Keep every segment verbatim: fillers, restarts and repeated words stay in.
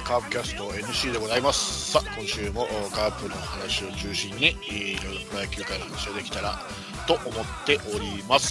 カープキャスト エヌシー でございます。さあ今週もカープの話を中心にいろいろプロ野球界の話ができたらと思っております。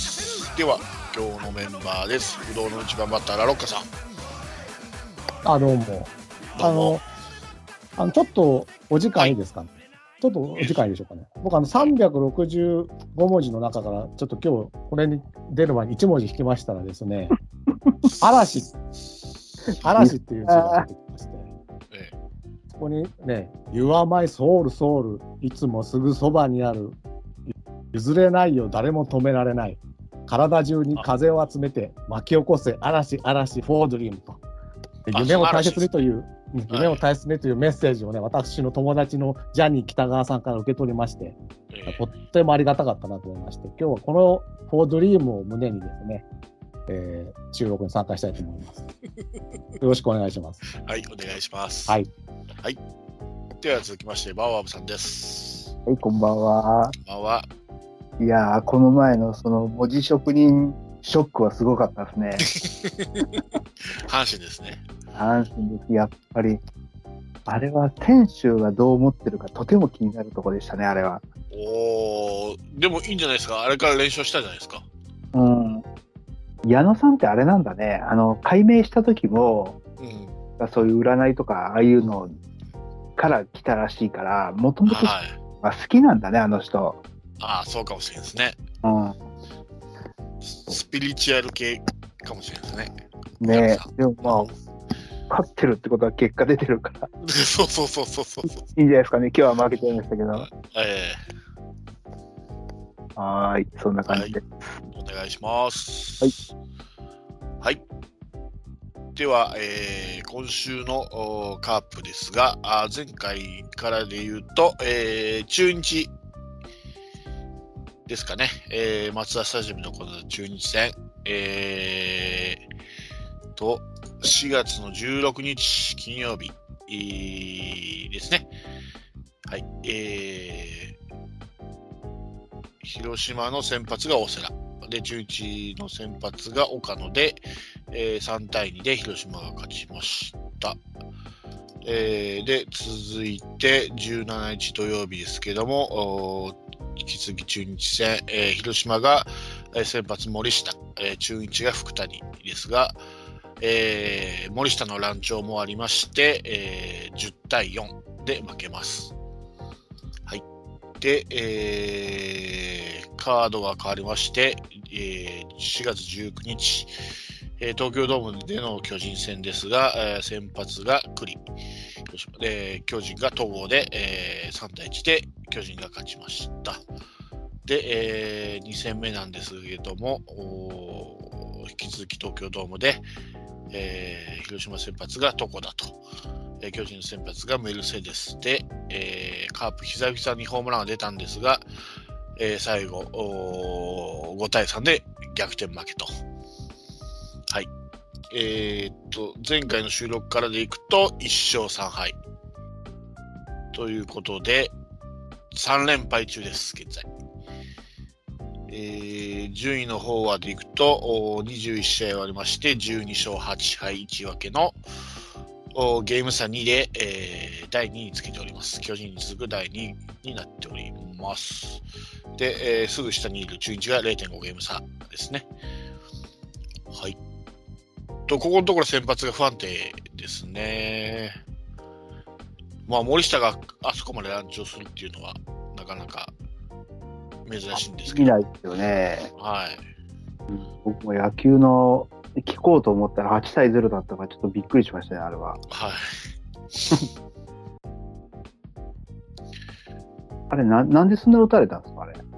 では今日のメンバーです。不動の一番バッターラロッカさん。 あどうも。 どうも。 あのあのちょっとお時間いいですかね、はい、ちょっとお時間いいでしょうかね。僕あのさんびゃくろくじゅうご文字の中からちょっと今日これに出る前にいち文字引きましたらですね嵐嵐っていう字が出てきまして、ええ、ここにね You are my soul soul いつもすぐそばにある、譲れないよ誰も止められない、体中に風を集めて巻き起こせ嵐嵐フォードリームと、夢を大切にという夢を大切にというメッセージをね、私の友達のジャニー北川さんから受け取りまして、えー、とってもありがたかったなと思いまして、今日はこのフォードリームを胸にですね、えー、収録に参加したいと思います。よろしくお願いします。 はい、お願いします。 はい。 はい。では続きましてバーワーブさんです。 はい、こんばんは。 こんばんは。 いやー、この前のその文字職人ショックはすごかったですね。 阪神ですね。 阪神です。やっぱりあれは選手がどう思ってるかとても気になるところでしたね、あれは。 おー、でもいいんじゃないですか。あれから連勝したじゃないですか。 うん。矢野さんってあれなんだね。あの改名した時も、うん、そういう占いとかああいうのから来たらしいから、もともと好きなんだね、あの人。 ああ、そうかもしれないですね。 うん。 スピリチュアル系かもしれないですね。 ねえ、でもまあ、勝ってるってことは結果出てるから。 そうそうそうそうそう。いいんじゃないですかね。今日は負けちゃいましたけど。 えー、はーい、そんな感じで、はい。 お願いします。 はい。 はい。では、えー、今週のカープですが、あ前回からで言うと、えー、中日ですかね、えー、マツダスタジアムのこの中日戦、えー、としがつのじゅうろくにち金曜日、えー、ですね。はい、えー、広島の先発が大瀬良で、中日の先発が岡野で、えー、さんたいにで広島が勝ちました。えー、で続いてじゅうしちにち土曜日ですけども、引き続き中日戦、えー、広島が、えー、先発森下、えー、中日が福谷ですが、えー、森下の乱調もありまして、えー、じゅうたいよんで負けます。はい。で、えー、カードが変わりまして、えー、しがつじゅうくにち、えー、東京ドームでの巨人戦ですが、えー、先発が栗、で巨人が戸郷で、えー、さんたいいちで巨人が勝ちました。で、えー、に戦目なんですけれども、引き続き東京ドームで、えー、広島先発が床田と、えー、巨人の先発がメルセデスで、えー、カープ久々にホームランが出たんですが、えー、最後ごたいさんで逆転負けと。はい。えー、っと前回の収録からでいくといっしょうさんはいということでさんれんぱい中です現在。えー、順位の方はでいくとにじゅういちしあい終わりましてじゅうにしょうはちはいいち分けのゲーム差にで、えー、だいにいにつけております。巨人に続くだいにいになっております。で、えー、すぐ下にいる中日が れいてんご ゲーム差ですね。はい。とここのところ先発が不安定ですね。まあ森下があそこまで乱調するっていうのはなかなか珍しいんですけど。 見ないですよね。 はい。 僕も野球の聞こうと思ったらはちたいゼロだったからちょっとびっくりしましたね、あれは。 はい。 あれな、なんでそんな打たれたんですかあれ。ど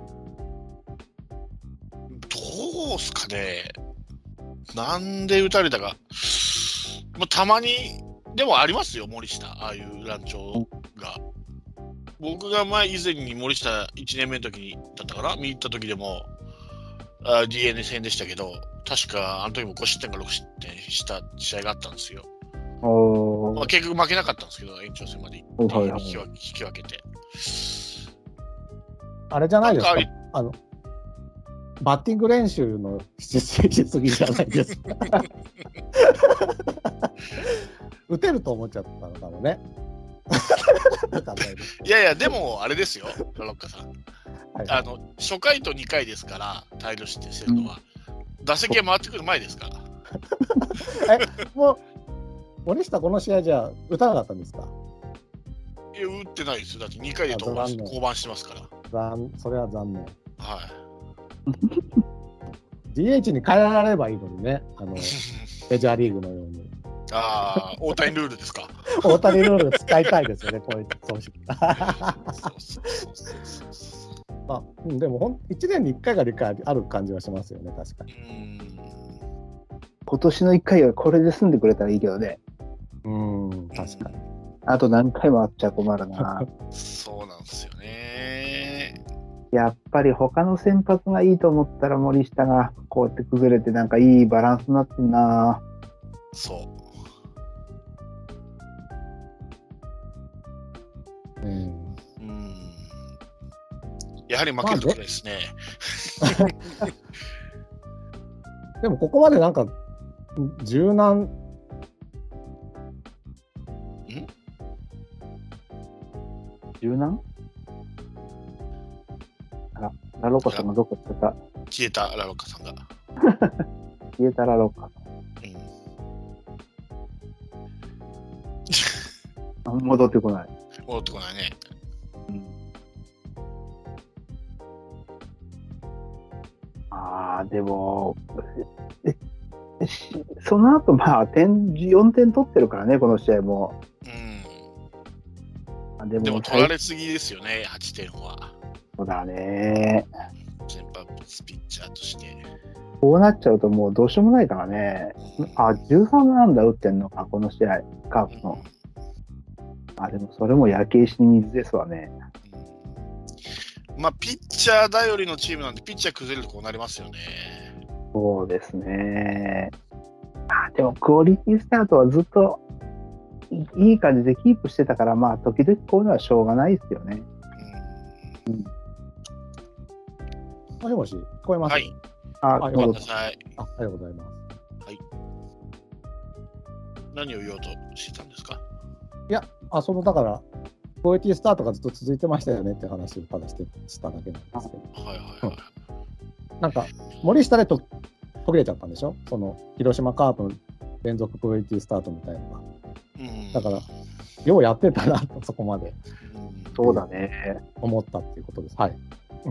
うすかね。なんで打たれたか。もうたまにでもありますよ森下、ああいう乱調が。僕が前以前に森下いちねんめの時にだったかな見に行った時でもあ ディーエヌエー 戦でしたけど、確かあの時もごしってんかろくしってんした試合があったんですよ。まあ、結局負けなかったんですけど延長戦まで行って、はいはい、引き分け、引き分けて。 あれじゃないですか、あのバッティング練習のししすぎじゃないですか。打てると思っちゃったのかもね。 いやいや、でもあれですよ、ラロッカさん。 はい、 あの初回とにかいですから、大量失点してるのは、うん、打席が回ってくる前ですから。 え、もう、森下、この試合じゃ打たなかったんですか？ いや、打ってないですよ。だってにかいで登板し降板してますから。 残それは残念。 はい。 ディーエイチ に変えられればいいのにね、あのメジャーリーグのように。 ああ、大谷ルールですか。 大谷ルール使いたいですよね、こういう組織。まあ、でもほん、いちねんにいっかいが理解ある感じはしますよね、確かに。 うん今年のいっかいはこれで済んでくれたらいいけどね。 うん、確かに。 あと何回もあっちゃ困るな。 そうなんですよね。 やっぱり他の先発がいいと思ったら森下がこうやって崩れてなんかいいバランスになってんな。 そう。 うん。うん。 やはり負けるところですね。 まあ、ねでもここまでなんか柔軟。ん？ 柔軟？あら、ラロッカさんがどこ行ってた？ 消えたラロッカさんが。 消えたラロッカさん。うん、戻ってこない。 戻ってこないね。うん、 ああ、でも、えその後まあ点よんてん取ってるからね、この試合も。 うん、でも、でも取られすぎですよね、はちてんは。 そうだね。 先発ピッチャーとして。 こうなっちゃうともうどうしようもないからね。うん、あ、じゅうさんアンダー打ってんのか、この試合、カープの。うん、あ、でもそれも焼け石に水ですわね。 うん、まあ、ピッチャー頼りのチームなんで、ピッチャー崩れるとこうなりますよね。 そうですね。あ、でもクオリティスタートはずっといい感じでキープしてたから、まあ時々こういうのはしょうがないですよね。うん。 もしもし、聞こえます？ はい。 あ、 ごめんなさい。 あ、ありがとうございます。 はい。何を言おうとしてたんですか？ いや、あ、そのだからクオリティスタートがずっと続いてましたよねって話をただしてしただけなんですけど。はいはいはい。うん、なんか森下でと途切れちゃったんでしょ、その広島カープの連続クオリティスタートみたいなのが、うん、だからようやってたなと、そこまで、 うん、そうだね、 思ったっていうことです。はい、うん、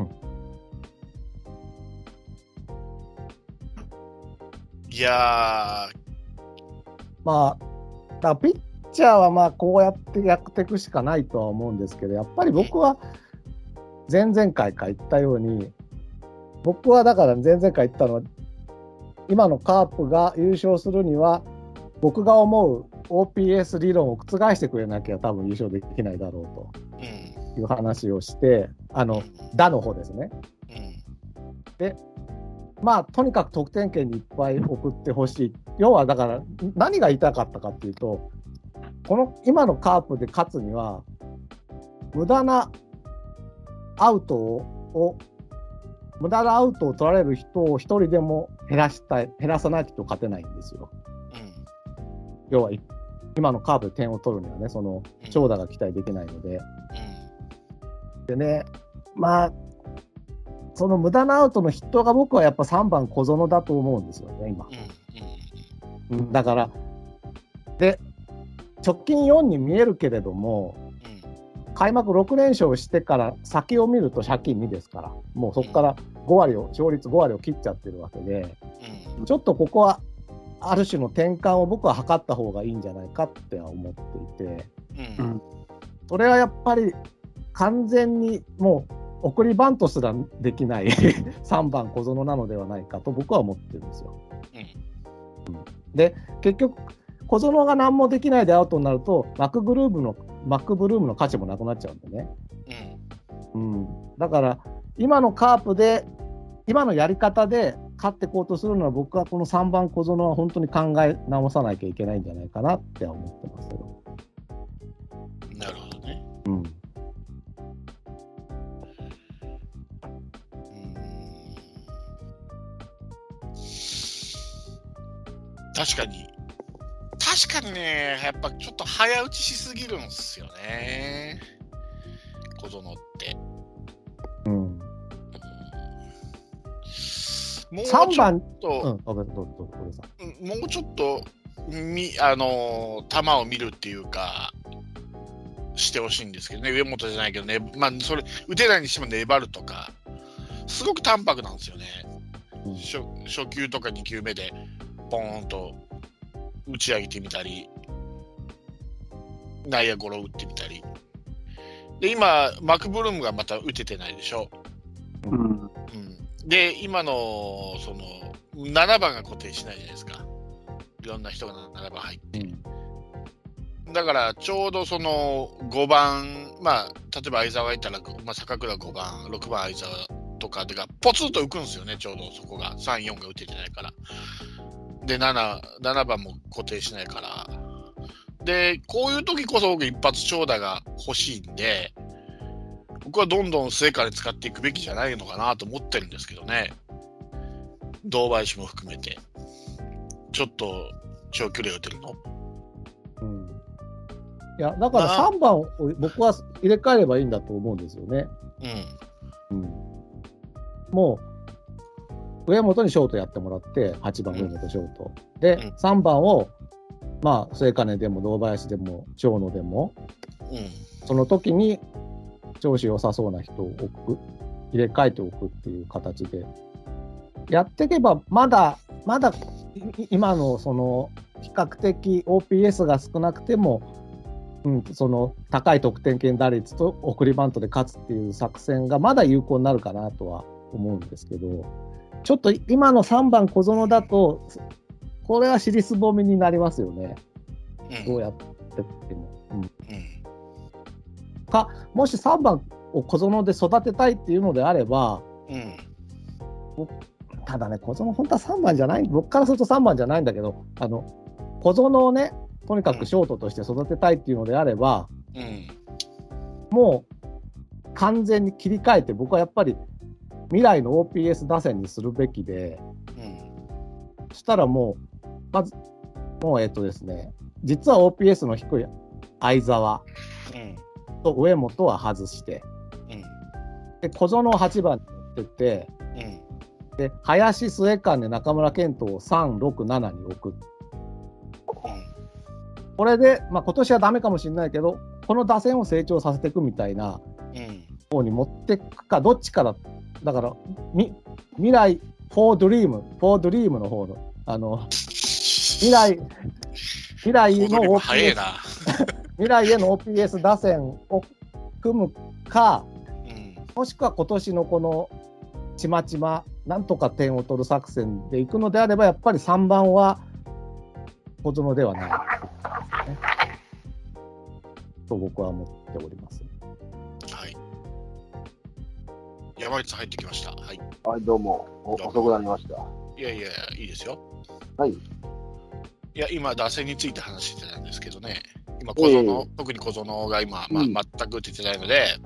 いやまあだからピッチャーはまあこうやってやっていくしかないとは思うんですけど、やっぱり僕は前々回から言ったように、僕はだから前々回言ったのは、今のカープが優勝するには僕が思う オーピーエス 理論を覆してくれなきゃ多分優勝できないだろうという話をして、あの打の方ですね。で、まあとにかく得点圏にいっぱい送ってほしい。要はだから何が言いたかったかっていうと、この今のカープで勝つには無駄なアウトを無駄なアウトを取られる人を一人でも減らしたい、減らさないと勝てないんですよ。うん、要は今のカーブで点を取るにはね、その長打が期待できないので、うん、でね、まあその無駄なアウトの筆頭が僕はやっぱさんばん小園だと思うんですよね、今。うんうん、だからで直近よんに見えるけれども、開幕ろくれんしょうしてから先を見ると借金にですから、もうそこからごわりを、勝率ごわりを切っちゃってるわけで、うん、ちょっとここはある種の転換を僕は図った方がいいんじゃないかっては思っていて、うん、それはやっぱり完全にもう送りバントすらできないさんばん小園なのではないかと僕は思ってるんですよ。うんうん、で結局小園が何もできないでアウトになるとマクグルーブのマックブルームの価値もなくなっちゃうんでね、うんうん、だから今のカープで今のやり方で勝っていこうとするのは、僕はこのさんばん小園は本当に考え直さなきゃいけないんじゃないかなって思ってますけど。 なるほどね、 うん、 確かに確かにね、やっぱちょっと早打ちしすぎるんですよね、小園って。 うん。 もうちょっと、 さんばん、うん、どうぞどうぞどうぞ。 もうちょっとみあのー、球を見るっていうかしてほしいんですけどね。上本じゃないけどね、まあそれ打てないにしても粘るとか、すごく淡白なんですよね。うん、初, 初球とかに球目でポーンと打ち上げてみたり、内野ゴロ打ってみたりで、今マクブルームがまた打ててないでしょ。 うんうん、 で今のそのななばんが固定しないじゃないですか。いろんな人がななばん入って、うん、だからちょうどそのごばん、まあ例えば相澤がいたら、まあ、坂倉ごばん、ろくばん相澤とかでがポツンと浮くんですよね。ちょうどそこがさん、よんが打ててないから。で 7, ななばんも固定しないから、でこういう時こそ僕一発長打が欲しいんで、僕はどんどん末から使っていくべきじゃないのかなと思ってるんですけどね。堂林も含めてちょっと長距離を打てるの、 うん、いやだからさんばんを僕は入れ替えればいいんだと思うんですよね。うん、うん、もう上本にショートやってもらってはちばん上本ショート、うん、で、うん、さんばんをまあ末金でも堂林でも長野でも、うん、その時に調子良さそうな人を置く、入れ替えておくっていう形でやっていけば、まだまだ今のその比較的 オーピーエス が少なくても、うん、その高い得点圏打率と送りバントで勝つっていう作戦がまだ有効になるかなとは思うんですけど、ちょっと今のさんばん小園だとこれは尻すぼみになりますよね、うん、どうやってっても、うんうん、かもしさんばんを小園で育てたいっていうのであれば、うん、ただね小園本当はさんばんじゃない、僕からするとさんばんじゃないんだけど、あの小園をねとにかくショートとして育てたいっていうのであれば、うん、もう完全に切り替えて僕はやっぱり未来の オーピーエス 打線にするべきで、うん、そしたらもうまずもうえっとですね実は オーピーエス の低い相澤と上本は外して、うん、で小園をはちばんに持ってって、うん、で林末金中村健人をさん、ろく、ななに置く、うん、これで、まあ、今年はダメかもしれないけどこの打線を成長させていくみたいな方に持っていくか、どっちからだからみ未来フォードリームフォードリームの方のあの未来未来の オーピーエス 未来への オーピーエス 打線を組むか、うん、もしくは今年のこのちまちまなんとか点を取る作戦でいくのであれば、やっぱりさんばんは小園ではない、ね、と僕は思っております。 はい。山内さん入ってきました。はい。 はい、どうも。お遅くなりました。 いやいやいいですよ。 はい。いや今打線について話してたんですけどね。今小園、えー、特に小園が今、まあ、全く打ててないので、うん、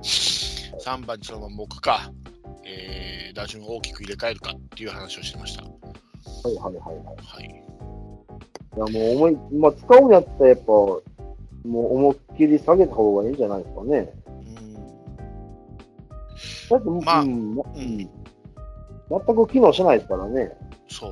さんばんにそのまま置くか、えー、打順を大きく入れ替えるかっていう話をしてました。 はいはいはいはい。いやもう思い、まあ、使うんやったらやっぱもう思いっきり下げた方がいいんじゃないですかね。だってまあ、うんうん、全く機能しないですからね。 そう。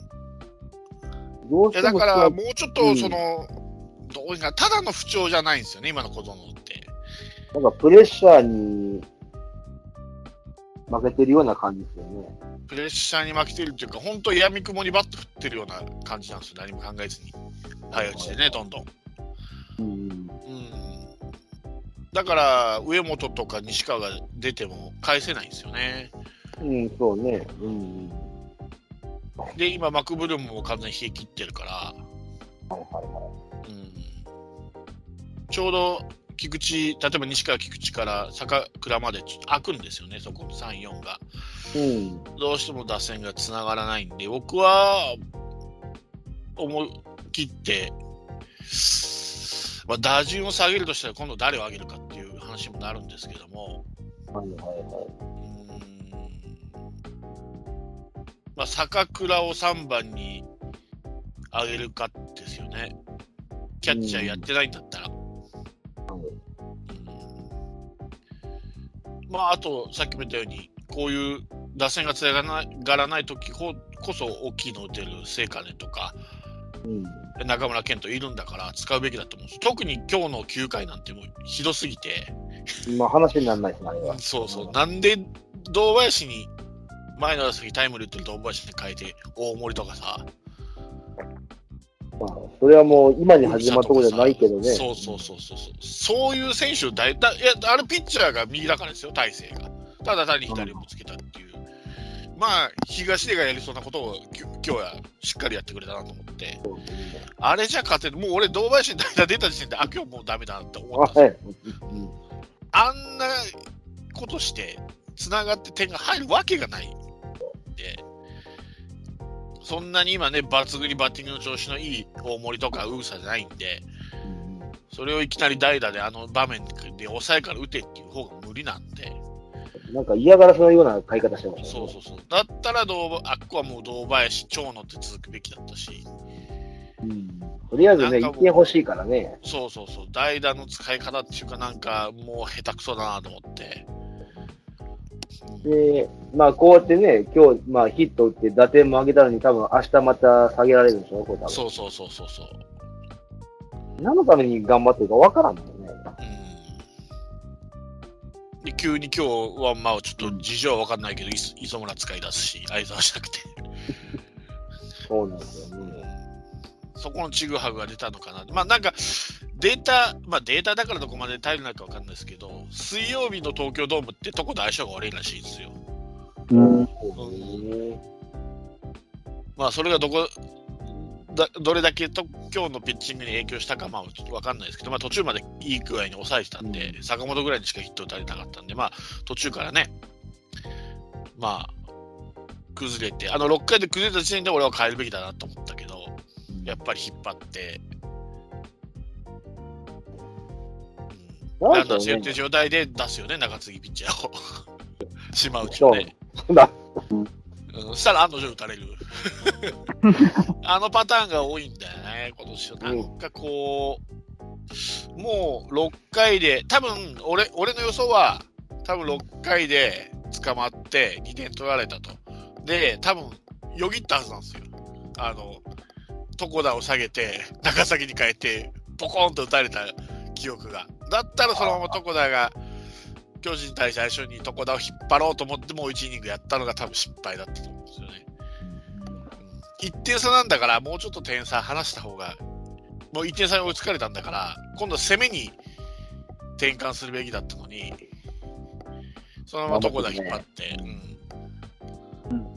どうしてもいやだからもうちょっとその、うん、どうかただの不調じゃないんですよね今の小園って。 なんかプレッシャーに負けてるような感じですよね。 プレッシャーに負けてるっていうか本当やみくもにバット振ってるような感じなんですよ。何も考えずに早打ちでね、どんどん。うん。うん。だから上本とか西川が出ても返せないんですよね。 うん、そうね。うん。 で今マクブルームも完全に冷え切ってるから、はいはいはい。うん。ちょうど菊池、例えば西川菊池から坂倉まで開くんですよね、そこのさん、よんが。うん。どうしても打線がつながらないんで、僕は思い切って。まあ、打順を下げるとしたら今度誰を上げるかっていう話にもなるんですけども、はいはいはい、うーん、まあ、坂倉をさんばんに上げるかですよね。キャッチャーやってないんだったら。うんまあ、あと、さっきも言ったように、こういう打線がつながらないときこそ大きいの打てる成果ねとか、うん、中村健人いるんだから使うべきだと思うんです。特に今日のきゅうかいなんてもうひどすぎて。 まあ話にならないですね、あれは。 そうそう。なんで堂林に、前の打席タイムリー打ってる堂林に変えて大森とかさ。 まあ、それはもう今に始まったことじゃないけどね。 そうそうそうそう。そういう選手をだいだいや、あれピッチャーが右だからですよ、大勢が。ただ単に左をぶつけたっていう。うん、まあ、東出がやりそうなことを今日はしっかりやってくれたなと思って。うん、あれじゃ勝てる。もう俺、堂林に代打出た時点で、あ、今日もうダメだなって思ったんですよ。あ、うん、あんなことして、つながって点が入るわけがないんで。そんなに今ね、抜群にバッティングの調子のいい大森とかウーサじゃないんで、うん、それをいきなり代打であの場面で抑えから打てっていう方が無理なんで。 なんか嫌がらせのような買い方してましたね。 そうそうそう。だったらどう、あっこはもう堂林、長野って続くべきだったし。 うん。とりあえずね、いって欲しいからね。 そうそうそう。代打の使い方っていうかなんかもう下手くそだなと思って。 で、まあこうやってね、今日、まあヒット打って打点も上げたのに多分明日また下げられるんでしょ、これ多分。 そうそうそうそうそう。 何のために頑張ってるかわからんもんね。 うん。で、急に今日はまあちょっと事情はわかんないけど、磯村使い出すし、相沢しなくて。 そうなんですよね。 そこのちぐはぐが出たのかな。まあなんか、データ、まあデータだからどこまで頼りないかわかんないですけど、水曜日の東京ドームってとこで相性が悪いらしいんですよ。うん。うん、まあそれがどこ、だどれだけと今日のピッチングに影響したかまあちょっとわかんないですけど、まあ途中までいい具合に抑えてたんで、うん、坂本ぐらいにしかヒット打たれなかったんで、まあ途中からね、まあ崩れて、あのろっかいで崩れた時点で俺は変えるべきだなと思ったけど、やっぱり引っ張って、うん、ランナー背負ってる状態で出すよね、中継ぎピッチャーを。島内をね。 そうだ。 うん、そしたら案の定打たれる。あのパターンが多いんだよね、今年は。なんかこう、もうろっかいで、多分俺、俺の予想は、多分ろっかいで捕まってにてん取られたと。で、多分よぎったはずなんですよ。あの、床田を下げて、中崎に変えて、ポコーンと打たれた記憶が。だったらそのまま床田が、巨人に対して最初に床田を引っ張ろうと思ってもういちイニングやったのが多分失敗だったと思うんですよね。うん、いってん差なんだからもうちょっと点差離した方が、もういってん差に追いつかれたんだから、今度は攻めに転換するべきだったのに、そのまま床田引っ張って、うん。うん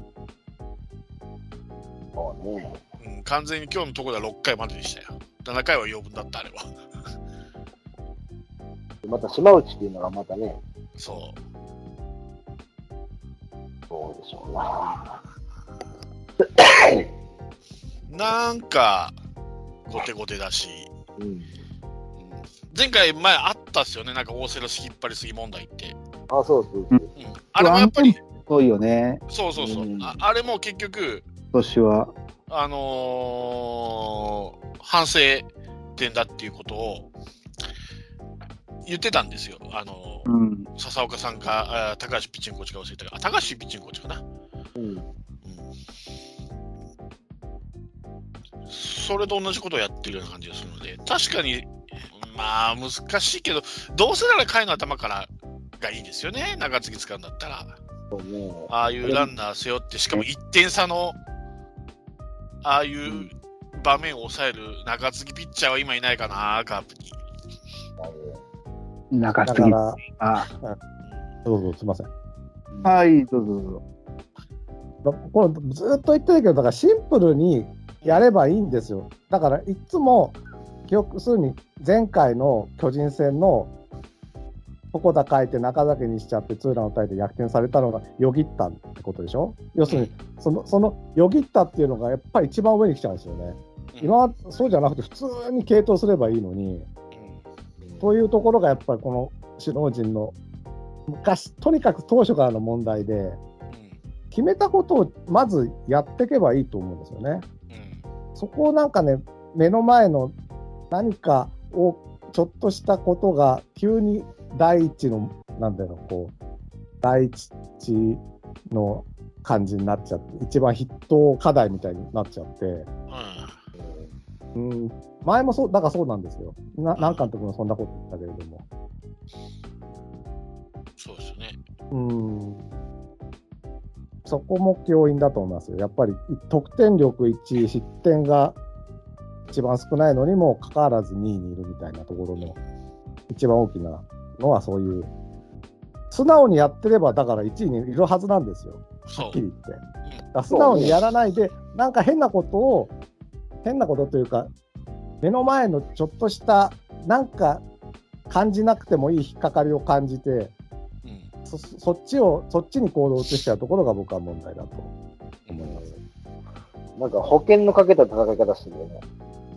そうね。うん、完全に今日のところはろっかいまででしたよ。ななかいは余分だった、あれは。 また島内っていうのがまたね。 そう。 そうでしょうな。 なんか、ゴテゴテだし、うん、前回前あったっすよね、なんか大瀬良引っ張りすぎ問題って。 あ、そうそうそう。うん、 あれもやっぱり、 そうよね。 そうそうそう。うん、あ, あれも結局、 今年は。 あのー、反省点だっていうことを言ってたんですよ。あのーうん、笹岡さんか、あ高橋ピッチングコーチが教えたか、あ、高橋ピッチングコーチかな。うんうん、それと同じことをやってるような感じがするので、確かに、まあ難しいけど、どうせなら回の頭からがいいですよね、中継ぎ使うんだったら。ああいうランナー背負って、しかもいってん差の、ああいう場面を抑える中継ぎピッチャーは今いないかな、カープに。 中継ぎ。 ああ、どうぞ、すみません。 はい、どうぞどうぞ。 これずっと言ってるけど、だからシンプルにやればいいんですよ。だからいつも、記憶するに前回の巨人戦の床田変えて中崎にしちゃってツーラン打たれて逆転されたのがよぎったってことでしょ。要するにその、そのよぎったっていうのがやっぱり一番上に来ちゃうんですよね。今はそうじゃなくて普通に継投すればいいのに、というところがやっぱりこの首脳陣の昔とにかく当初からの問題で、決めたことをまずやっていけばいいと思うんですよね。 そこをなんかね、目の前の何かをちょっとしたことが急に第一のなんだろうこう第一の感じになっちゃって、一番筆頭課題みたいになっちゃって、うん、うん、前もそうだからそうなんですよ。な何かの時もそんなこと言ったけれども、 そうですね。 うん、そこも要因だと思いますよ。やっぱり得点力いちい、失点が一番少ないのにもかかわらずにいにいるみたいなところの一番大きなのはそういう素直にやってればだからいちいにいるはずなんですよ。はっきり言って。だから素直にやらないでなんか変なことを変なことというか目の前のちょっとしたなんか感じなくてもいい引っかかりを感じて、うん、そ, そっちをそっちに行動を移しちゃうところが僕は問題だと思います。 なんか保険のかけた戦い方してるよね。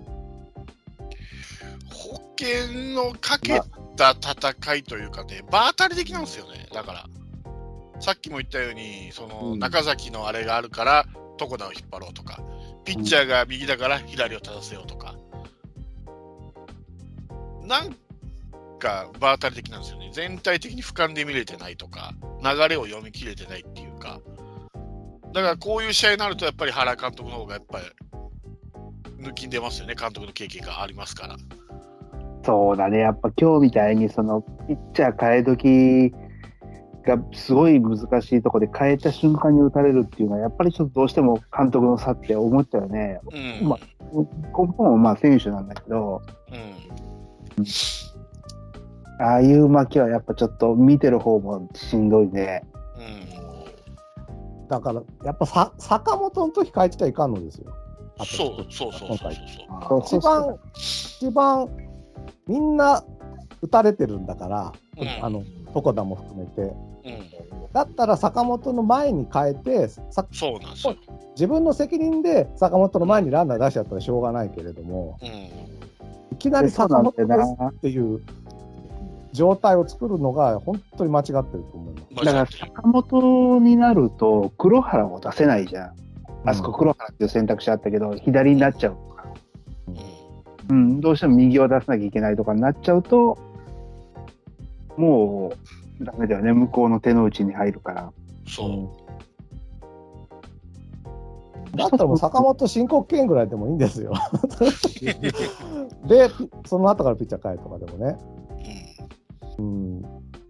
保険のかけた戦いというかね、場当たり的なんですよね。だからさっきも言ったようにその中崎のあれがあるから床田を引っ張ろうとか、ピッチャーが右だから左を正せようとか、なんか場当たり的なんですよね。全体的に俯瞰で見れてないとか、流れを読み切れてないっていうか、だからこういう試合になるとやっぱり原監督の方がやっぱり抜きんでますよね。監督の経験がありますから。 そうだね、やっぱ今日みたいにそのピッチャー変え時がすごい難しいところで変えた瞬間に打たれるっていうのはやっぱりちょっとどうしても監督の差って思っちゃうよね。うん、まあ、根本はまあ選手なんだけど、うん、ああいう負けはやっぱちょっと見てる方もしんどいね。 うん、だからやっぱさ坂本の時変えてちゃいかんのですよ。 そうそうそうそうそう一番一番みんな打たれてるんだから、うん、あの床田も含めて、うん、だったら坂本の前に変えてさそうなんですよ。 自分の責任で坂本の前にランナー出しちゃったらしょうがないけれども、うん、いきなり坂本ですっていう状態を作るのが本当に間違ってると思います。 だから坂本になると黒原も出せないじゃん。あそこ黒原っていう選択肢あったけど、うん、左になっちゃうとか、うんうん、どうしても右を出さなきゃいけないとかになっちゃうともうダメだよね。向こうの手の内に入るから。 そう。 だったらもう坂本申告敬遠ぐらいでもいいんですよ。で、その後からピッチャー変えとかでもね。うん。うん、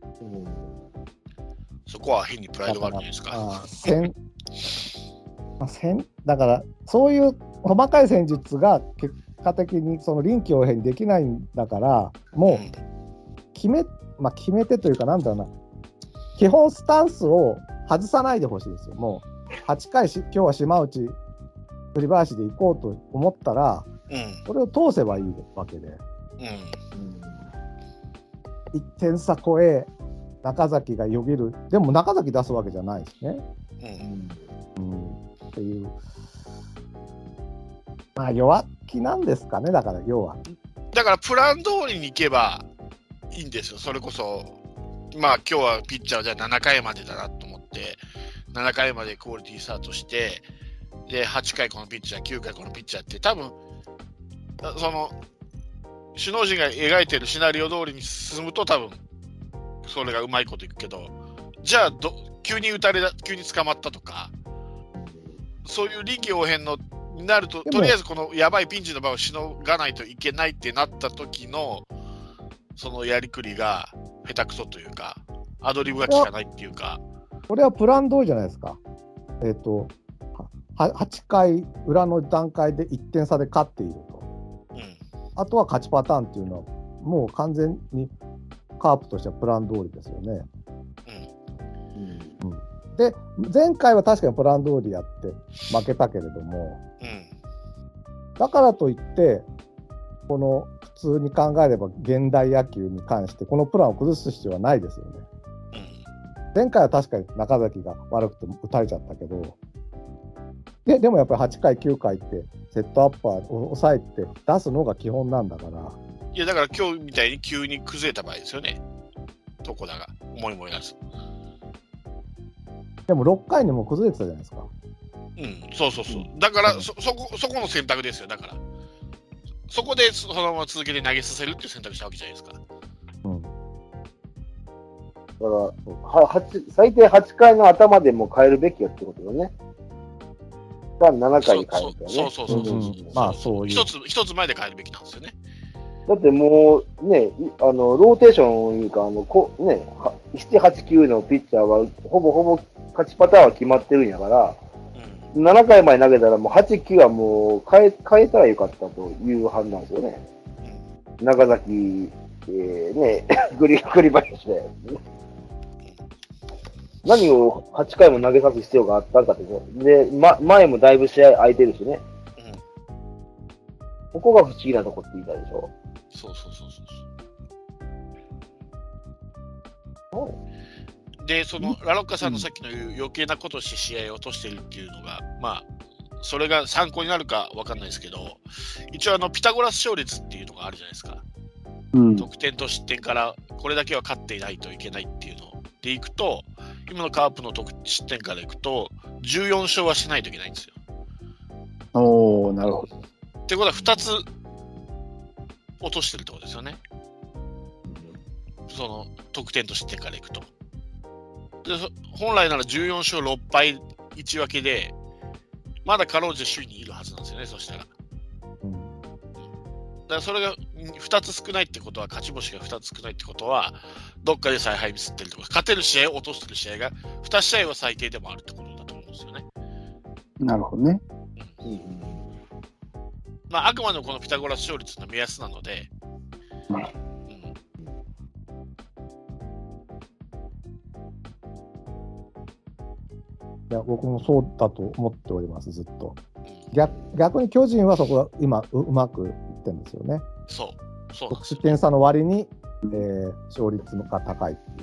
そこは変にプライドがあるんじゃないですか。 あ戦まあ、戦だからそういう細かい戦術が結果的にその臨機応変にできないんだからもう決め、まあ、決めてというかなんだろうな、基本スタンスを外さないでほしいですよ。もうはちかいし今日は島内栗林で行こうと思ったら、うん、それを通せばいいわけで、うん、いってん差超え中崎がよぎる。でも中崎出すわけじゃないですね、うんうん、っていう、まあ弱気なんですかね。だから要はだからプラン通りに行けばいいんですよ。それこそまあ今日はピッチャーじゃななかいまでだなと思ってななかいまでクオリティスタートしてではちかいこのピッチャーきゅうかいこのピッチャーって多分その首脳陣が描いてるシナリオ通りに進むと多分それがうまいこといくけど、じゃあど急に打たれた急に捕まったとかそういう臨機応変のになるととりあえずこのやばいピンチの場をしのがないといけないってなった時のそのやりくりが下手くそというかアドリブが効かないっていうか、 これはプラン通りじゃないですか。えっとはちかい裏の段階でいってん差で勝っていると、うん、あとは勝ちパターンっていうのはもう完全にカープとしてはプラン通りですよね、うんうん、で前回は確かにプラン通りやって負けたけれども、うん、だからといってこの普通に考えれば現代野球に関してこのプランを崩す必要はないですよね、うん、前回は確かに中崎が悪くて打たれちゃったけどで, でもやっぱりはちかいきゅうかいってセットアッパーを抑えて出すのが基本なんだから。 いやだから今日みたいに急に崩れた場合ですよね。床田が思いもよらず。 でもろっかいにも崩れてたじゃないですか。 うん、そうそうそう。だから、うん、そ, そ, こそこの選択ですよ。だから。そこでそのまま続けて投げさせるっていう選択したわけじゃないですか。うん。だからは最低はちかいの頭でも変えるべきよってことだね。がななかいに変えるからね。 そうそうそうそう。うんうん、まあそういう。一つ一つ前で変えるべきなんですよね。 だってもうね、あのローテーションいうかあのこね、なな、はち、きゅうのピッチャーはほぼほぼ勝ちパターンは決まってるんやから。ななかいまで投げたらもうはち、きゅうはもう変え、変えたらよかったという判断ですよね。うん、長崎、えー、ね、グリ、グリバリして。何をはちかいも投げさす必要があったんかってで、ま、前もだいぶ試合空いてるしね。うん、ここが不思議なとこって言いたいでしょ。 そうそうそうそう。うんで、そのラロッカさんのさっきの言う余計なことをして試合を落としてるっていうのが、うん、まあ、それが参考になるかわかんないですけど、一応あの、ピタゴラス勝率っていうのがあるじゃないですか。うん、得点と失点からこれだけは勝っていないといけないっていうのでいくと、今のカープの得失点からいくと、じゅうよん勝はしないといけないんですよ。 おー、なるほど。 ってことはふたつ落としてるってことですよね。その得点と失点からいくと。で本来ならじゅうよん勝ろっ敗いち分けでまだかろうじて首位にいるはずなんですよね。そしたら、うん、だからそれがふたつ少ないってことは、勝ち星がふたつ少ないってことはどっかで采配ミスってるとか、勝てる試合を落としてる試合がに試合は最低でもあるってことだと思うんですよね。 なるほどね、 うん、まああくまでもこのピタゴラス勝率の目安なので、うんいや僕もそうだと思っております、ずっと。 逆, 逆に巨人はそこが今 う, うまくいってるんですよね。 そうそう得失点差の割に、えー、勝率が高いっていう、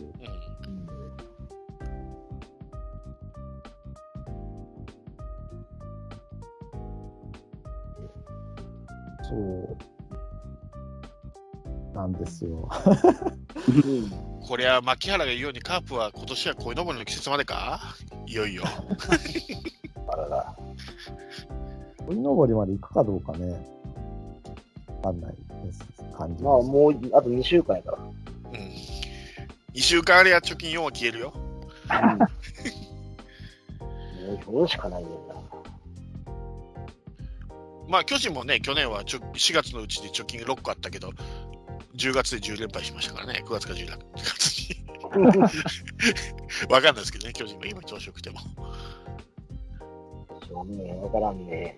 うん、そうなんですよ。 これは牧原が言うように、カープは今年は鯉のぼりの季節までか、いよいよ。 あらら。 鯉のぼりまで行くかどうかね、わかんないです感じ。 まあもうあとにしゅうかんやから。うん。 にしゅうかんあれば貯金よんは消えるよ。 もうそれしかないんだな。 まあ巨人もね、去年はしがつのうちで貯金ろっこあったけど、じゅうがつでじゅう連敗しましたからね、くがつかじゅうがつに。わかんないですけどね、巨人が今調子よくても。 そうね、わからんね。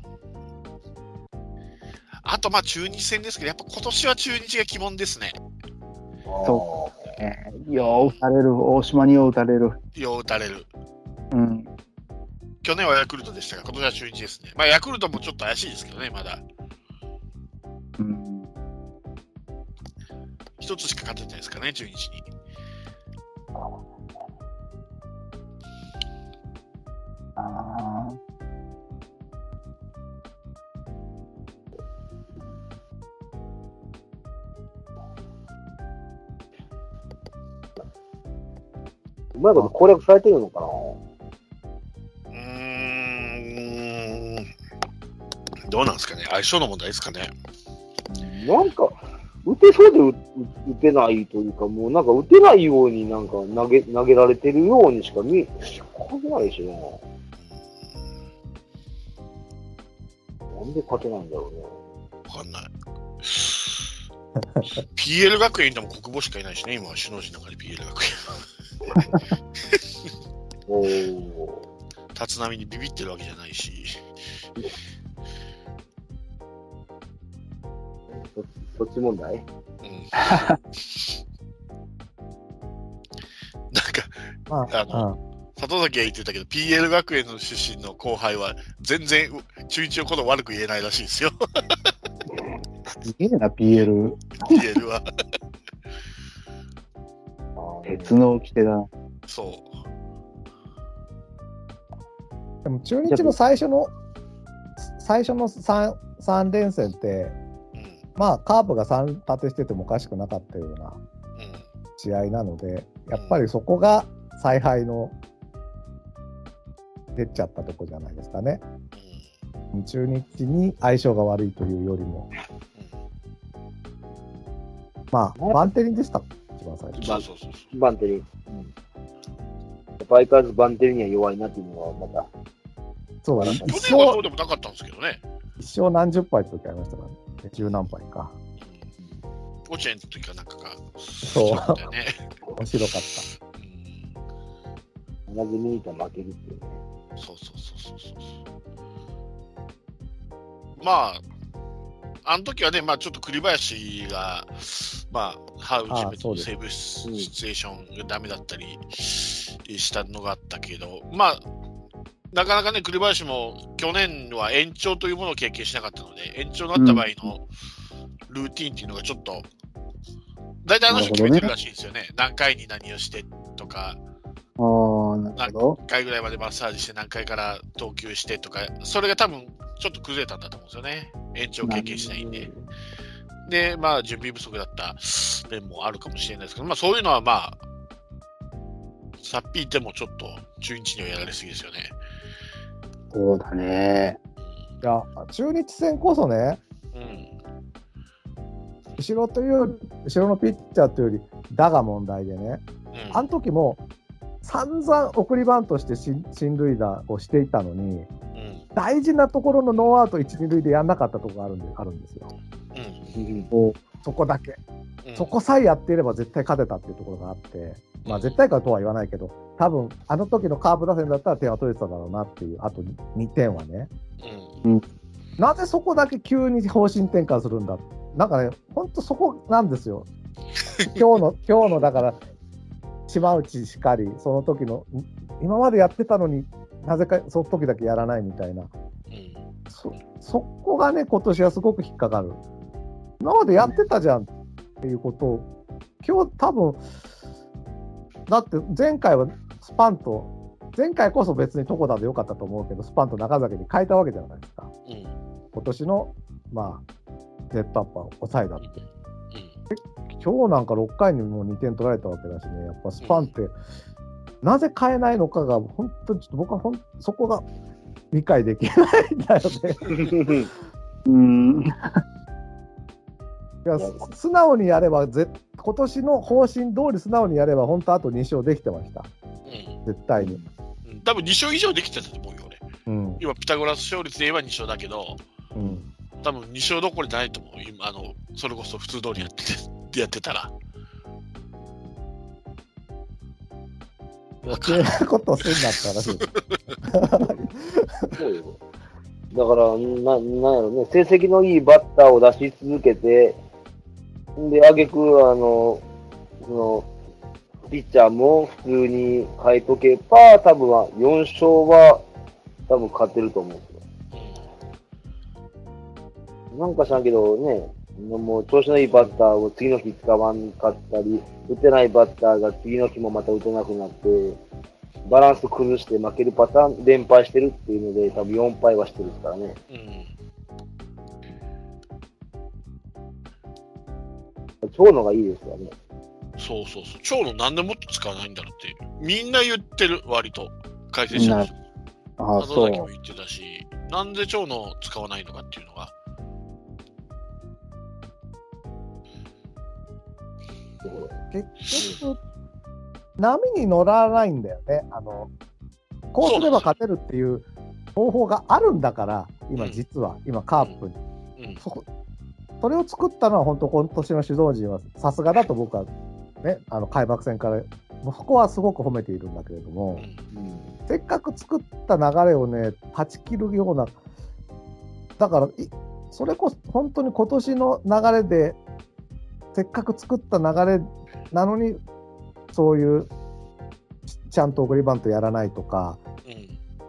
あと、まあ中日戦ですけど、やっぱ今年は中日が鬼門ですね。 そうね。よう打たれる、大島によう打たれる。 よう打たれる。 うん。 去年はヤクルトでしたが、今年は中日ですね。まあヤクルトもちょっと怪しいですけどね、まだ。うん。一つしか勝ててないですからね、中日に。 ああ。 うまいこと攻略されてるのかな。 うーん。どうなんですかね、相性の問題ですかね。 なんか。打てそうで打てないというか、もうなんか打てないようになんか投げ、投げられてるようにしか見えないしな。なんで勝てないんだろうね。 わかんない。ピーエル 学園でも国母しかいないしね、今は首脳陣の中で ピーエル 学園。おー。立浪にビビってるわけじゃないし。 そっち問題？うん。 なんか、あ, あの、里崎が言ってたけど、ピーエル 学園の出身の後輩は、全然中日のこと悪く言えないらしいですよ。 すげえな、ピーエル。 ピーエル は。 鉄の掟だ。 そう。 でも中日の最初の、最初の 3, 3連戦って、まあカープがさん立てしててもおかしくなかったような試合なので、やっぱりそこが采配の出ちゃったとこじゃないですかね。うん、中日に相性が悪いというよりも、うん、まあバンテリンでした。一番最初。 そうそうそうそう。 バンテリン。うん、相変わらずバンテリンには弱いなっていうのはまた。 そうだね。 去年はそうでもなかったんですけどね。 一生何十敗って時ありましたからね。十何敗か。 オチェンの時かなんかが。 そう。 そうだよね。 面白かった。 同じミニと負けるっていうね。 そうそうそうそうそう。まあ、あの時はね、まあちょっと栗林が、まあ、ハウチメとセーブシチュエーションがダメだったりしたのがあったけど、まあ、なかなかね、栗林も去年は延長というものを経験しなかったので、延長になった場合のルーティーンっていうのがちょっと、大体あの人決めてるらしいんですよね。何回に何をしてとか、 あなるほど。 何回ぐらいまでマッサージして何回から投球してとか、それが多分ちょっと崩れたんだと思うんですよね。延長経験しないんで。で、まあ準備不足だった面もあるかもしれないですけど、まあそういうのはまあ、さっぴいてもちょっと中日にはやられすぎですよね。 そうだね。 いや、中日戦こそね、 うん、 後ろという後ろのピッチャーというより打が問題でね、うん、あの時も散々送りバントして進塁打をしていたのに、うん、大事なところのノーアウト一二塁でやんなかったところがあるんであるんですよ。うん、そこだけ、うん、そこさえやっていれば絶対勝てたっていうところがあって、まあ絶対かとは言わないけど、多分あの時のカープ打線だったら点は取れてただろうなっていう、あとにてんはね、うん、なぜそこだけ急に方針転換するんだ、なんかね、本当そこなんですよ。今日の今日のだから島内しかり、その時の今までやってたのになぜかその時だけやらないみたいな、うん、そ, そこがね今年はすごく引っかかる。今までやってたじゃんっていうことを今日多分だって前回はスパンと前回こそ別に床田でよかったと思うけどスパンと中崎に変えたわけじゃないですか、うん、今年のまあネットアッパーを抑えたって、うん、今日なんかろっかいにもうにてん取られたわけだしね、やっぱスパンって、うん、なぜ変えないのかが本当にちょっと僕はほんそこが理解できないんだよね。うんいや素直にやればぜ今年の方針通り素直にやれば本当あとに勝できてました、うん、絶対に、 うん、多分に勝以上できてたと思うよ俺、うん、今ピタゴラス勝率で言えばに勝だけど、うん、多分に勝どころじゃないと思う。今あのそれこそ普通通りやっててやってたら余計なことすんだったらそうよ。だからな、なんやろね、成績のいいバッターを出し続けて、で、あげく、あの、その、ピッチャーも普通に変えとけば、多分はよん勝は多分勝てると思うんですよ。なんか知らんけどね、もう調子のいいバッターを次の日使わんかったり、打てないバッターが次の日もまた打てなくなって、バランス崩して負けるパターン、連敗してるっていうので、多分よん敗はしてるですからね。うん、長野がいいですよね。 そうそうそう。長野なんでもっと使わないんだろうって、みんな言ってる、割と。解説者の人。ああ、そう。も言ってたし、なんで長野使わないのかっていうのが。 結局、波に乗らないんだよね。あのこうすれば勝てるっていう方法があるんだから、今実は、うん、今カープに、うんうん、そこそれを作ったのは本当今年の首脳陣はさすがだと僕はね、あの開幕戦からそこはすごく褒めているんだけれども、うん、せっかく作った流れをね断ち切るような、だからそれこそ本当に今年の流れでせっかく作った流れなのにそういうちゃんと送りバントやらないとか、うん、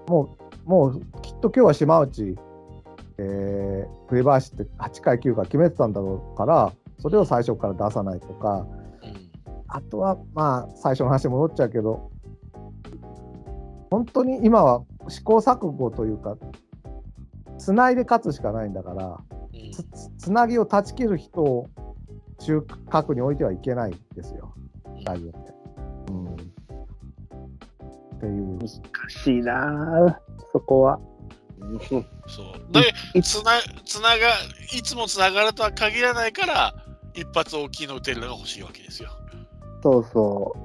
もうもうきっと今日は島内、えー、栗林ってはちかいきゅうかい決めてたんだろうから、それを最初から出さないとか、うん、あとはまあ最初の話に戻っちゃうけど、本当に今は試行錯誤というかつないで勝つしかないんだから、うん、つ, つなぎを断ち切る人を中核に置いてはいけないんですよ、大丈夫って。うん、 っていう。 難しいなそこは。 そうでつなつながいつもつながるとは限らないから一発大きいの打てるのが欲しいわけですよ。 そうそう、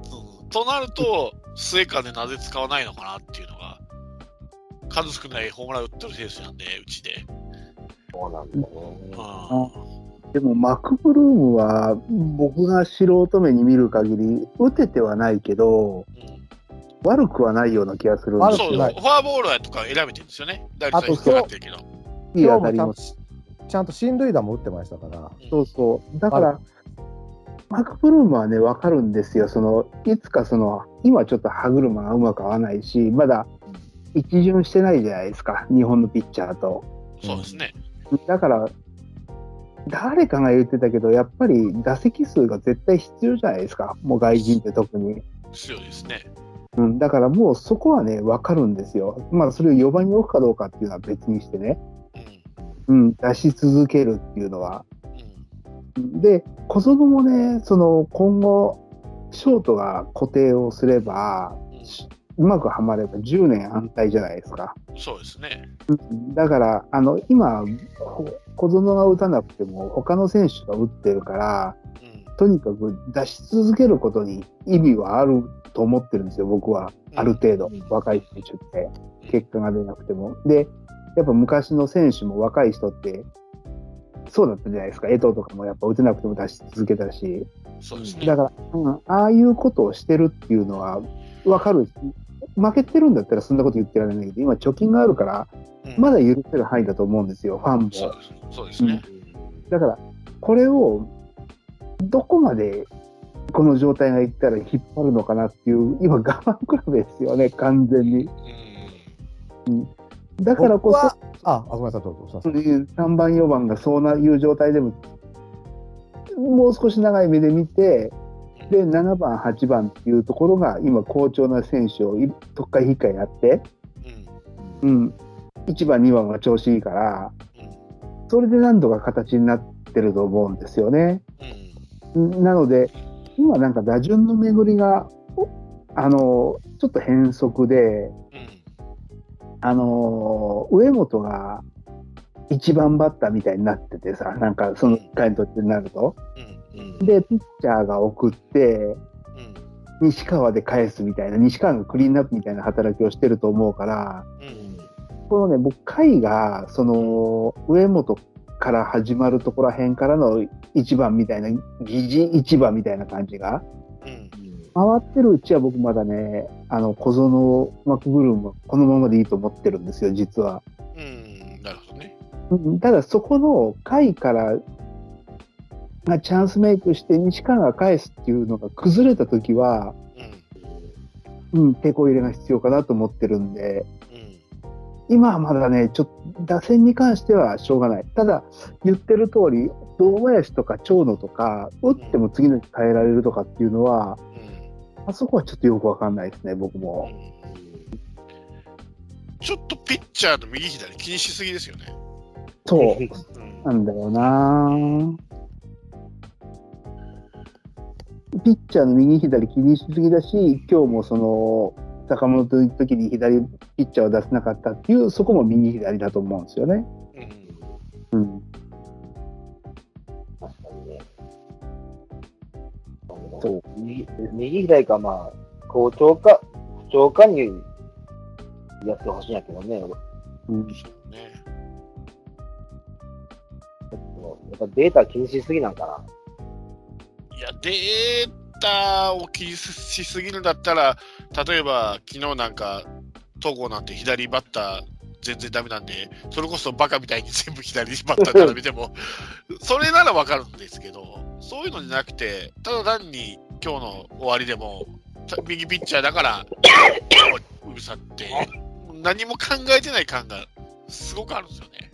うん、となると末間でなぜ使わないのかなっていうのが数少ないホームラン打ってる選手なんでうちで。 そうなんだね、 うん、でもマクブルームは僕が素人目に見る限り打ててはないけど、うん悪くはないような気がするんですよ。 そう、フォアボールとか選べてるんですよね。打率は低くなってるけど。 いい当たりもちゃんと進塁打も打ってましたから。 うん、そうそう。だからマクブルームはね分かるんですよ。そのいつかその今ちょっと歯車がうまく合わないし、まだ一巡してないじゃないですか。日本のピッチャーと。 そうですね。 だから誰かが言ってたけど、やっぱり打席数が絶対必要じゃないですか。もう外人って特に。 必要ですね。 うん、だからもうそこはね分かるんですよ。まあそれをよばんに置くかどうかっていうのは別にしてね、うん、うん、出し続けるっていうのは、うん、で小園もねその今後ショートが固定をすれば、うん、うまくはまればじゅうねん安泰じゃないですか。 そうですね、 うん、だからあの今小園が打たなくても他の選手が打ってるから、うん、とにかく出し続けることに意味はあると思ってるんですよ、僕は。ある程度、うん、若い選手って結果が出なくても。でやっぱ昔の選手も若い人ってそうだったじゃないですか。江藤とかもやっぱ打てなくても出し続けたし、 そうですね、 だから、うん、ああいうことをしてるっていうのは分かる。負けてるんだったらそんなこと言ってられないけど、今貯金があるから、うん、まだ許せる範囲だと思うんですよ、ファンも。 そうです、そうですね、 うん、だからこれをどこまでこの状態がいったら引っ張るのかなっていう今我慢比べですよね、完全に。うん、だからこそ、 あ、ごめんなさい、どうぞ。 さんばんよんばんがそういう状態でももう少し長い目で見て、でななばんはちばんっていうところが今好調な選手を特会引っかいやって、うんうん、いちばんにばんは調子いいから、それで何度か形になってると思うんですよね。なので今なんか打順の巡りがあのちょっと変則で、うん、あの上本がいちばんバッターみたいになっててさ、なんかそのいっかいの途中になると、うんうん、でピッチャーが送って、うん、西川で返すみたいな、西川がクリーンアップみたいな働きをしてると思うから、うん、このね僕回がその上本から始まるところらへんからのいちばんみたいな、疑似いちばんみたいな感じが、うん、回ってるうちは僕まだね、あの小園マクブルームはこのままでいいと思ってるんですよ、実は。 うん、なるほどね。 ただそこの回からがチャンスメイクして西川が返すっていうのが崩れた時は、うん、うん、手こ入れが必要かなと思ってるんで、今はまだね、ちょっと打線に関してはしょうがない。ただ言ってる通り、堂林とか長野とか打っても次の日変えられるとかっていうのは、うん、あそこはちょっとよくわかんないですね、僕も、うん。 ちょっとピッチャーの右左気にしすぎですよね。 そう、うん、なんだよな。ピッチャーの右左気にしすぎだし、今日もその坂本の時に左ピッチャーを出せなかったっていう、そこも右左だと思うんですよね。うん。うん、 確かにね。そう右、右左か、まあ、好調か、不調かにやってほしいんやけどね。うん。そうね。ちょっと、やっぱデータ気にしすぎなんかな。 いや、データを気にしすぎるんだったら、例えば昨日なんか戸郷なんて左バッター全然ダメなんで、それこそバカみたいに全部左バッター並べてもそれならわかるんですけど、そういうのじゃなくて、ただ単に今日の終わりでも右ピッチャーだからうるさって何も考えてない感がすごくあるんですよね。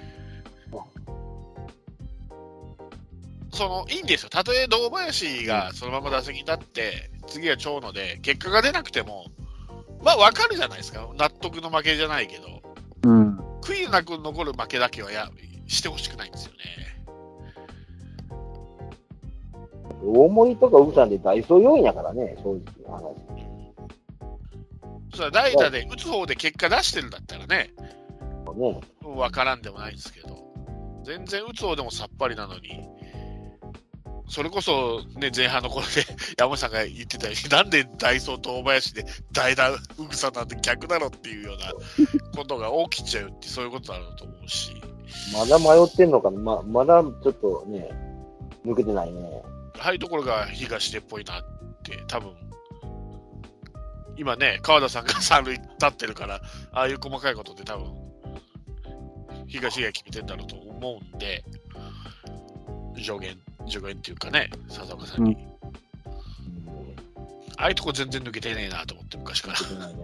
そのいいんですよ。たとえ堂林がそのまま打席に立って次は長野で結果が出なくてもまあ分かるじゃないですか。納得の負けじゃないけど、うん、悔いなく残る負けだけはやしてほしくないんですよね。 大森とかウブさんでダイソー要員やからね、正直な話。 それは代打で打つ方で結果出してるんだったらね、 ね、 分からんでもないですけど、全然打つ方でもさっぱりなのに、それこそ、ね、前半の頃で山本さんが言ってたように、なんでダイソーと大林で代打うぐさなんて逆だろっていうようなことが起きちゃうって、そういうことだろうと思うし。 まだ迷ってんのかな、ままだちょっとね、抜けてないね。 ああいうところが東出っぽいなって、多分今ね、川田さんが三塁立ってるから、ああいう細かいことで多分東が決めてんだろうと思うんで、助言、助言っていうかね、笹岡さんに。うん、ああいうとこ全然抜けてねえなと思って、昔から。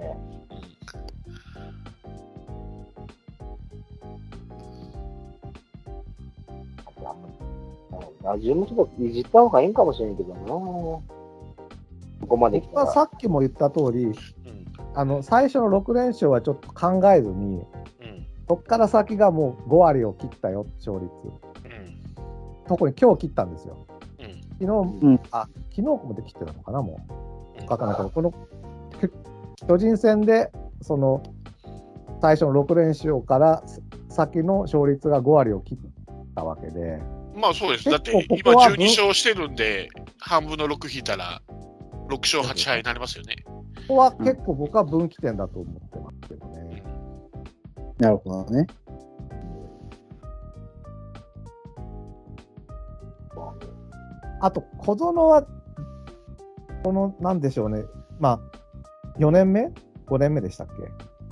打順もちょっといじった方がいいんかもしれんけどな。ここまで来たら。 僕はさっきも言った通り、うん、あの最初のろく連勝はちょっと考えずに、うん、そこから先がもうご割を切ったよ、勝率。うん、特に今日切ったんですよ。うん、昨日、うん、あ、昨日もで切ってたのかな、もう。分かんないけど、この巨人戦で、その最初のろく連勝から先の勝率がご割を切ったわけで。 まあそうです。だって今じゅうに勝してるんで、半分のろく引いたらろく勝はち敗になりますよね。 ここは結構僕は分岐点だと思ってますけどね。 うん、なるほどね。 あと小園はこのなんでしょうね。まあよねんめ ?ご 年目でしたっけ ?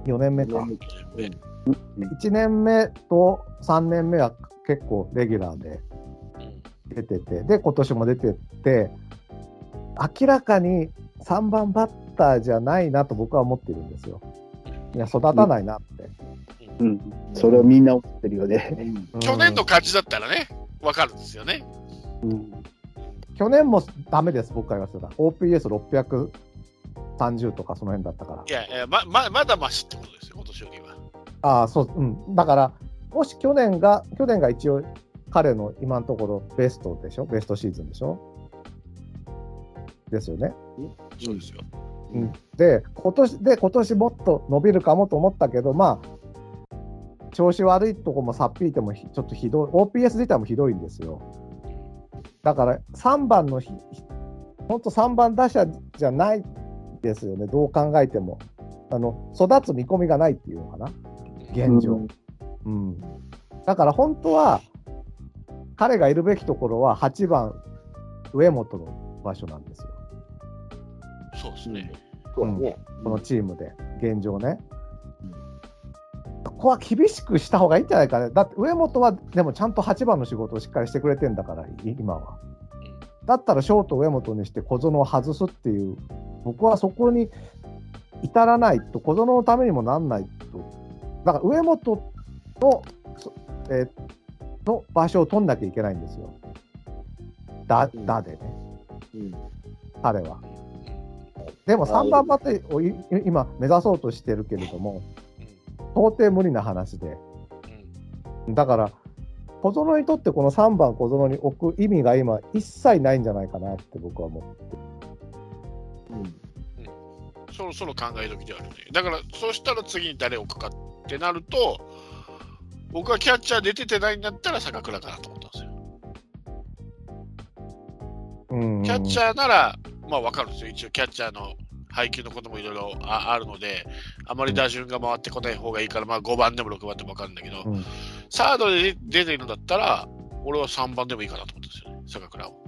よ 年目か。いちねんめとさんねんめは結構レギュラーで出てて、で今年も出てって、明らかにさんばんバッターじゃないなと僕は思ってるんですよ。いや育たないなって、 うんうん、それをみんな思ってるよね、 うん、去年の感じだったらね分かるんですよね、 うん、去年もダメです僕から言わせたら オーピーエスろっぴゃくさんじゅうとかその辺だったから、 いやいや ま, ま, まだマシってことですよ今年よりは。 ああそう、うん、だからもし去年が去年が一応彼の今のところベストでしょ、ベストシーズンでしょですよね。 そうですよ。 うん、で今年で今年もっと伸びるかもと思ったけど、まあ調子悪いとこもさっぴいてもちょっとひどい、 オーピーエス 自体もひどいんですよ。だからさんばんの本当さんばん打者じゃないですよね、どう考えても。あの育つ見込みがないっていうのかな現状、うんうん、だから本当は彼がいるべきところははちばん上本の場所なんですよ。 そうですね、 うん、このチームで現状ね、うん、ここは厳しくした方がいいんじゃないかね。だって上本はでもちゃんとはちばんの仕事をしっかりしてくれてんだから今は。だったらショート上本にして小園を外すっていう、僕はそこに至らないと小園のためにもなんないと。だから上本の、えー、の場所を取んなきゃいけないんですよ。だ、だでね、うん、彼は。でもさんばんバッターを今目指そうとしてるけれども、到底無理な話で。だから小園にとってこのさんばん小園に置く意味が今一切ないんじゃないかなって僕は思ってる。 うんそろそろ考え時であるね。だからそうしたら次に誰を置くかってなると、僕はキャッチャー出ててないんだったら坂倉かなと思ったんですよ。うんキャッチャーならまあ分かるんですよ。一応キャッチャーの配球のこともいろいろあるので、あまり打順が回ってこない方がいいから、まあごばんでもろくばんでも分かるんだけど、うん、サードで出ているんだったら俺はさんばんでもいいかなと思ったんですよね、坂倉を。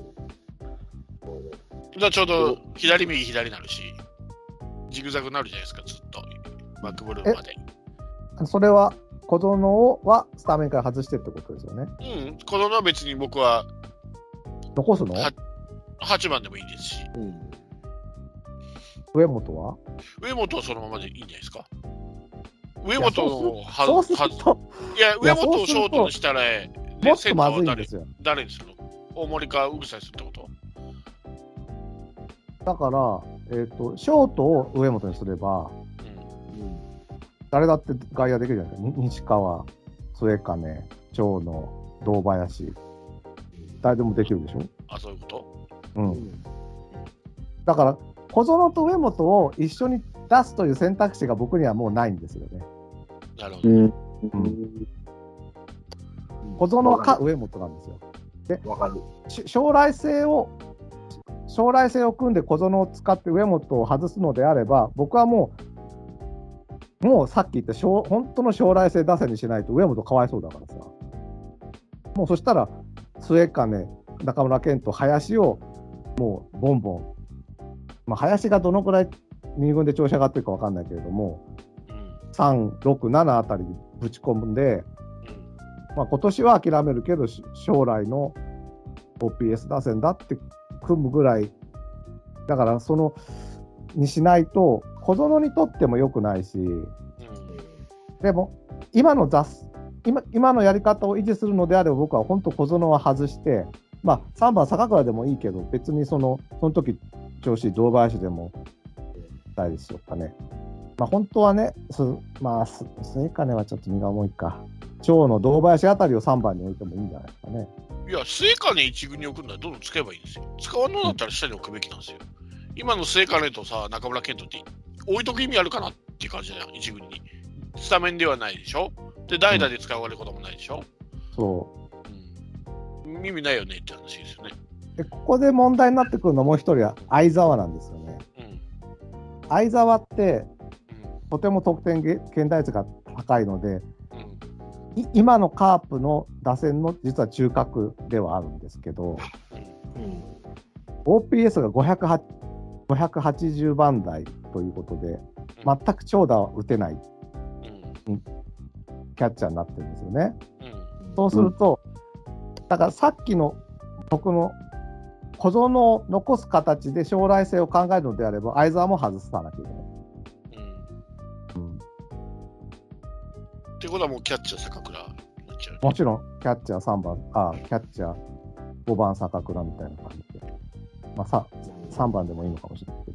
じゃあちょうど左右左になるしジグザグになるじゃないですか、ずっとマックブルーまで。 それは小園はスタメンから外してってことですよね。 うん、小園は別に僕は残すのははちばんでもいいですし、うん、 上本は上本はそのままでいいんじゃないですか。上本をはそうするといや上本をショートにしたらね、 もっとまずいんですよ。 誰にするの？大森かうぐさにするってこと？ だから、えーと、ショートを上本にすれば、うん、誰だって外野できるじゃないですか。西川、末金、長野、堂林、誰でもできるでしょ。 あ、そういうこと？ うん。だから小園と上本を一緒に出すという選択肢が僕にはもうないんですよね。 なるほど。 うん。 小園か上本なんですよ。で、 わかる。 将来性を将来性を組んで小園を使って上本を外すのであれば、僕はもうもうさっき言った本当の将来性打線にしないと上本かわいそうだからさ。もうそしたら末金、中村健人、林をもうボンボン、まあ、林がどのくらいに軍で調子上がってるか分かんないけれども、うん、さん、ろく、ななあたりにぶち込んで、うんまあ、今年は諦めるけど将来の オーピーエス 打線だって組むぐらいだから、そのにしないと小園にとっても良くないし、うん、でも今の出す今, 今のやり方を維持するのであれば、僕は本当小園は外して、まあ、さんばん坂倉でもいいけど、別にそのその時調子いい堂林でもないでしょうかね。まあ、本当はね、すまあ、末金はちょっと荷が重いか。長の堂林あたりをさんばんに置いてもいいんじゃないですかね。 いや、末金一軍に置くんだらどんどん使えばいいんですよ。使わんのだったら下に置くべきなんですよ。うん、今の末金とさ、中村健人って置いとく意味あるかなっていう感じだよ、一軍に。スタメンではないでしょ。で、代打で使われることもないでしょ。うん、そう、うん。意味ないよねって話ですよね。 で、ここで問題になってくるのはもう一人は相澤なんですよね。うん、相澤って、うん、とても得点圏打率が高いので、うん、今のカープの打線の実は中核ではあるんですけど、うんうん、オーピーエス がごひゃくはちじゅうばん台ということで、全く長打は打てない、うん、キャッチャーになってるんですよね。うん、そうすると、だからさっきの僕の小園を残す形で将来性を考えるのであれば、相澤も外さなきゃいけない。うんうん、 ってことはもうキャッチャー坂倉になっちゃう、ね、 もちろんキャッチャーさんばん、あキャッチャーごばん坂倉みたいな感じで、まあ、ささんばんでもいいのかもしれないけ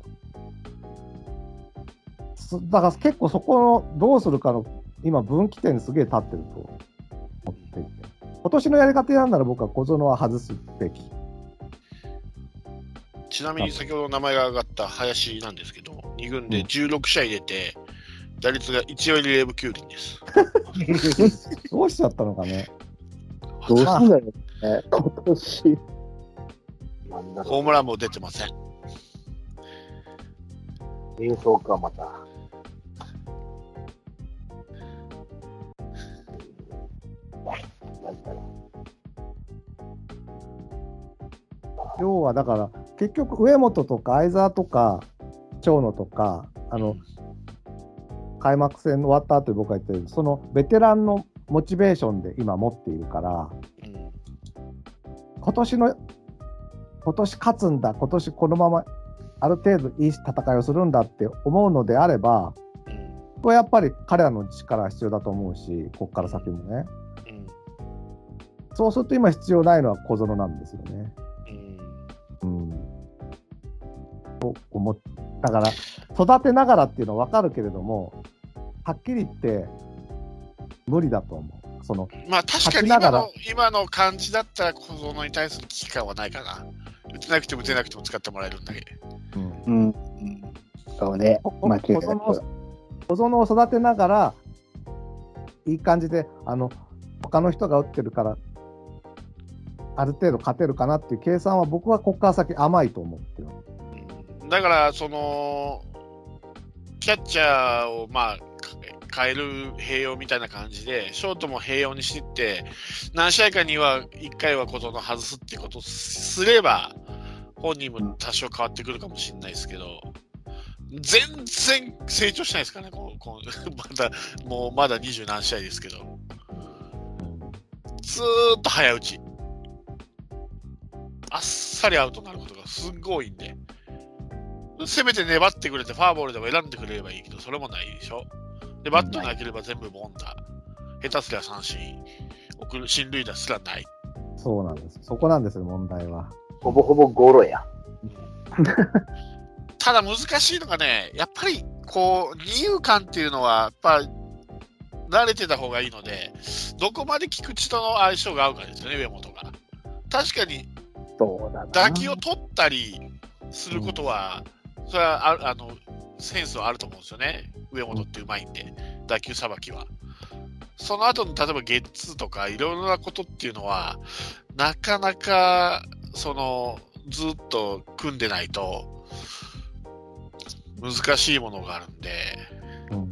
ど、だから結構そこのどうするかの今分岐点にすげえ立ってると思っていて、今年のやり方やるなら僕は小園は外すべき。 ちなみに先ほど名前が挙がった林なんですけど、に軍でじゅうろくしあい出て、うん、打率がいちわりぜろぶきゅうりんです。 どうしちゃったのかね。 どうすんだろうね、今年。 ホームランも出てません。 演奏か、また。 要はだから結局上本とか相澤とか長野とかあの開幕戦終わった後に僕が言ったようにそのベテランのモチベーションで今持っているから、今年の今年勝つんだ、今年このままある程度いい戦いをするんだって思うのであれば、これやっぱり彼らの力が必要だと思うし、ここから先もね、そうすると今必要ないのは小園なんですよね。うん、と思だから育てながらっていうのは分かるけれども、はっきり言って無理だと思う。そのまあ確かに今の今の感じだったら小園に対する危機感はないかな。打てなくても打てなくても使ってもらえるんだけど。うん。うん、 そうね。間違いなく小園を育てながらいい感じであの他の人が打ってるからある程度勝てるかなっていう計算は僕はここから先甘いと思ってる。 だからそのキャッチャーをまあ変える併用みたいな感じでショートも併用にしていって何試合かにはいっかいは小園外すっていうことをすれば本人も多少変わってくるかもしれないですけど、全然成長しないですからね。こうこうまだもうまだ二十何試合ですけど、ずーっと早打ち。あっさりアウトになることがすごいんで、せめて粘ってくれてファーボールでも選んでくれればいいけど、それもないでしょ。でバットなければ全部凡打、下手すりゃ三振、送る進塁打すらない。 そうなんです。そこなんですよ問題は。 ほぼほぼゴロや。 ただ難しいのがね、やっぱりこう二遊間っていうのはやっぱ慣れてた方がいいので、どこまで菊池との相性が合うかですよね、上本が。確かに打球を取ったりすることは、うん、それはああのセンスはあると思うんですよね。上本ってうまいんで、打球さばきは。その後の例えばゲッツーとかいろいろなことっていうのは、なかなかそのずっと組んでないと難しいものがあるんで、うんうん、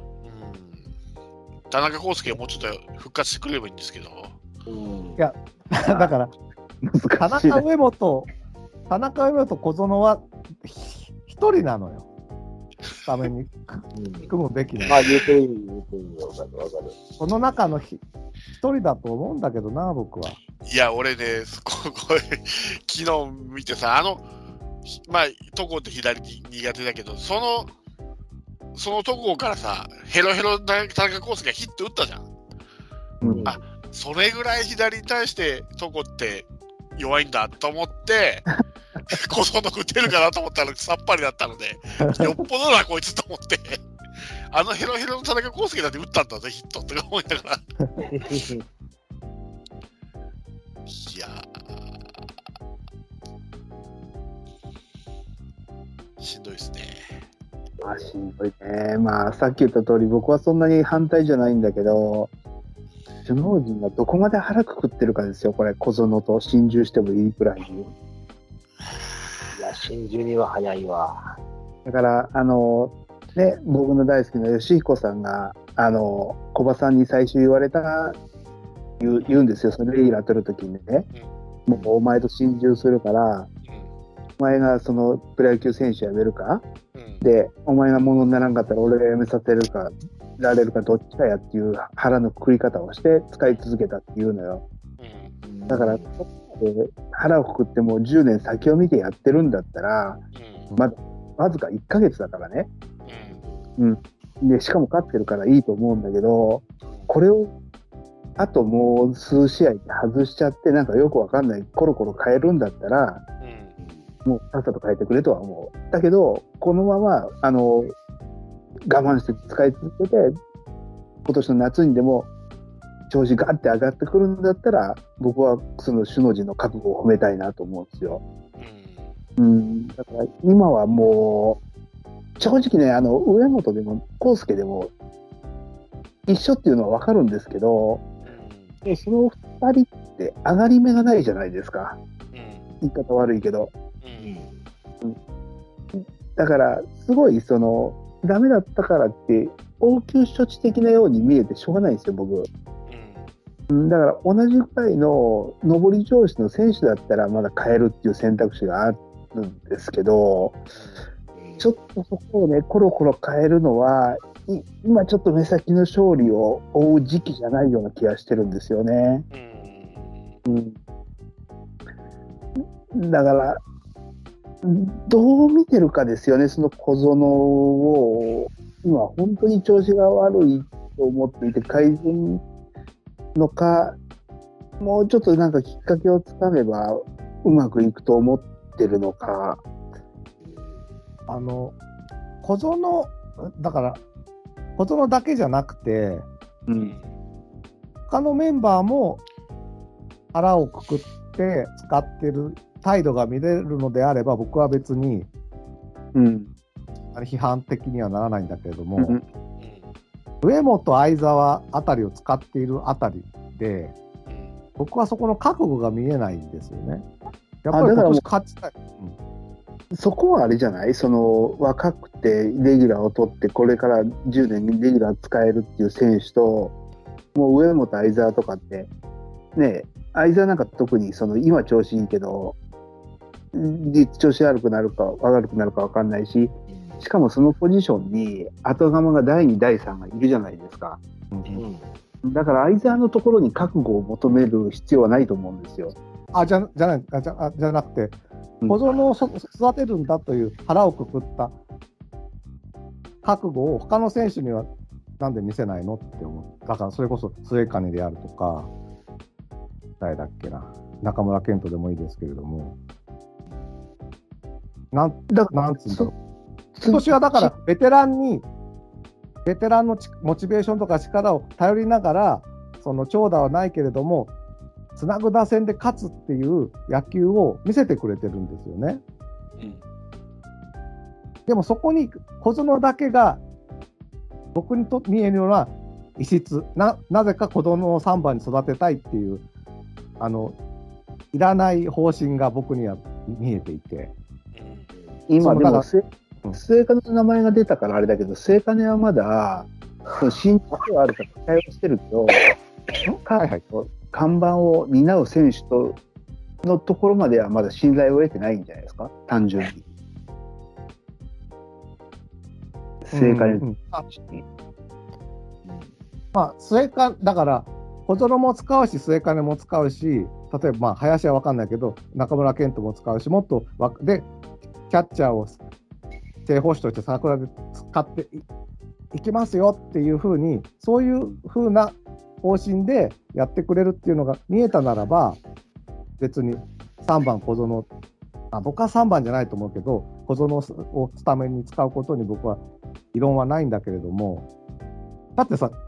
田中康介はもうちょっと復活してくれればいいんですけど。 うん、いや、だから、田中上本、田中上本小園は一人なのよ。ために組むべきなの。 まあ、言うていい、言うていいよ、わかる、わかる。 この中の一人だと思うんだけどな、僕は。 いや、俺ね、ここれ、昨日見てさ、あの、まあ、戸郷って左に苦手だけど、その、その戸郷からさ、ヘロヘロな田中康介がヒット打ったじゃん。うん、あ、それぐらい左に対して戸郷って弱いんだと思って、小園打てるかなと思ったらさっぱりだったので、よっぽどだこいつと思って、あのヘロヘロの田中康介だって打ったんだぜ、ヒットって思いながら。いやー、しんどいですね。 まあ、しんどいね。まあ、さっき言った通り、僕はそんなに反対じゃないんだけど、首脳陣がどこまで腹くくってるかですよ、これ、小園と心中してもいいくらいに。 いや、心中には早いわ。 だから、あの、ね、僕の大好きな吉彦さんが、あの、小葉さんに最初言われた、言う、言うんですよ、そのレギュラー取るときにね、もうお前と心中するから、お前がそのプロ野球選手辞めるか、で、お前が物にならんかったら俺が辞めさせるか、られるかどっちかやっていう腹のくくり方をして使い続けたっていうのよ。だから、腹をくくってもうじゅうねん先を見てやってるんだったら、まわずかいっかげつだからね。うん。で、しかも勝ってるからいいと思うんだけど、これをあともう数試合で外しちゃって、なんかよくわかんない、コロコロ変えるんだったら、もうさっさと変えてくれとは思う。だけど、このまま、あの、我慢して使い続けて、今年の夏にでも調子ガッて上がってくるんだったら、僕はその首脳陣の覚悟を褒めたいなと思うんですよ。うん、だから今はもう、正直ね、あの、上本でも康介でも一緒っていうのは分かるんですけど、そのふたりって上がり目がないじゃないですか。言い方悪いけど。うん、だから、すごいその、ダメだったからって応急処置的なように見えてしょうがないんですよ、僕。うん、だから同じくらいの上り調子の選手だったらまだ変えるっていう選択肢があるんですけど、ちょっとそこをね、コロコロ変えるのは、今ちょっと目先の勝利を追う時期じゃないような気がしてるんですよね。うん、だから、どう見てるかですよね、その小園を。今、本当に調子が悪いと思っていて、改善のか、もうちょっとなんかきっかけをつかめばうまくいくと思ってるのか。 あの小園だから小園だけじゃなくて、うん、他のメンバーも腹をくくって使ってる態度が見れるのであれば、僕は別に、うん、あれ批判的にはならないんだけれども、うん、上本、相澤あたりを使っているあたりで、僕はそこの覚悟が見えないんですよね。やっぱり今年勝ちたい。 うん、そこはあれじゃない、その若くてレギュラーを取ってこれからじゅうねんレギュラー使えるっていう選手と、もう上本、相澤とかってね、相澤なんか特にその今調子いいけど調子悪くなるか悪くなるか分かんないし、しかもそのポジションに後釜がだいにだいさんがいるじゃないですか。うん、だから相澤のところに覚悟を求める必要はないと思うんですよ。 あ、じゃ、じゃない、あ、じゃ、あ、じゃなくて、小園をそ育てるんだという腹をくくった覚悟を他の選手にはなんで見せないのって思う。だからそれこそ末金であるとか、誰だっけな、中村健人でもいいですけれども、なんだなんつうんだろう。今年はだからベテランにベテランのモチベーションとか力を頼りながら、その長打はないけれどもつなぐ打線で勝つっていう野球を見せてくれてるんですよね。 でもそこに小園だけが僕にと見えるような異質な、なぜか小園をさんばんに育てたいっていうあのいらない方針が僕には見えていて、 今でも末金の名前が出たからあれだけど、末金はまだ新人ではあるから期待をしてるけど、はいはい、看板を担う選手とのところまではまだ信頼を得てないんじゃないですか、単純に。末金、うんうん、あまあ末金だから小園も使うし末金も使うし、例えばまあ林は分かんないけど中村健人も使うし、もっとでキャッチャーを正捕手として桜で使って い, いきますよっていうふうに、そういうふうな方針でやってくれるっていうのが見えたならば、別にさんばん小園、あ僕はさんばんじゃないと思うけど小園をスタメンに使うことに僕は異論はないんだけれども、だってさ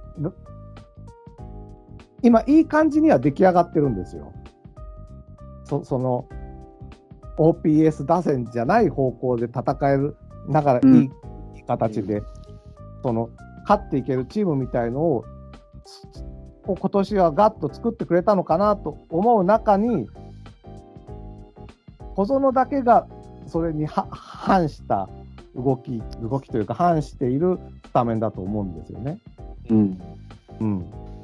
今いい感じには出来上がってるんですよ。そ, その オーピーエス 打線じゃない方向で戦えるながらいい、うん、いい形で、うん、その勝っていけるチームみたいのを今年はガッと作ってくれたのかなと思う中に、小園だけがそれに反した動き動きというか反しているスタメンだと思うんですよね。 うんうん、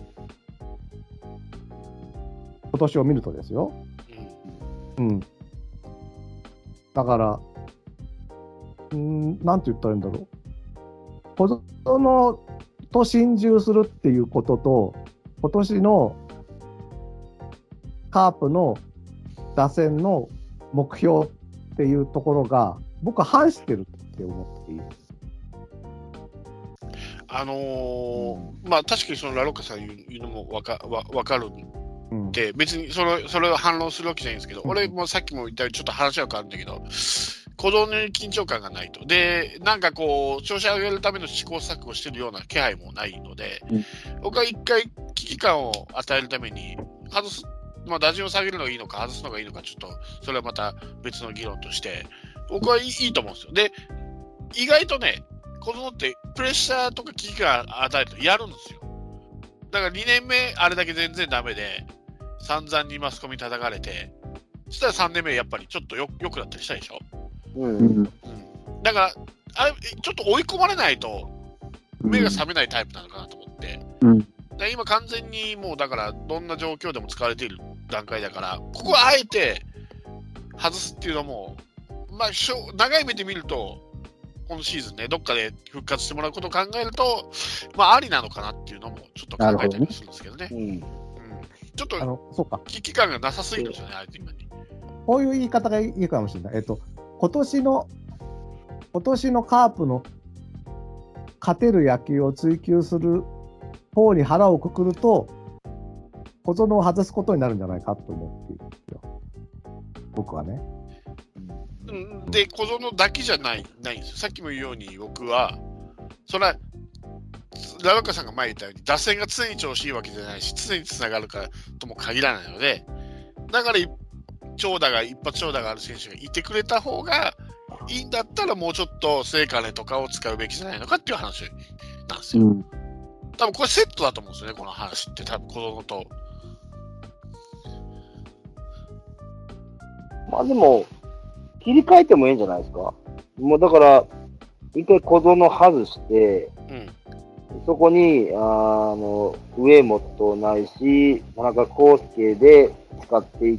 今年を見るとですよ。うん、だからんなんて言ったらいいんだろう。小園と心中するっていうことと、今年のカープの打線の目標っていうところが僕は反してるって思っていい。 あのーうん、まあ確かにそのラロッカさん言うのもわか、わ、わかるんで、うん、別にそれ、それを反論するわけじゃないんですけど、うん、俺もさっきも言ったようにちょっと話は変わるんだけど、小園に緊張感がないと。で、なんかこう、調子を上げるための試行錯誤してるような気配もないので、うん、僕は一回危機感を与えるために、外す、まあ打順を下げるのがいいのか、外すのがいいのか、ちょっと、それはまた別の議論として、僕はいい、いいと思うんですよ。で、意外とね、小園ってプレッシャーとか危機感を与えるとやるんですよ。だからにねんめ、あれだけ全然ダメで、散々にマスコミ叩かれて、そしたらさんねんめやっぱりちょっとよ良くなったりしたでしょ。 うんうん、 だからあれちょっと追い込まれないと目が覚めないタイプなのかなと思って、 うん、 だ今完全にもうだからどんな状況でも使われている段階だから、ここはあえて外すっていうのも、まあ、長い目で見ると今シーズンねどっかで復活してもらうことを考えると、まあありなのかなっていうのもちょっと考えたりするんですけどね。うんうん、ちょっと危機感がなさすぎるんですよね、あえて今に。 こういう言い方がいいかもしれない。えっと今年の今年のカープの勝てる野球を追求する方に腹をくくると小園を外すことになるんじゃないかと思っているんですよ、僕はね。 で小園だけじゃないないんですよ。さっきも言うように僕はそれはラロッカさんが前言ったように打線が常に調子いいわけじゃないし、常につながるからとも限らないので、だから長打が一発長打がある選手がいてくれた方がいいんだったら、もうちょっと末金とかを使うべきじゃないのかっていう話なんですよ。うん、多分これセットだと思うんですよね、この話って。多分子供と。 まあでも切り替えてもいいんじゃないですか。もうだから一回小園外して、うん、そこにあの上本ないし田中康介で使っていって、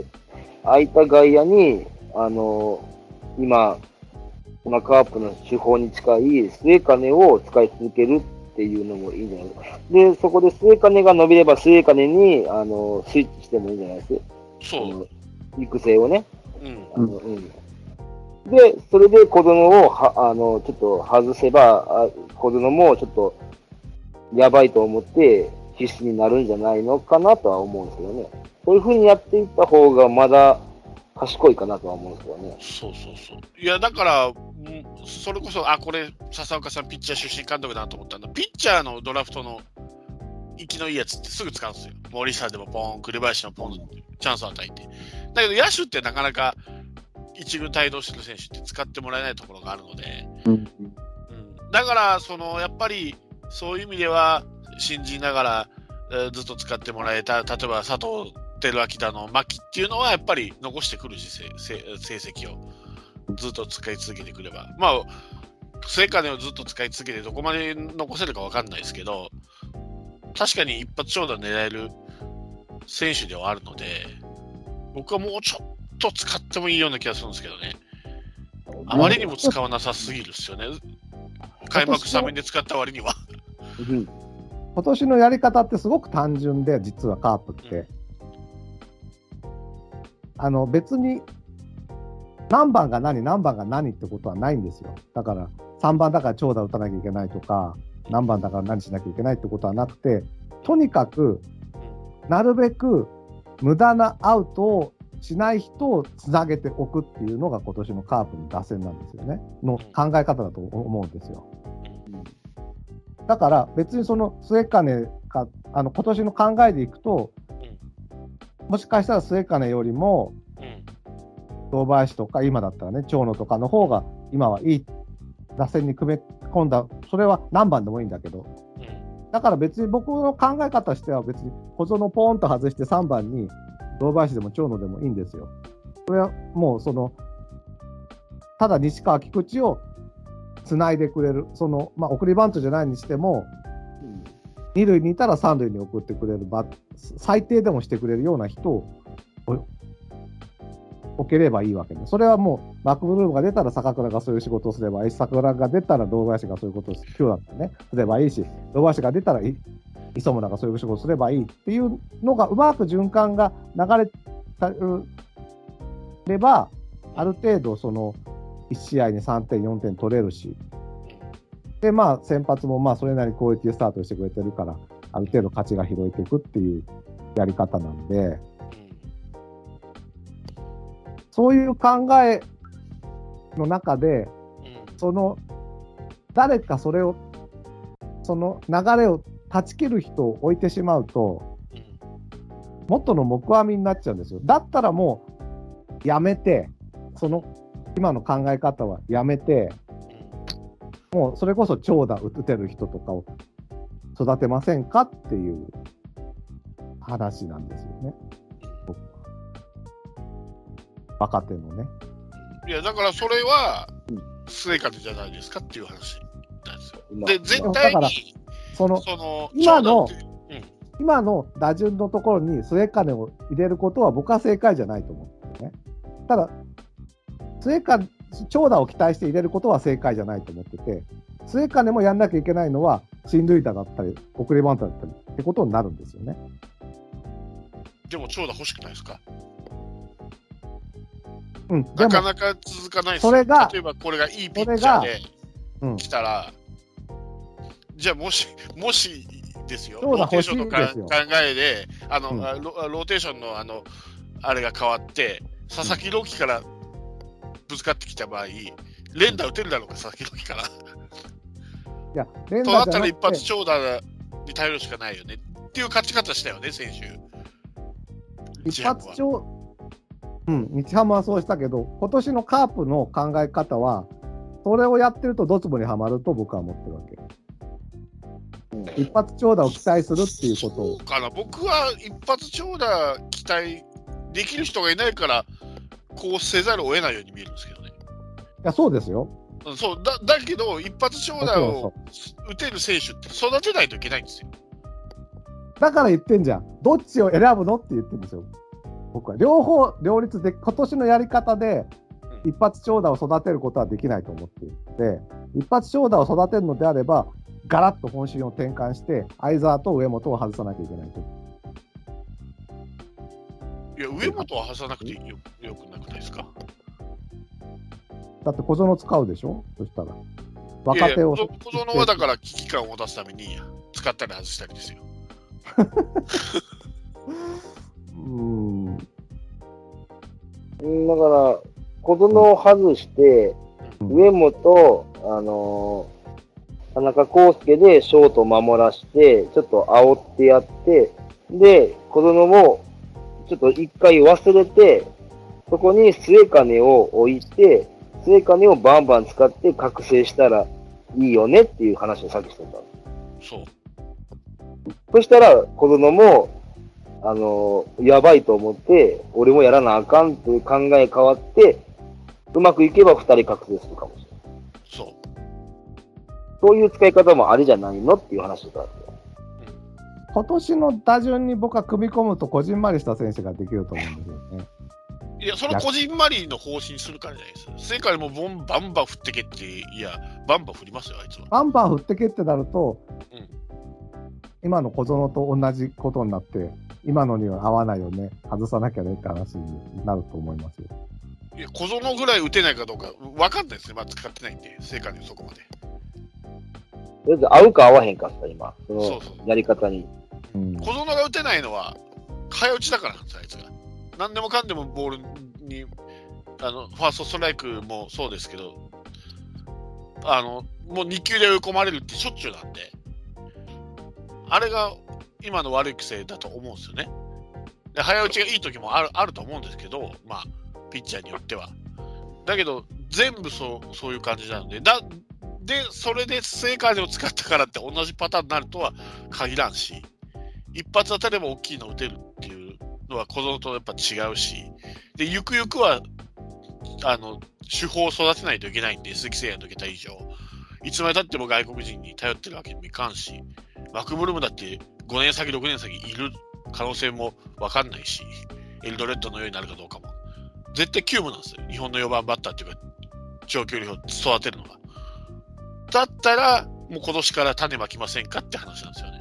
空いた外野に、あの、今、今カープの手法に近い末金を使い続けるっていうのもいいんじゃないですか。で、そこで末金が伸びれば末金に、あの、スイッチしてもいいんじゃないですか。 そう。 育成をね。 うん。 あのうん、で、それで小園をは、あの、ちょっと外せば、あ小園もちょっと、やばいと思って、必死になるんじゃないのかなとは思うんですけどね。そういう風にやっていった方がまだ賢いかなとは思うんですけどね。 そうそうそう。いやだからそれこそあこれ笹岡さんピッチャー出身監督だなと思ったんだ。ピッチャーのドラフトの生きのいいやつってすぐ使うんですよ。森下でもポン、栗林のポンチャンスを与えて。だけど野手ってなかなか一軍帯同してる選手って使ってもらえないところがあるので、 うんうん、だからそのやっぱりそういう意味では新人ながら、えー、ずっと使ってもらえた、例えば佐藤輝明だの牧っていうのはやっぱり残してくるし、成績をずっと使い続けてくれば、まあ末金をずっと使い続けてどこまで残せるか分かんないですけど、確かに一発長打狙える選手ではあるので、僕はもうちょっと使ってもいいような気がするんですけどね。あまりにも使わなさすぎるですよね。開幕スタメンで使った割には。 今年のやり方ってすごく単純で、実はカープって。うん、あの別に何番が何、何番が何ってことはないんですよ。だからさんばんだから長打打たなきゃいけないとか、何番だから何しなきゃいけないってことはなくて、とにかくなるべく無駄なアウトをしない人をつなげておくっていうのが今年のカープの打線なんですよね、の考え方だと思うんですよ。だから別にその末金か、あの今年の考えでいくと、もしかしたら末金よりも堂林とか、今だったらね長野とかの方が今はいい打線に組め込んだ、それは何番でもいいんだけど、だから別に僕の考え方としては別に小園ポーンと外してさんばんに堂林でも長野でもいいんですよ。それはもうそのただ西川菊池をつないでくれる、その、まあ、送りバントじゃないにしても、うん、に塁にいたらさん塁に送ってくれる、最低でもしてくれるような人を置ければいいわけで、それはもうマクブルームが出たら坂倉がそういう仕事をすればいいし、坂倉が出たら堂林がそういうことを今日だったらねすればいいし、堂林が出たら磯村がそういう仕事をすればいいっていうのがうまく循環が流れれば、ある程度そのいち試合にさんてんよんてん取れるし、でまあ先発もまあそれなりに攻撃スタートしてくれてるから、ある程度勝ちが拾えていくっていうやり方なんで、そういう考えの中で、その誰かそれをその流れを断ち切る人を置いてしまうと、元の木阿弥になっちゃうんですよ。だったらもうやめて、その今の考え方はやめて、もうそれこそ長打打てる人とかを育てませんかっていう話なんですよね。若手のね。 いやだからそれは末金じゃないですかっていう話なんですよ。で絶対にそのその今の、 うん、 今の打順のところに末金を入れることは僕は正解じゃないと思ってね。ただ末金長打を期待して入れることは正解じゃないと思ってて、末金もやんなきゃいけないのは進塁打だったり送りバントだったりってことになるんですよね。 でも長打欲しくないですか？ うん、 なかなか続かないですよ。 それが例えばこれがいいピッチャーで来たら、うん、じゃあもしもしですよ、ローテーションの考えであの、うん、ロ, ローテーションのあのあれが変わって佐々木朗希からぶつかってきた場合、連打打てるだろうか、佐々木朗希から。いや、 連打となったら一発長打に頼るしかないよねっていう勝ち方したよね、先週。 一発長、うん、日ハムはそうしたけど、今年のカープの考え方は、それをやってるとドツボにはまると僕は思ってるわけ。一発長打を期待するっていうことを。 そうかな、僕は一発長打期待できる人がいないから、こうせざるを得ないように見えるんですけどね。 いや、そうですよ。 そうだ、だけど、一発長打を打てる選手って育てないといけないんですよ。 だから言ってんじゃん。どっちを選ぶのって言ってるんですよ。僕は両方両立で、今年のやり方で一発長打を育てることはできないと思っていて、一発長打を育てるのであれば、ガラッと方針を転換して、相澤と上本を外さなきゃいけないと。 いや、上本は外さなくて よ, よくなくないですか？ だって小園使うでしょ、そしたら。若手を。 いやいや、小園はだから危機感を出すために使ったり外したりですよ。 うーん。 だから、小園を外して、うん、上本、あのー、田中康介でショートを守らして、ちょっと煽ってやって、で、小園も、ちょっと一回忘れて、 そこに末金を置いて、末金をバンバン使って覚醒したらいいよねっていう話をさっきしてた。 そう。 そしたら、小園も、あの、やばいと思って、俺もやらなあかんという考え変わって、うまくいけば二人覚醒するかもしれない。 そう。 そういう使い方もありじゃないのっていう話だった。 今年の打順に僕は組み込むと、こじんまりした選手ができると思うんですよね。 いや、そのこじんまりの方針するからじゃないです。正解もボンバンバン振ってけって、いや、バンバン振りますよ、あいつは。 バンバン振ってけってなると、 うん、 今の小園と同じことになって、今のには合わないよね、外さなきゃねって話になると思いますよ。 いや、小園ぐらい打てないかどうか分かんないですね、まあ、使ってないんで、正解にそこまで。 とりあえず合うか合わへんかった、今、そのやり方に。 そうそう、うん、小園が打てないのは、早打ちだからなんです、あいつが。何でもかんでもボールに、あのファーストストライクもそうですけど、あのもうに球で追い込まれるってしょっちゅうなんで、あれが今の悪い癖だと思うんですよね。で早打ちがいい時もある、あると思うんですけど、まあ、ピッチャーによっては。だけど、全部そう、そういう感じなので、だでそれで正解を使ったからって同じパターンになるとは限らんし、一発当たれば大きいの打てるっていうのは小園とやっぱ違うし、でゆくゆくはあの手法を育てないといけないんで、鈴木誠也の時た以上、いつまでたっても外国人に頼ってるわけにもいかんし、マクブルームだってごねん先、ろくねん先いる可能性も分かんないし、エルドレッドのようになるかどうかも。絶対急務なんですよ、日本のよばんバッターっていうか、長距離を育てるのが。だったら、もう今年から種まきませんかって話なんですよね。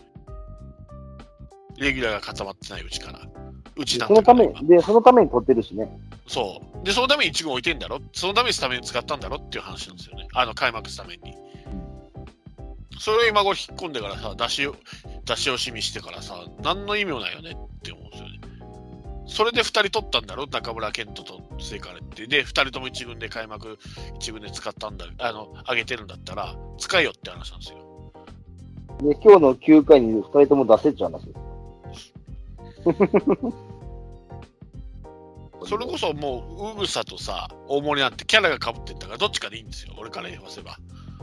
レギュラーが固まってないうちから。うちなんそのために、で、そのために取ってるしね。 そう。で、そのためにいち軍置いてんだろ、そのためにスタメン使ったんだろっていう話なんですよね。あの、開幕スタメンに。それを今頃引っ込んでからさ、出し、出し惜しみしてからさ、何の意味もないよねって思うんですよね。それでふたり取ったんだろ、中村健人と末金って。で、ふたりともいち軍で開幕いち軍で使ったんだ、あの、上げてるんだったら、使えよって話なんですよ。 で、今日のきゅうかいにふたりとも出せっちゃう話です。 それこそもう、うぐさとさ、大森なんてキャラが被ってんだから、どっちかでいいんですよ、俺から言わせば。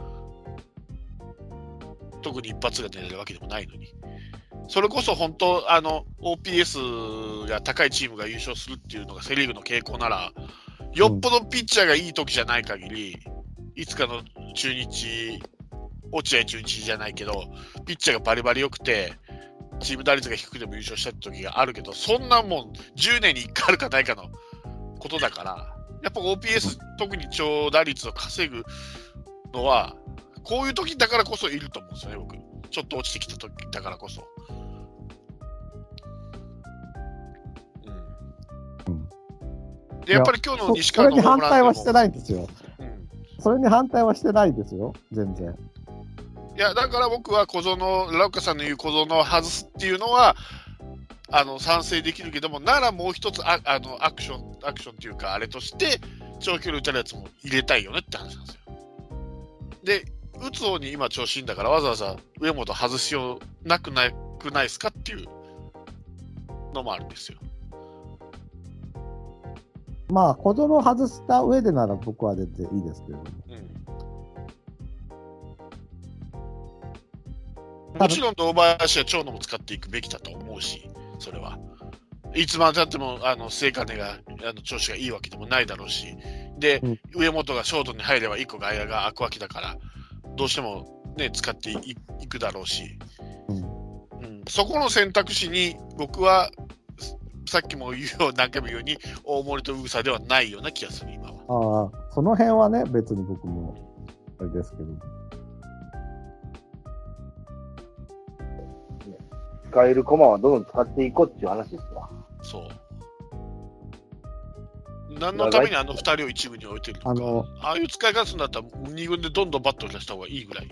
特に一発が出れるわけでもないのに。それこそ本当、あの、オーピーエス が高いチームが優勝するっていうのがセ・リーグの傾向なら、よっぽどピッチャーがいい時じゃない限り、いつかの中日、落合中日じゃないけど、ピッチャーがバリバリ良くて、チーム打率が低くても優勝した時があるけど、そんなもんじゅうねんにいっかいあるかないかのことだから、やっぱ オーピーエス、特に長打率を稼ぐのは、こういう時だからこそいると思うんですよね、僕。ちょっと落ちてきた時だからこそ。うん。で、やっぱり今日の西川のホームランでも。 それに反対はしてないんですよ。 うん。 それに反対はしてないですよ、全然。 いや、だから僕は小園、ラウカさんの言う小園を外すっていうのは、あの、賛成できるけども、ならもう一つあ、あの、アクション、アクションっていうか、あれとして、長距離打たれるやつも入れたいよねって話なんですよ。で、打つ方に今調子いいんだから、わざわざ上本外しようなくないくないですかっていうのもあるんですよ。 まあ、小園を外した上でなら僕は全然いいですけれども。 うん、もちろん堂林や長野も使っていくべきだと思うし、それはいつまでたってもあの末金があの調子がいいわけでもないだろうし、で、うん、上本がショートに入ればいっこ外野が空くわけだから、どうしても、ね、使って い, いくだろうし、うんうん、そこの選択肢に僕はさっきも言うよう何回も言うように大森とうぐさではないような気がする今は。 ああ、その辺はね別に僕もあれですけど、 使える駒はどんどん使っていこうっていう話ですわ。 そう。何のためにあのふたりをいち軍に置いてるのか、あのああいう使い方するんだったらに軍でどんどんバットを出した方がいいぐらい。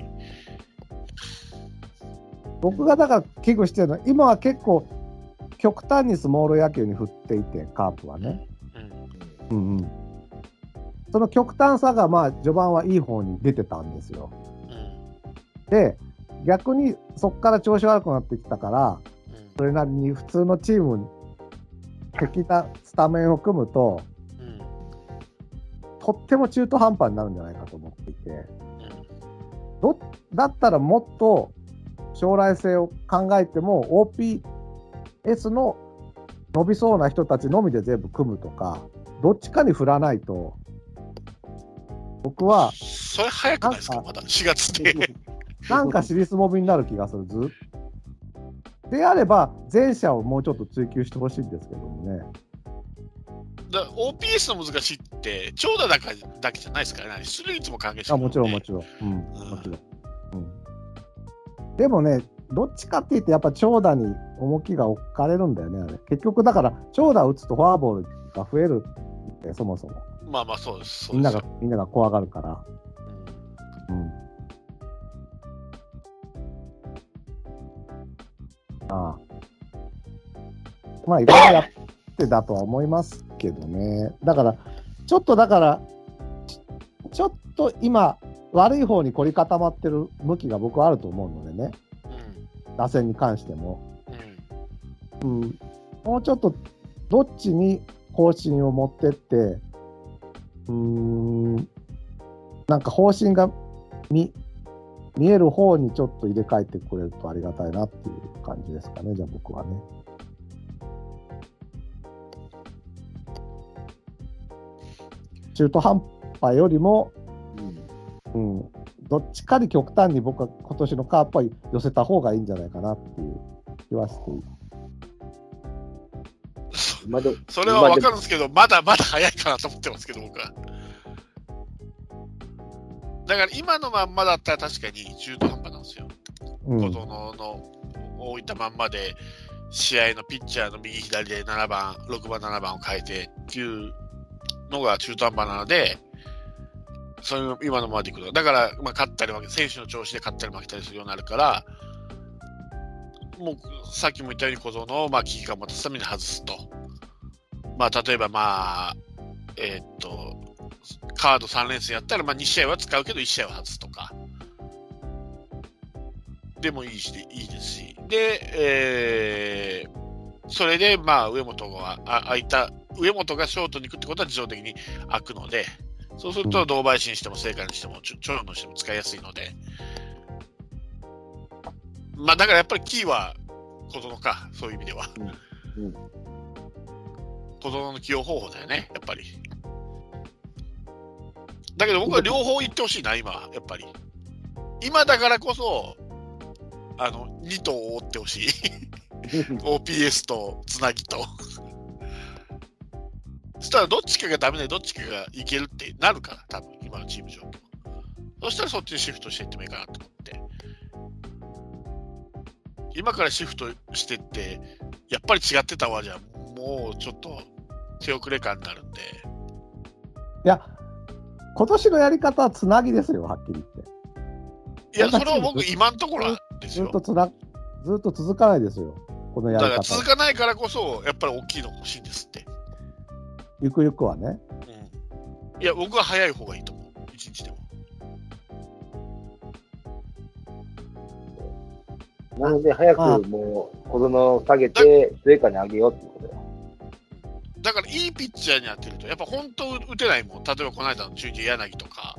僕がだから危惧してるのは、今は結構極端にスモール野球に振っていて、カープはね、うんうんうん、その極端さがまあ序盤はいい方に出てたんですよ、うん、で逆にそこから調子悪くなってきたから、うん、それなりに普通のチーム的なスタメンを組むと、うん、とっても中途半端になるんじゃないかと思っていて、うん、どだったらもっと将来性を考えても オーピーエス の伸びそうな人たちのみで全部組むとか、どっちかに振らないと、僕はそれ早くないですか、まだしがつでなんか尻すぼみになる気がする。ずであれば前者をもうちょっと追求してほしいんですけどもね。 だ オーピーエス の難しいって長打だけだけじゃないですからね。出塁率も関係してる、 ね、あもちろんもちろん、うん、もちろん、うん、でもね、どっちかって言ってやっぱ長打に重きが置かれるんだよね、あれ。結局だから長打を打つとフォアボールが増えるって、そもそも。 まあまあそうです。そうですみんながみんなが怖がるから。うん。うん、ああ。まあいろいろやってだとは思いますけどね。だからちょっとだからちょっと今悪い方に凝り固まってる向きが僕はあると思うのでね。うん、打線に関しても、うんうん。もうちょっとどっちに方針を持ってって、うーん、なんか方針が 見, 見える方にちょっと入れ替えてくれるとありがたいなっていう感じですかね、じゃあ僕はね。中途半端よりも、うんうん、どっちかに極端に僕は今年のカープは寄せた方がいいんじゃないかなっていう気はしている。 それは分かるんですけど、まだまだ早いかなと思ってますけど、僕は。だから今のまんまだったら確かに中途半端なんですよ。うん、小園の置いたまんまで、試合のピッチャーの右左でななばん、ろくばん、ななばんを変えてっていうのが中途半端なので、そういう今のままでいくと。だから、まあ、勝ったり負け、選手の調子で勝ったり負けたりするようになるから、もうさっきも言ったように小園をまあ危機感を持たすために外すと。まあ、例えば、まあ、えー、っと、カードさん連戦やったら、まあ、に試合は使うけどいち試合は外すとか。でもいいし、いいですし。で、えー、それで、まあ、上本が空いた、上本がショートに行くってことは自動的に空くので、そうすると、堂林にしても、正解にしても、長野にしても使いやすいので。まあ、だからやっぱりキーは小園か、そういう意味では。うんうん、小園の起用方法だよね、やっぱり。だけど僕は両方言ってほしいな、今、やっぱり。今だからこそ、あの、に頭を追ってほしい。オーピーエス とつなぎと。そしたらどっちかがダメでどっちかがいけるってなるから、多分今のチーム上と。そしたらそっちにシフトしていってもいいかなと思って。今からシフトしてって、やっぱり違ってたわじゃ、もうちょっと手遅れ感になるんで。 いや、今年のやり方はつなぎですよ、はっきり言って。 いや、それは僕今のところですよ。 ずっとつな、ずっと続かないですよ、このやり方。 だから続かないからこそ、やっぱり大きいの欲しいんですって。 ゆくゆくはね。 うん。いや、僕は早い方がいいと思う、一日でも。 なので、早くもう、小園を下げて、末川に上げようっていうことだよ。 だから、いいピッチャーに当てると、やっぱ本当打てないもん。例えば、この間の中日柳とか、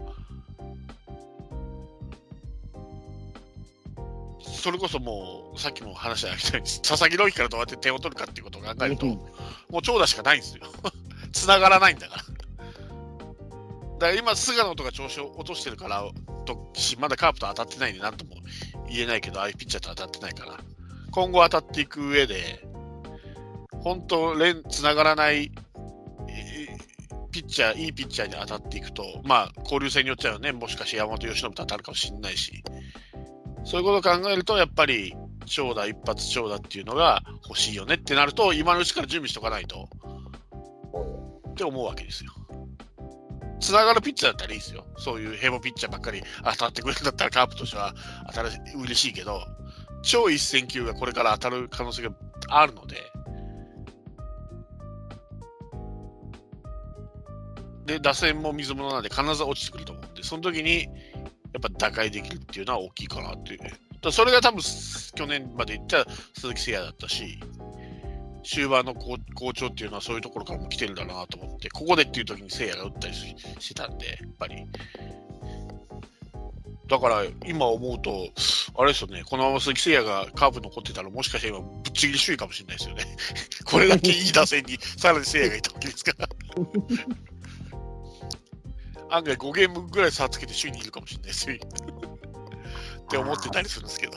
それこそもう、さっきも話したように、佐々木朗希からどうやって点を取るかっていうことを考えると、もう長打しかないんですよ。繋がらないんだから。だから今、菅野とか調子を落としてるから、とまだカープと当たってないんで、なんとも言えないけど、ああいうピッチャーと当たってないから、今後当たっていく上で、本当、連つながらない、えー、ピッチャー、いいピッチャーに当たっていくと、まあ、交流戦によっちゃうよね、もしかして山本由伸と当たるかもしれないし、そういうことを考えると、やっぱり長打、一発長打っていうのが欲しいよねってなると、今のうちから準備しとかないとって思うわけですよ。つながるピッチャーだったらいいですよ。そういうヘボピッチャーばっかり当たってくれるんだったらカープとしては当たる嬉しいけど、超一戦級がこれから当たる可能性があるので、で打線も水物なんで必ず落ちてくると思うんで、その時にやっぱ打開できるっていうのは大きいかなっていう。だそれが多分去年まで言った鈴木誠也だったし、 終盤の好調っていうのはそういうところからも来てるんだなと思って、ここでっていう時に聖夜が打ったりしてたんで、やっぱり。だから今思うと、あれですよね、このまま鈴木誠也がカープ残ってたら、もしかしたら今、ぶっちぎり首位かもしれないですよね。これだけいい打線にさらに誠也がいたわけですから。案外ごゲームぐらい差つけて首位にいるかもしれないですよ。って思ってたりするんですけど。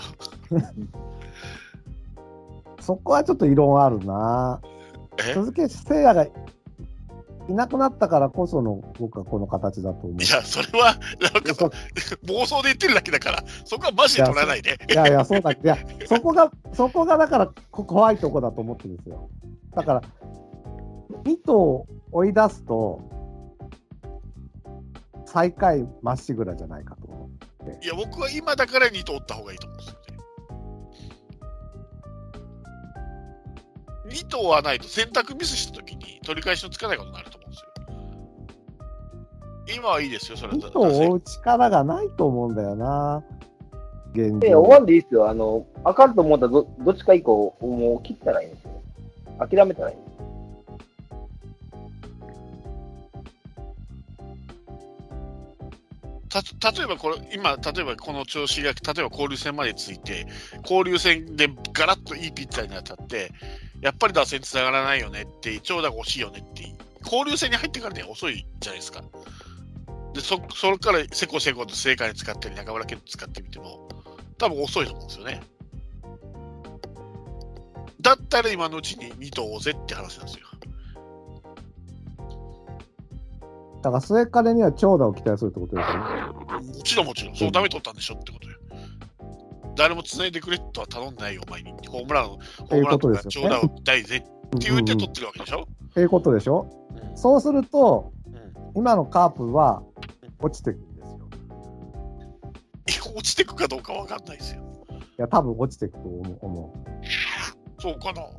そこはちょっと異論あるな。鈴木誠也がいなくなったからこその僕はこの形だと思う。 いや、それはなんか妄想で言ってるだけだから、そこはマジで取らないで。 いやいや、そうだ、いや、そこが、そこがだから怖いとこだと思ってるんですよ。だから、に頭を追い出すと、最下位まっしぐらじゃないかと思って。 いや、僕は今だからに頭追った方がいいと思うんですよね。に頭はないと選択ミスしたときに取り返しのつかないことになると思うんですよ。今はいいですよ、それは。 に頭を追う力がないと思うんだよな。現状。 いや、終わんでいいですよ。あの、あかんと思ったらど、どっちか以降、もう切ったらいいんですよ。諦めたらいいんですよ。 た例えばこれ今例えばこの調子が例えば交流戦までついて交流戦でガラッといいピッチャーに当たってやっぱり打線つながらないよねって長打が欲しいよねって交流戦に入ってからね遅いじゃないですか。で そ, それからせこせこと正解に使ったり中村健人使ってみても多分遅いと思うんですよね。だったら今のうちにに頭追おうぜって話なんですよ。 だから末金には長打を期待するってことですよね。 もちろんもちろん、そのために取ったんでしょってことよ。誰も繋いでくれとは頼んでないよ、お前に。ホームラン、ホームランとか長打を打ちたいぜって言って取ってるわけでしょ。 っていうことでしょ。うん、そうすると、うん、今のカープは落ちていくんですよ。 いや、落ちていくかどうかわかんないですよ。 いや、多分落ちていくと思う。 そうかな。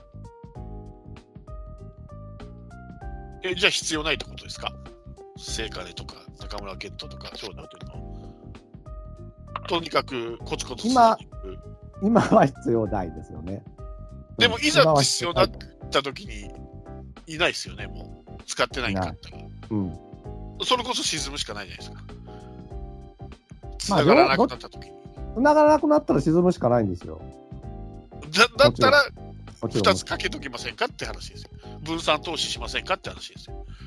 え、じゃあ必要ないってことですか？聖火でとか中村健人とか長打打てるのとにかくコツコツ今今は必要ないですよね。 でもいざ必要になった時にいないですよね。もう使ってないんだったら、うん、それこそ沈むしかないじゃないですか。繋がらなくなった時に、 繋がらなくなったら沈むしかないんですよ。 だ, だったらふたつかけときませんかって話ですよ。分散投資しませんかって話ですよ。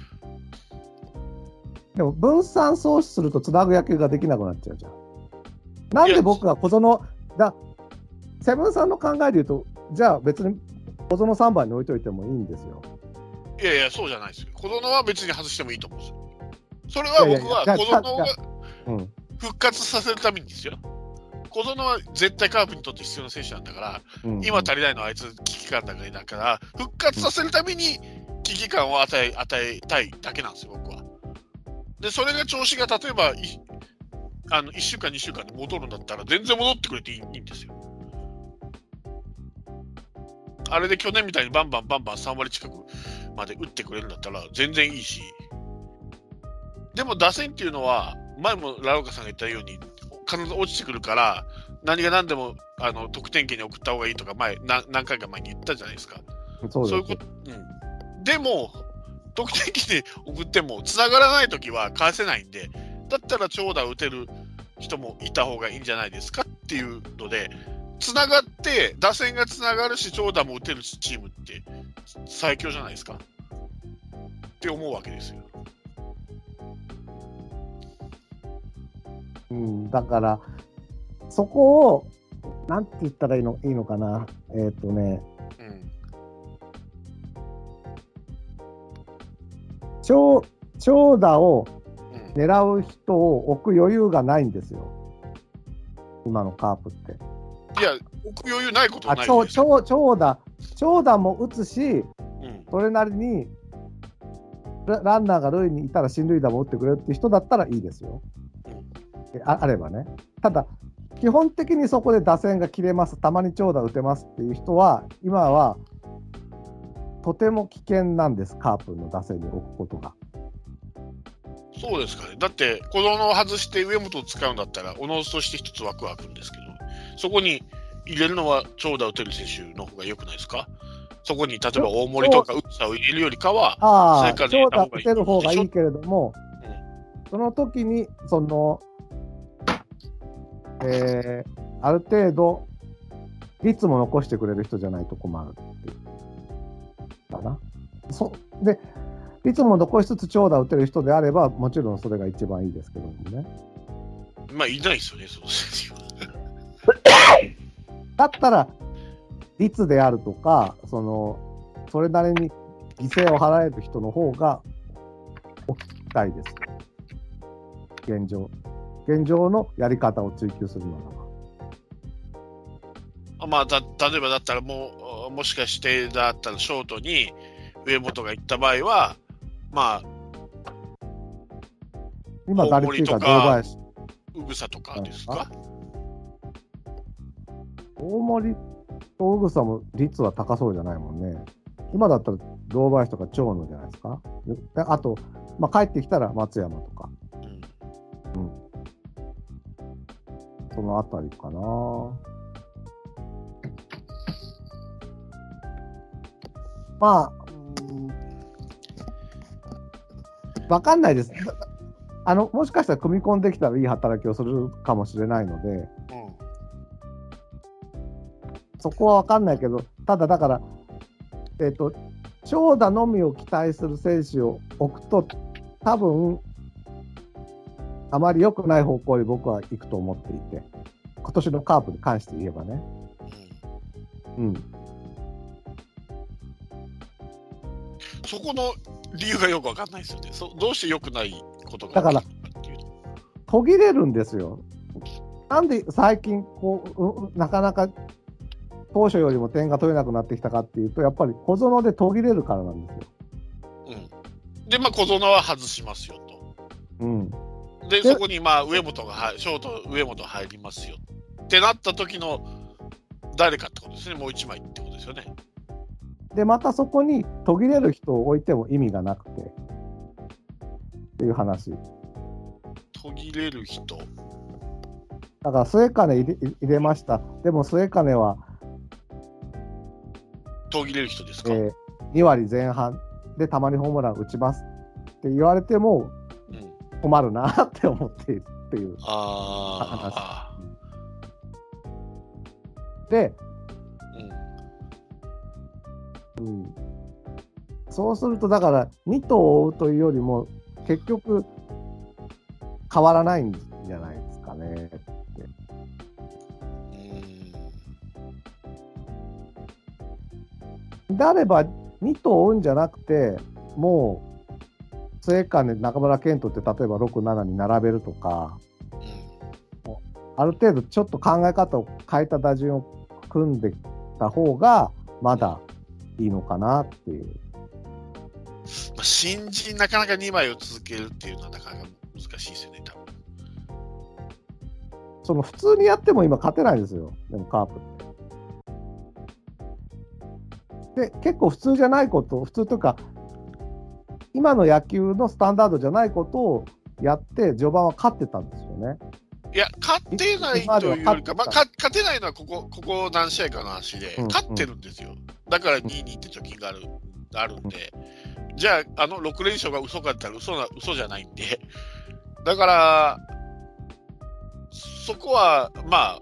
でも分散投資するとつなぐ野球ができなくなっちゃうじゃん。なんで僕が小園だセブンさんの考えで言うと、じゃあ別に小園さんばんに置いといてもいいんですよ。 いやいや、そうじゃないですよ。小園は別に外してもいいと思うんですよ。それは僕は小園が復活させるためにですよ。小園は絶対カープにとって必要な選手なんだから、うんうん、今足りないのはあいつ危機感だから復活させるために危機感を与え、与えたいだけなんですよ、僕は。で、それが調子が例えばいあのいっしゅうかんにしゅうかんで戻るんだったら全然戻ってくれていい、いいんですよ。あれで去年みたいにバンバンバンバンさん割近くまで打ってくれるんだったら全然いいし、でも打線っていうのは前もラオカさんが言ったように必ず落ちてくるから何が何でもあの得点圏に送った方がいいとか前な何回か前に言ったじゃないですか。 そうです。 そういうこと、うん、でも得点圏に送っても繋がらないときは返せないんで、だったら長打を打てる人もいた方がいいんじゃないですかっていうので、繋がって打線が繋がるし長打も打てるチームって最強じゃないですかって思うわけですよ。 うん、だからそこをなんて言ったらいいの、いいのかな、えーっとね、うん、長, 長打を狙う人を置く余裕がないんですよ、今のカープって。 いや、置く余裕ないことはないですよ。 あ、長, 長打長打も打つし、うん、それなりにラ, ランナーが塁にいたら進塁打も打ってくれるっていう人だったらいいですよ、うん、あ, あればね。ただ基本的にそこで打線が切れます、たまに長打打てますっていう人は今はとても危険なんです、カープの打線に置くことが。 そうですかね。だって小園を外して上本を使うんだったらおのずとして一つ枠は空くんですけど、そこに入れるのは長打打てる選手の方が良くないですか。 そこに例えば大森とかウッサを入れるよりかは、 ああ、 長長打打てる方がいいけれども、うん、その時に、その、えー、ある程度、率も残してくれる人じゃないと困るっていうかな。そで、率も残しつつ長打打てる人であれば、もちろんそれが一番いいですけどもね。 まあ、いないですよね、その選手は。 だったら、率であるとか、その、それなりに犠牲を払える人の方が置きたいです。現状。現状のやり方を追求するならば。まあ、だ例えばだったらもう、もしかしてだったらショートに上本が行った場合は、まあ、 今、打率が堂林。 うぐさとかですか？ 大森とうぐさも率は高そうじゃないもんね。今だったら堂林とか長野じゃないですか。あと、まあ、帰ってきたら松山とか。うん。うん、そのあたりかな。まあ、わかんないです。あの、もしかしたら組み込んできたらいい働きをするかもしれないので、うん、そこはわかんないけど、ただだから、えっと、長打のみを期待する選手を置くと、多分、あまり良くない方向に僕は行くと思っていて、今年のカープに関して言えばね。うん。 そこの理由がよくわかんないですよね。そどうして良くないことがだから途切れるんですよ。なんで最近こうなかなか当初よりも点が取れなくなってきたかっていうと、やっぱり小園で途切れるからなんですよ。 うん、でまあ小園は外しますよと。うん、でそこにまあ上本がショート上本入りますよってなった時の誰かってことですね。もう一枚ってことですよね。 でまたそこに途切れる人を置いても意味がなくてっていう話。 途切れる人だから末金入れ、入れました。でも末金は途切れる人ですか、 えー、に割ぜん半でたまにホームラン打ちますって言われても困るなって思っているっていう話。あで、うんうん、そうするとだからに頭を追うというよりも結局変わらないんじゃないですかねって。であればに頭追うんじゃなくて、もう末金中村健人って例えばろく、ななに並べるとか、うん、ある程度ちょっと考え方を変えた打順を組んでた方がまだいいのかなっていう。 まあ、新人なかなかにまいを続けるっていうのはなかなか難しいですよね、多分。 その普通にやっても今勝てないですよ、でもカープって。で、結構普通じゃないこと、普通というか、今の野球のスタンダードじゃないことをやって、序盤は勝ってたんですよね。 いや、勝ってないというよりか、まあ、勝てないのはここ、ここ何試合かの話で、うんうん、勝ってるんですよ。だからにたいにって貯金がある、あるんで、じゃあ、あのろく連勝が嘘かって言ったら嘘な、嘘じゃないんで、だから、そこは、まあ、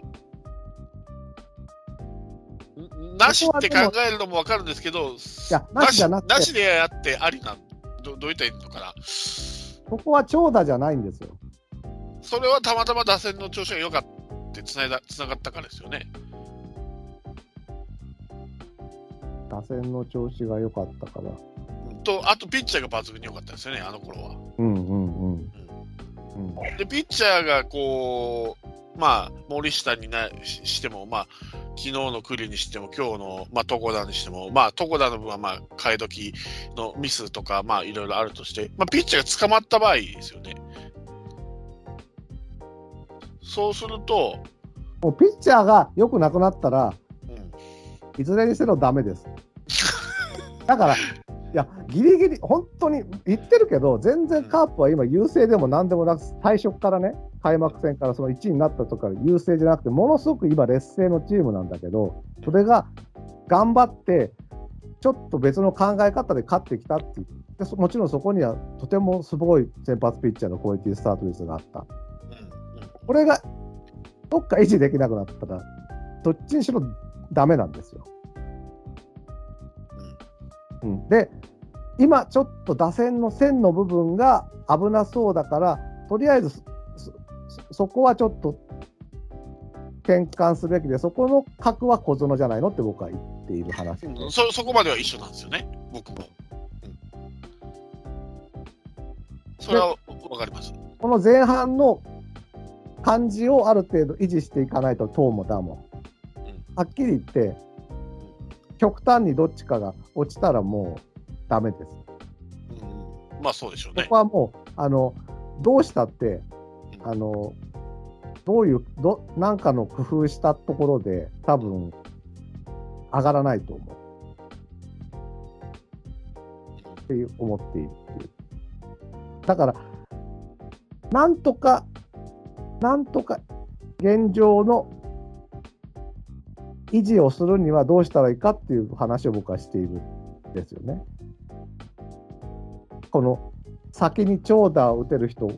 なしって考えるのも分かるんですけど、いやなしじゃなくて、 なしでやってありな、ど, どういったらいいのかな。 ここは長打じゃないんですよ。 それはたまたま打線の調子が良かったつながったからですよね。 打線の調子が良かったから。 と、あとピッチャーが抜群に良かったですよね、あの頃は。 うんうんうん。うんでピッチャーがこう、まあ、森下にな し, しても、まあ、昨日の栗にしても、今日の、まあ、床田にしても、まあ、床田の分は、まあ、替え時のミスとか、まあ、いろいろあるとして、まあ、ピッチャーが捕まった場合ですよね。そうすると、 もうピッチャーが良くなくなったら、うん、いずれにせよダメです。だから、いや、ギリギリ、本当に言ってるけど、全然カープは今、優勢でもなんでもなく、最初からね、開幕戦からそのいちいになったとか優勢じゃなくて、ものすごく今、劣勢のチームなんだけど、それが頑張って、 ちょっと別の考え方で勝ってきたっていうで、もちろんそこにはとてもすごい先発ピッチャーのクオリティスタート率があった、うんうん、これがどっか維持できなくなったらどっちにしろダメなんですよ、うんうん、で今ちょっと打線の線の部分が危なそうだからとりあえず そ, そこはちょっと転換すべきで、そこの核は小園じゃないのって僕は言っている話、うん、 そ, そこまでは一緒なんですよね、僕も、うん、それは分かります。 この前半の感じをある程度維持していかないと、トーもダも、うん、はっきり言って極端にどっちかが落ちたらもうダメです、 うん、まあそうでしょうね。 ここはもうあのどうしたって、うん、あのどういうどなんかの工夫したところで多分上がらないと思うっていう思っているっていう。だからなんとかなんとか現状の維持をするにはどうしたらいいかっていう話を僕はしているんですよね。この先に長打を打てる人を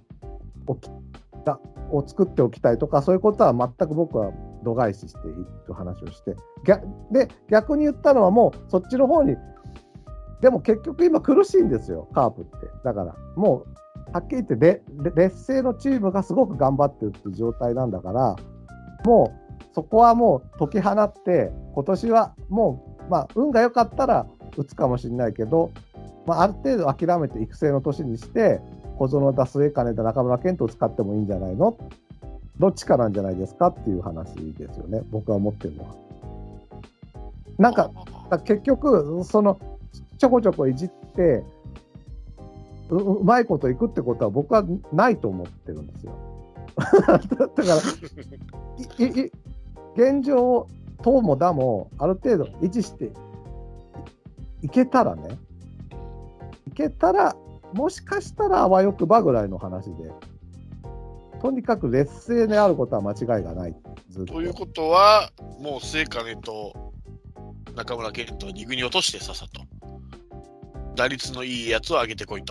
を作っておきたいとかそういうことは全く僕は度外視しているという話をして、で逆に言ったのはもうそっちの方に、でも結局今苦しいんですよカープって。だからもうはっきり言って劣勢のチームがすごく頑張ってるっていう状態なんだから、もうそこはもう解き放って今年はもう、まあ、運が良かったら打つかもしれないけど、まあ、ある程度諦めて育成の年にして小園田末金田中村健人を使ってもいいんじゃないの、どっちかなんじゃないですかっていう話ですよね、僕は思ってるのは。なんか結局そのちょこちょこいじってう, うまいこといくってことは僕はないと思ってるんですよだからいい現状を党もだもある程度維持していけたらねいけたらもしかしたらあわよくばぐらいの話で、とにかく劣勢であることは間違いがない。 ずっとということはもう末金と中村健人をに軍に落としてさっさと打率のいいやつを上げてこいと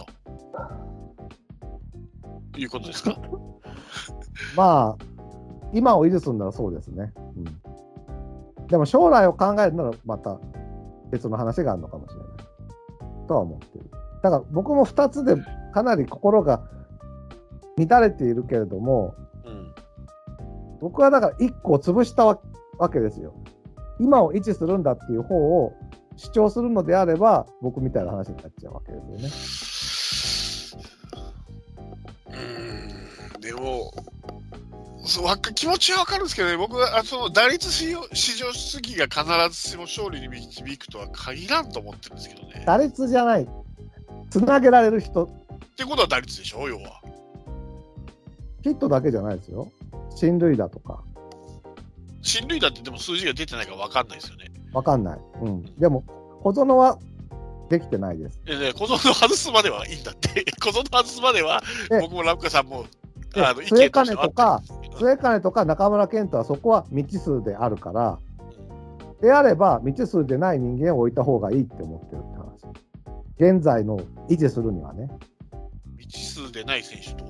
いうことですかまあ今を維持するならそうですね、うん、でも将来を考えるならまた別の話があるのかもしれないとは思っている。だから僕もふたつでかなり心が乱れているけれども、うん、僕はだからいっこを潰したわけですよ。今を維持するんだっていう方を主張するのであれば僕みたいな話になっちゃうわけですよね。 うーん、でもそう気持ちは分かるんですけどね、僕はその打率至上主義が必ずしも勝利に導くとは限らんと思ってるんですけどね。 打率じゃない、つなげられる人ってことは打率でしょ、要は。 ヒットだけじゃないですよ。進塁打とか。 進塁打ってでも数字が出てないから分かんないですよね。 分かんない。うん。でも小園はできてないです。 えね、小園外すまではいいんだって。小園外すまでは僕もラブカさんもあの末金とか末金とか中村健人はそこは未知数であるから、うん、であれば未知数でない人間を置いた方がいいって思ってるって話。現在の維持するにはね。 未知数でない選手と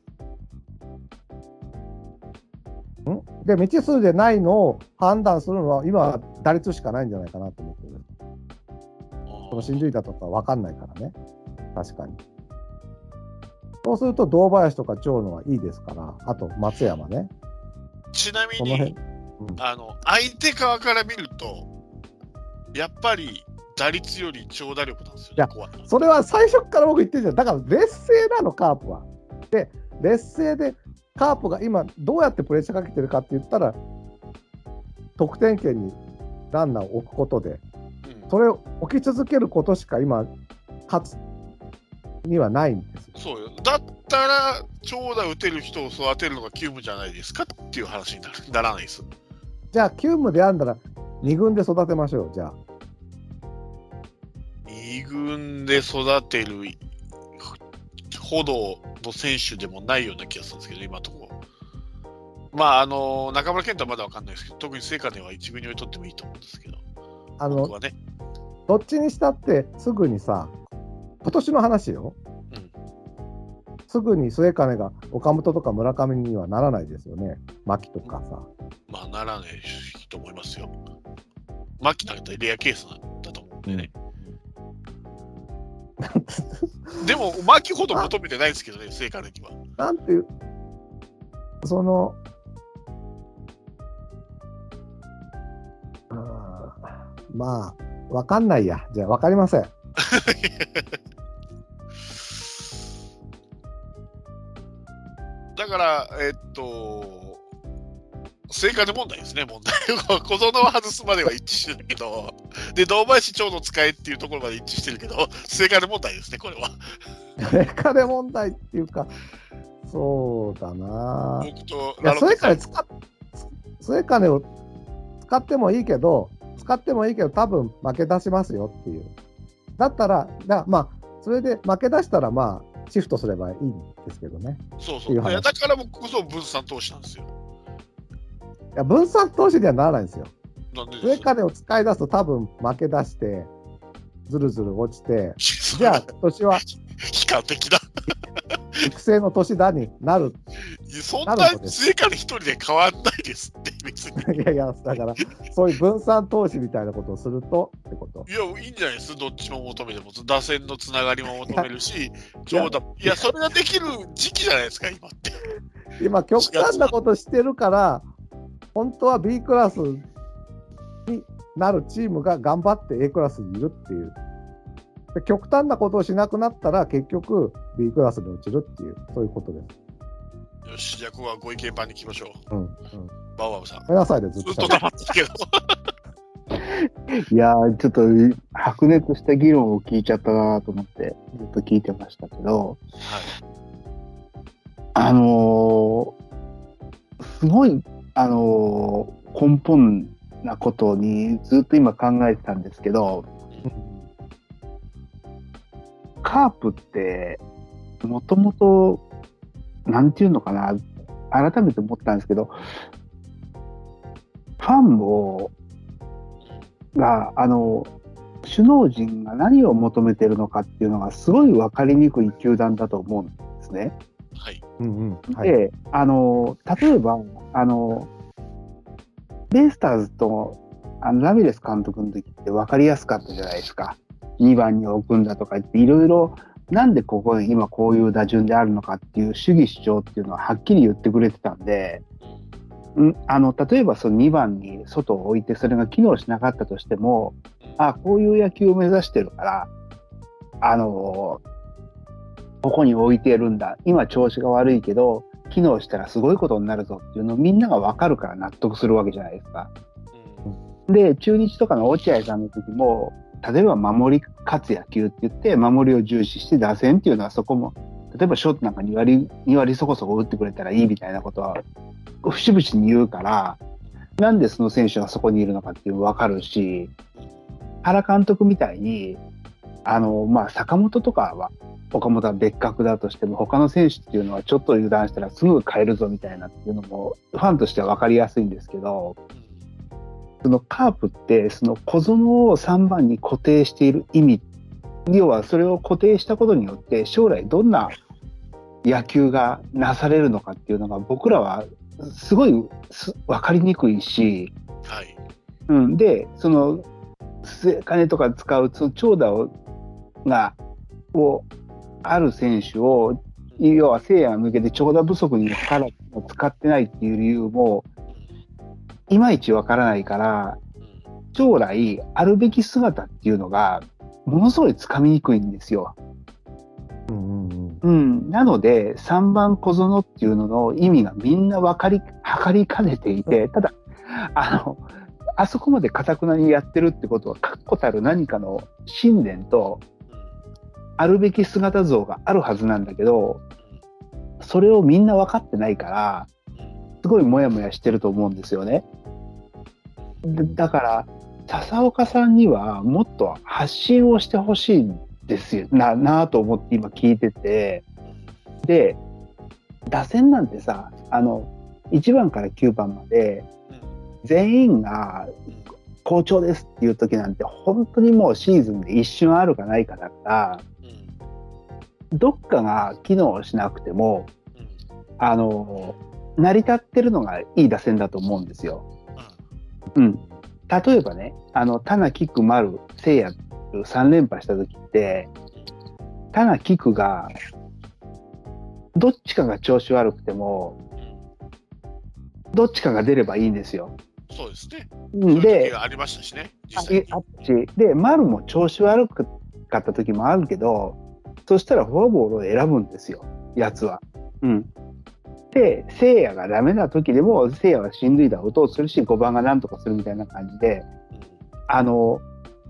んで未知数でないのを判断するのは今は打率しかないんじゃないかなと思ってる。その進塁打とか分かんないからね。確かに。そうすると堂林とか長野はいいですから、あと松山ね。 ちなみに、うん、あの相手側から見るとやっぱり打率より長打力なんですよね。 いやそれは最初から僕言ってるじゃん。だから劣勢なのカープは。で劣勢でカープが今どうやってプレッシャーかけてるかって言ったら得点圏にランナーを置くことで、うん、それを置き続けることしか今勝つにはないんですよ。 そうよ。だったら長打打てる人を育てるのが急務じゃないですかっていう話になるならないです。 じゃあ急務であんだらに軍で育てましょう。じゃあに軍で育てるほどの選手でもないような気がするんですけど、今のところ。まああの中村健人はまだ分かんないですけど、特に末金はいち軍に置いとってもいいと思うんですけど、 あの僕はね。 どっちにしたってすぐにさ、今年の話よ、うん、すぐに末金が岡本とか村上にはならないですよね、牧とかさ。 まあならないと思いますよ。牧なんてレアケースだと思うんでね。うん、でも牧ほど求めてないですけどね、末金には。 なんていう、その、あまあわかんないや、じゃあわかりません。 だから、えっと、末金問題ですね、問題。小園を外すまでは一致してるけど、で、堂林長の使いっていうところまで一致してるけど、末金問題ですね、これは。 末金問題っていうか、そうだな。 僕といや、末金使っ、末金を使ってもいいけど、使ってもいいけど、多分負け出しますよっていう。だったら、だまあ、それで負け出したら、まあ、シフトすればいいんですけどね。 そうそう。いや、だから僕こそ分散投資なんですよ。 いや、分散投資にはならないんですよ。 なんでです末金を使い出すと多分負け出して、ずるずる落ちて、じゃあ、年は、 悲観的だ。 育成の年だになる。 そんな末金一人で変わんないですって、別に。 いやいや、だから、そういう分散投資みたいなことをするとってこと。 いや、いいんじゃないです、どっちも求めても、打線のつながりも求めるし、長打、いや、それができる時期じゃないですか、今って。 今、極端なことしてるから、本当は B クラスになるチームが頑張って A クラスにいるっていう。で極端なことをしなくなったら結局 B クラスに落ちるっていう、そういうことです。 よし、じゃあここはご意見番に行きましょう。 うんうん、 バウアウさん。 ごめんなさいね、ずっと黙ってたけど。 いやー、ちょっと白熱した議論を聞いちゃったなと思ってずっと聞いてましたけど、はい、あのー、すごい、あのー、根本なことにずっと今考えてたんですけど、カープってもともとなんていうのかな、改めて思ったんですけど、ファンもがあの首脳陣が何を求めているのかっていうのがすごい分かりにくい球団だと思うんですね。 はい。 うんうん、 で、あの例えばあのベイスターズとあのラミレス監督の時って分かりやすかったじゃないですか。にばんに置くんだとか言っていろいろなんでここに今こういう打順であるのかっていう主義主張っていうのははっきり言ってくれてたんで、んあの例えばそのにばんに外を置いてそれが機能しなかったとしても、あこういう野球を目指してるからあのここに置いてるんだ、今調子が悪いけど機能したらすごいことになるぞっていうのをみんなが分かるから納得するわけじゃないですか。で中日とかの落合さんの時も例えば守り勝つ野球って言って守りを重視して打線っていうのはそこも例えばショートなんかに割、に割そこそこ打ってくれたらいいみたいなことは節々に言うから、なんでその選手がそこにいるのかっていうの分かるし、原監督みたいにあの、まあ、坂本とかは岡本は別格だとしても他の選手っていうのはちょっと油断したらすぐ変えるぞみたいなっていうのもファンとしては分かりやすいんですけど、そのカープってその小園をさんばんに固定している意味、要はそれを固定したことによって将来どんな野球がなされるのかっていうのが僕らはすごい分かりにくいし、 はいうん、でその末金とか使うその長打をがをある選手を要は聖夜が抜けて長打不足にから使ってないっていう理由もいまいちわからないから、将来あるべき姿っていうのがものすごいつかみにくいんですよ。うんうんうん、なのでさんばん小園っていうのの意味がみんな分かり測りかねていて、ただあのあそこまで堅くなにやってるってことは確固たる何かの信念とあるべき姿像があるはずなんだけど、それをみんな分かってないからすごいモヤモヤしてると思うんですよね。だから笹岡さんにはもっと発信をしてほしいんですよな、なと思って今聞いてて、で打線なんてさあのいちばんからきゅうばんまで全員が好調ですっていう時なんて本当にもうシーズンで一瞬あるかないかだから、うん、どっかが機能しなくても、うん、あの成り立ってるのがいい打線だと思うんですよ。うん、例えばね、あの田名菊丸聖也さん連覇した時って田名菊がどっちかが調子悪くてもどっちかが出ればいいんですよ。 そうですね。 で、 ありましたしね。 実際にあったし、で丸も調子悪かった時もあるけど、そしたらフォアボールを選ぶんですよ、やつは。うん。で、聖夜がダメな時でも聖夜は進塁打を打とうとするし、ごばんが何とかするみたいな感じで、あの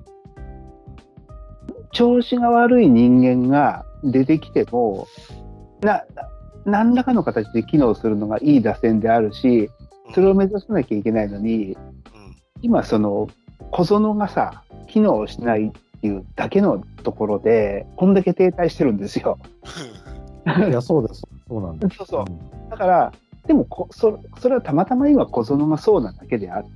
調子が悪い人間が出てきてもな何らかの形で機能するのがいい打線であるし、それを目指さなきゃいけないのに、今その小園がさ機能しないっていうだけのところでこんだけ停滞してるんですよ。 いやそうです、そうなんです。 そうそう。だからでもこ そ, それはたまたま今小園がそうなだけであって、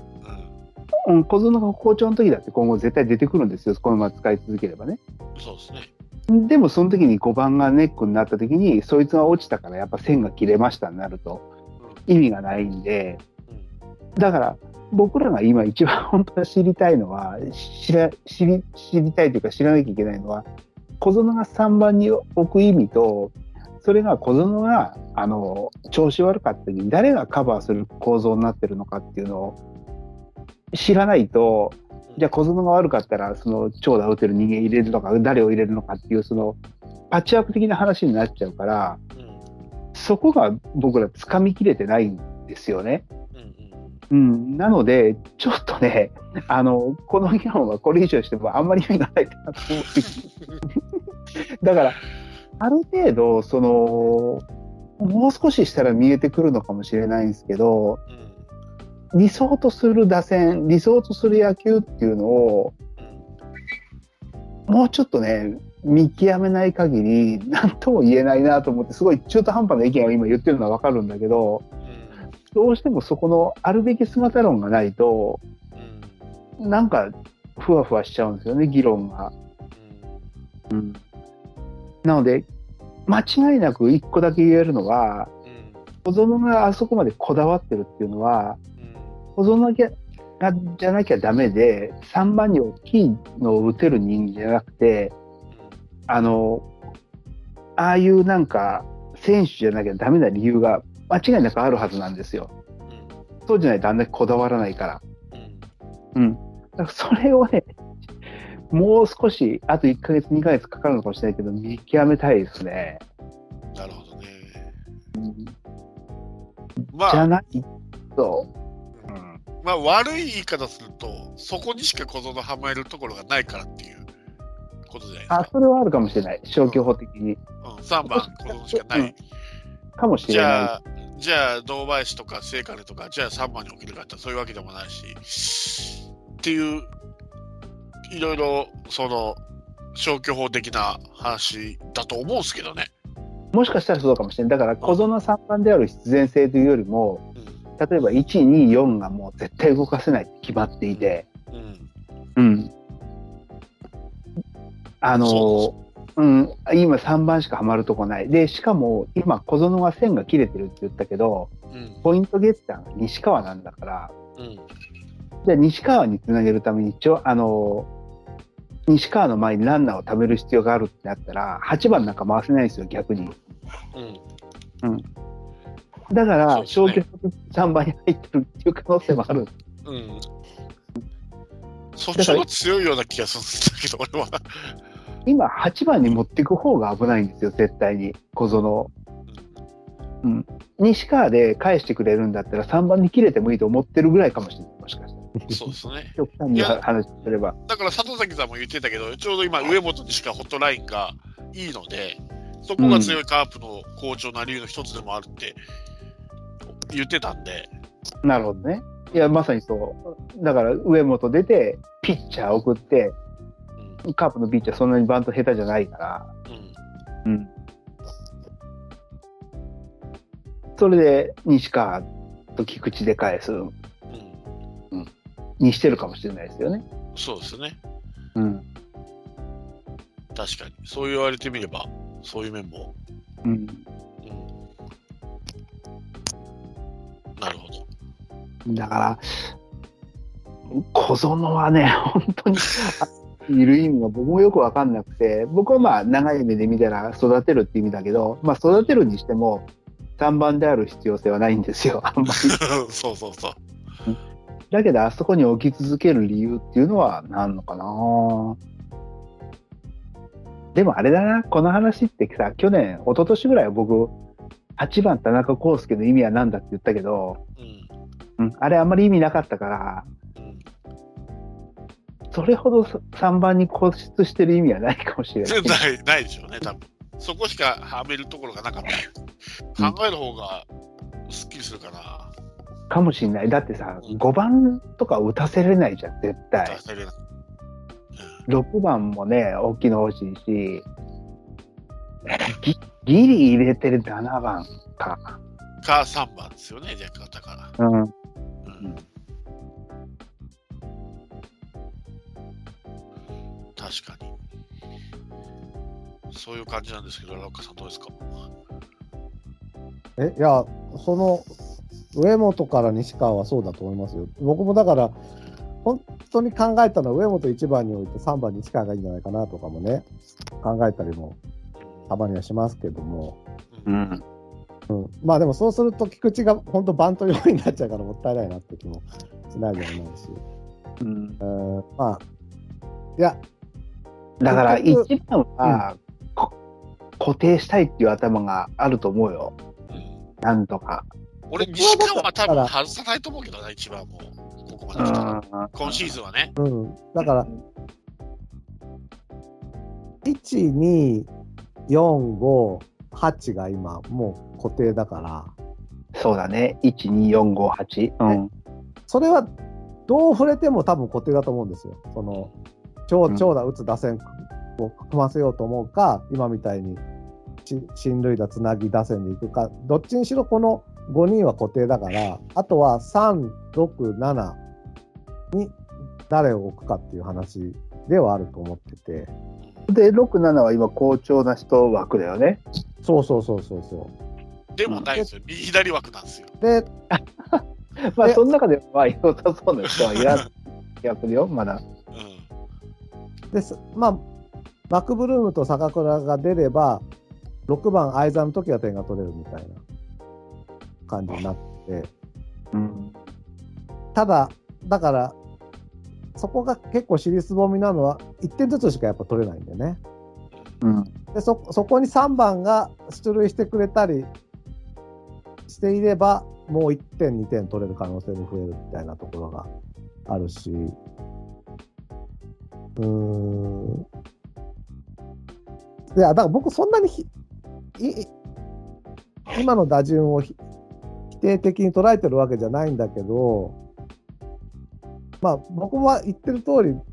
うん、小園が好調の時だって今後絶対出てくるんですよ、このまま使い続ければね。 そうですね。 でもその時にごばんがネックになった時にそいつが落ちたからやっぱ線が切れましたになると意味がないんで、だから僕らが今一番本当は知りたいのは知ら知り知りたいというか知らなきゃいけないのは小園がさんばんに置く意味と、それが小園があの調子悪かった時に誰がカバーする構造になってるのかっていうのを知らないと、じゃあ小園が悪かったらその長打を打てる人間入れるのか誰を入れるのかっていうそのパッチワーク的な話になっちゃうから、うん、そこが僕ら掴みきれてないんですよね。うんうんうん、なのでちょっとねあのこの議論はこれ以上してもあんまり意味がないかなと思ってだからある程度そのもう少ししたら見えてくるのかもしれないんですけど、うん、理想とする打線理想とする野球っていうのをもうちょっとね見極めない限り何とも言えないなと思って、すごい中途半端な意見を今言ってるのは分かるんだけど、どうしてもそこのあるべき姿論がないと、うん、なんかふわふわしちゃうんですよね、議論が。うんうん、なので間違いなく一個だけ言えるのは、小園があそこまでこだわってるっていうのは、小園がじゃなきゃダメでさんばんに大きいのを打てる人間じゃなくて、あのああいうなんか選手じゃなきゃダメな理由が間違いなくあるはずなんですよ。うん、そうじゃないとあんなにこだわらないから。うん。うん、だからそれをね、もう少し、あといっかげつ、にかげつかかるのかもしれないけど、見極めたいですね。 なるほどね。 うん、 まあ、 じゃないと。 うん、まあ、悪い言い方すると、そこにしか小園はまえるところがないからっていうことじゃないですか。 あ、それはあるかもしれない。消去法的に。 うんうん、さんばん小園しかない。うんかもしれない。 じゃあ、じゃあ堂林とか聖火とか、じゃあさんばんに置けるかってそういうわけでもないし、っていう、いろいろ、その、消去法的な話だと思うんですけどね。 もしかしたらそうかもしれない。だから、小園さんばんである必然性というよりも、うん、例えばいち、に、よんがもう絶対動かせないって決まっていて、うん。うん、あの、うん、今さんばんしかはまるとこない。で、しかも今小園が線が切れてるって言ったけど、うん、ポイントゲッターが西川なんだから、うん、じゃあ西川につなげるためにちょあの西川の前にランナーを貯める必要があるってなったらはちばんなんか回せないんですよ、逆に。うんうん、だから消去さんばんに入ってるっていう可能性もある。うん、 そっちが強いような気がするんだけど俺は。 今はちばんに持っていく方が危ないんですよ、絶対に小園、うん、西川で返してくれるんだったらさんばんに切れてもいいと思ってるぐらいかもしれない、もしかしたら。 そうですね。 極端に話すれば。 だから里崎さんも言ってたけど、ちょうど今上本にしかホットラインがいいので、そこが強いカープの好調な理由の一つでもあるって言ってたんで。 うん、なるほどね。いやまさにそう。だから上本出てピッチャー送って。カープのピッチャーそんなにバント下手じゃないから、うんうん、それで西川と菊池で返す、うんうん、 にしてるかもしれないですよね。 そうですね。 うん。 確かに。そう言われてみれば、そういう面も。 うん。 うん、なるほど。 だから、小園はね、本当にいる意味が僕もよく分かんなくて、僕はまあ長い目で見たら育てるって意味だけど、まあ育てるにしてもさんばんである必要性はないんですよ、あんまり。 そうそうそう。 だけどあそこに置き続ける理由っていうのは何のかな。でもあれだな、この話ってさ、去年、一昨年ぐらいは僕、はちばん田中康介の意味は何だって言ったけど、うんうん、あれあんまり意味なかったから、それほどさんばんに固執してる意味はないかもしれない。 ない、ないでしょうね、多分。そこしかはめるところがなかった。うん、考える方がすっきりするかな。 かもしれない。だってさ、うん、ごばんとか打たせれないじゃん、絶対。打たせれない。うん、ろくばんもね、大きいの欲しいし、ギ, ギリ入れてるななばんか。 かさんばんですよね、じゃあ、だから。 うん。うん確かに。そういう感じなんですけど、ラッカさんどうですか？ え、いや、その、上本から西川はそうだと思いますよ。僕もだから、本当に考えたのは、上本いちばんに置いてさんばん西川がいいんじゃないかなとかもね、考えたりもたまにはしますけども。 うんうん、まあでもそうすると、菊池が本当バント要因になっちゃうからもったいないなって気もしないでもないし。 うん、 うんまあ、いや、 だからいちばんは、うん、固定したいっていう頭があると思うよ。うん、なんとか。 俺、西川は多分外さないと思うけどな、一番もう、ここまで来たら。今シーズンはね。 うん。だから、いち、に、よん、ご、はちが今、もう固定だから。 そうだね。いち、に、よん、ご、はち。うん。 それは、どう触れても多分固定だと思うんですよ。その、長長打打つ打線を組ませようと思うか、今みたいに進塁打つなぎ打線でいくか、どっちにしろこのごにんは固定だから、あとはさん、ろく、ななに誰を置くかっていう話ではあると思ってて。 で、ろく、ななは今好調な人枠だよね。 そうそうそうそうそう。 でもないですよ。右左枠なんですよ。 で、 まあその中でまあ良さそうな人はいらない逆よ、まだ。 ですまあ、マクブルームと坂倉が出ればろくばん相澤の時は点が取れるみたいな感じになって、 うん、 ただだからそこが結構尻すぼみなのはいってんずつしかやっぱ取れないんでね、 うん、 で そ, そこにさんばんが出塁してくれたりしていればもういってんにてん取れる可能性も増えるみたいなところがあるし、うーんいやだから僕そんなにひい今の打順を否定的に捉えてるわけじゃないんだけど、まあ僕は言ってる通り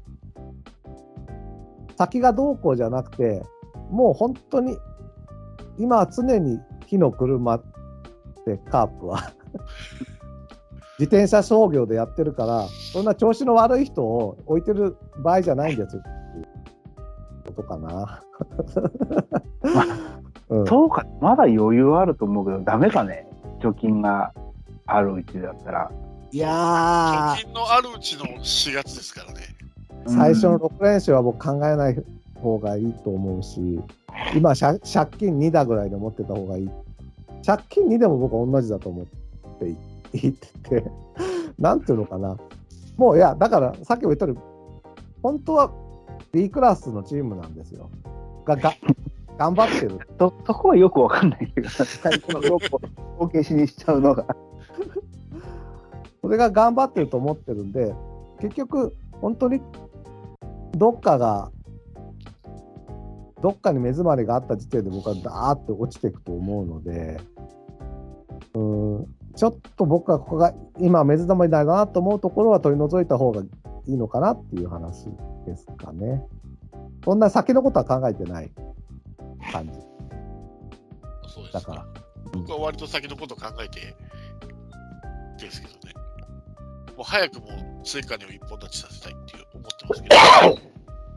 先がどうこうじゃなくてもう本当に今は常に火の車ってカープは自転車商業でやってるからそんな調子の悪い人を置いてる場合じゃないんですよっていうことかな。 まあうん、そうか、まだ余裕あると思うけどダメかね、貯金があるうちだったら。 いや貯金のあるうちのしがつですからね。 最初のろくれんしょうは僕考えない方がいいと思うし、今借金にだぐらいで持ってた方がいい。借金にでも僕は同じだと思って言っててなんていうのかな、もういやだからさっきも言ったように本当は B クラスのチームなんですよがが頑張ってる。 そ, そこはよくわかんないけど最初のロゴを消しにしちゃうのがそれが頑張ってると思ってるんで、結局本当にどっかがどっかに目詰まりがあった時点で僕はダーッと落ちていくと思うので、うーんちょっと僕はここが今目詰まりだなと思うところは取り除いた方がいいのかなっていう話ですかね。そんな先のことは考えてない感じ。 そうですね、 だから僕は割と先のことを考えてですけどね。もう早くも追加値を一本立ちさせたいっていう思ってますけど。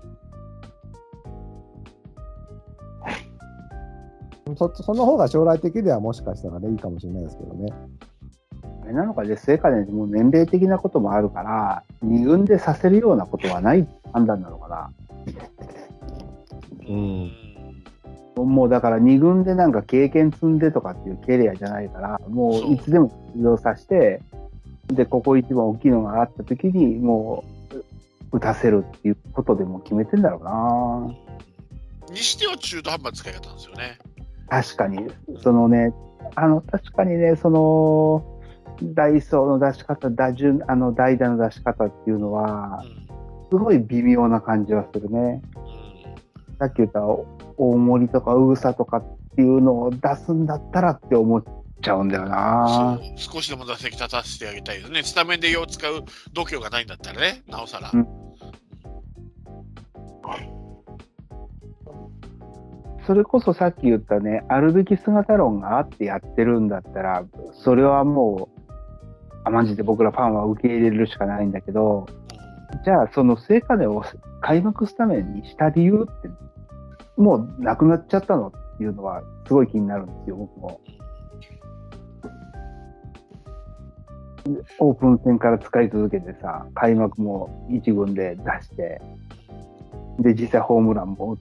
そ, その方が将来的ではもしかしたらねいいかもしれないですけどね。 あれなのかで成果でもう年齢的なこともあるからに軍でさせるようなことはない判断なのかな。 うん。 もうだからに軍でなんか経験積んでとかっていうキャリアじゃないからもういつでも出場させてでここ一番大きいのがあった時にもう打たせるっていうことでも決めてんだろうな。 にしては中途半端な使い方なんですよね。 確かにそのねあの確かにねそのダイソーの出し方打順あの代打の出し方っていうのは、うん、すごい微妙な感じはするね、うん、さっき言った大森とかウーサとかっていうのを出すんだったらって思っちゃうんだよな。 そう少しでも打席立たせてあげたいですね。スタメンでよう使う度胸がないんだったらねなおさら、うん、 それこそさっき言ったねあるべき姿論があってやってるんだったらそれはもうあマジで僕らファンは受け入れるしかないんだけど、じゃあその成果でを開幕スタメンにした理由ってもうなくなっちゃったのっていうのはすごい気になるんですよ僕も。オープン戦から使い続けてさ開幕も一軍で出してで実際ホームランも打って、